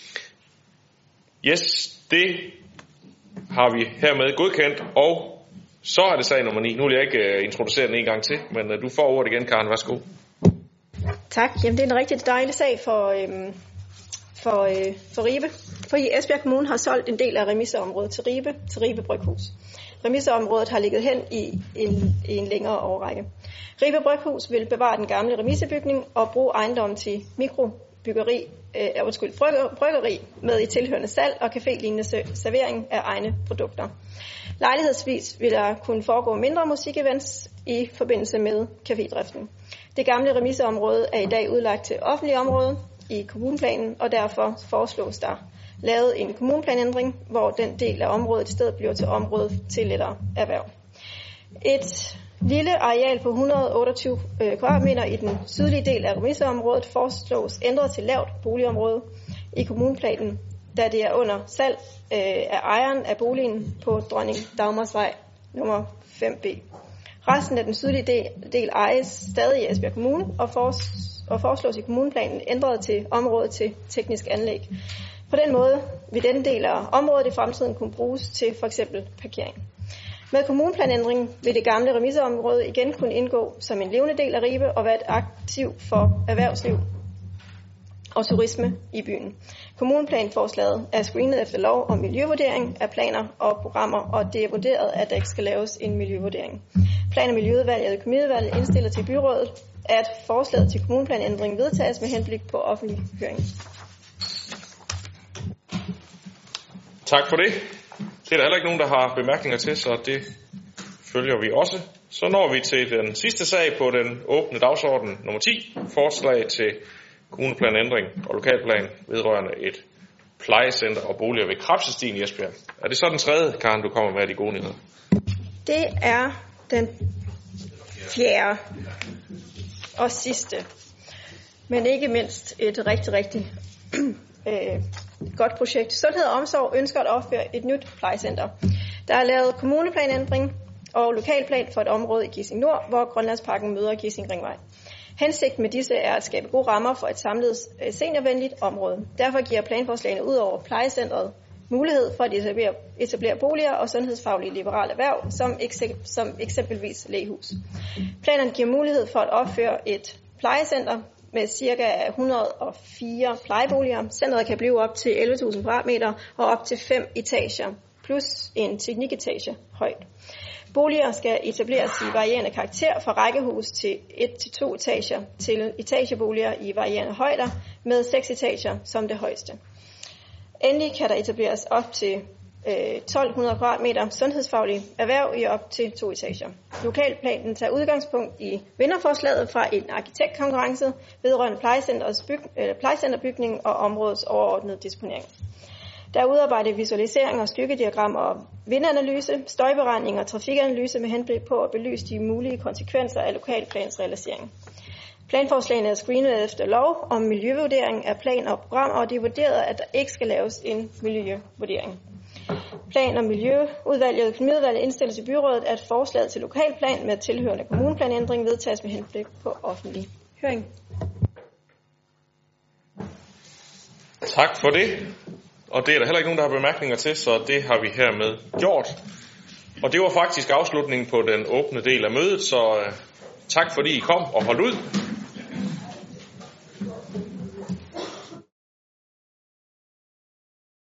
Yes, det har vi hermed godkendt, og så er det sag nummer ni. Nu vil jeg ikke uh, introducere den en gang til, men uh, du får ordet igen, Karen. Værsgo. Tak. Jamen, det er en rigtig dejlig sag for, øhm, for, øh, for Ribe. Fordi Esbjerg Kommune har solgt en del af remisseområdet til Ribe, til Ribe Bryghus. Remisseområdet har ligget hen i en, i en længere årrække. Ribe Bryghus vil bevare den gamle remissebygning og bruge ejendommen til mikrobyggeri, øh, undskyld, brygger, bryggeri med i tilhørende salg og café-lignende servering af egne produkter. Lejlighedsvis vil der kunne foregå mindre musikevents i forbindelse med cafédriften. Det gamle remisseområde er i dag udlagt til offentlig område i kommuneplanen, og derfor foreslås der lavet en kommuneplanændring, hvor den del af området i stedet bliver til område til lettere erhverv. Et lille areal på et hundrede og otteogtyve kvadratmeter i den sydlige del af remisseområdet foreslås ændret til lavt boligområde i kommuneplanen, da det er under salg af ejeren af boligen på Dronning Dagmarsvej nummer fem B. Resten af den sydlige del, del ejes stadig i Esbjerg Kommune og, for, og foreslås i kommuneplanen ændret til området til teknisk anlæg. På den måde vil denne del af området i fremtiden kunne bruges til f.eks. parkering. Med kommuneplanændringen vil det gamle remisseområde igen kunne indgå som en levende del af Ribe og være et aktiv for erhvervsliv og turisme i byen. Kommuneplanforslaget er screenet efter lov om miljøvurdering af planer og programmer, og det er vurderet, at der ikke skal laves en miljøvurdering. Plan- og Miljøudvalget og Økonomiudvalget indstiller til byrådet, at forslaget til kommuneplanændring vedtages med henblik på offentlig høring. Tak for det. Det er der heller ikke nogen, der har bemærkninger til, så det følger vi også. Så når vi til den sidste sag på den åbne dagsorden, nummer ti, forslag til kommuneplanændring og lokalplan vedrørende et plejecenter og boliger ved Krabsestien i Esbjerg. Er det så den tredje, Karen, du kommer med de gode nyheder? Det er den fjerde og sidste, men ikke mindst et rigtig, rigtig øh, godt projekt. Sundhed og Omsorg ønsker at opføre et nyt plejecenter. Der er lavet kommuneplanændring og lokalplan for et område i Gjesing Nord, hvor Grønlandsparken møder Gjesing Ringvej. Hensigten med disse er at skabe gode rammer for et samlet seniorvenligt område. Derfor giver planforslagene ud over plejecentret mulighed for at etablere, etablere boliger og sundhedsfaglige liberale erhverv, som, ekse, som eksempelvis lægehus. Planerne giver mulighed for at opføre et plejecenter med ca. et hundrede og fire plejeboliger. Centret kan blive op til elleve tusind kvadratmeter og op til fem etager, plus en tekniketage højt. Boliger skal etableres i varierende karakter fra rækkehus til et til to etager til etageboliger i varierende højder med seks etager som det højeste. Endelig kan der etableres op til øh, tolv hundrede kvadratmeter sundhedsfaglige erhverv i op til to etager. Lokalplanen tager udgangspunkt i vinderforslaget fra en arkitektkonkurrence vedrørende plejecenterets byg, øh, plejecenterbygning og områdets overordnede disponering. Der er udarbejdet visualisering og stykkediagram og vindanalyse, støjberegning og trafikanalyse med henblik på at belyse de mulige konsekvenser af lokalplans realisering. Planforslagene er screenet efter lov om miljøvurdering af planer og programmer, og det er vurderet, at der ikke skal laves en miljøvurdering. Plan- og Miljøudvalget og Økonomiudvalget indstiller til byrådet, at forslaget til lokalplan med tilhørende kommuneplanændring vedtages med henblik på offentlig høring. Tak for det. Og det er der heller ikke nogen, der har bemærkninger til, så det har vi hermed gjort. Og det var faktisk afslutningen på den åbne del af mødet, så tak fordi I kom og holdt ud.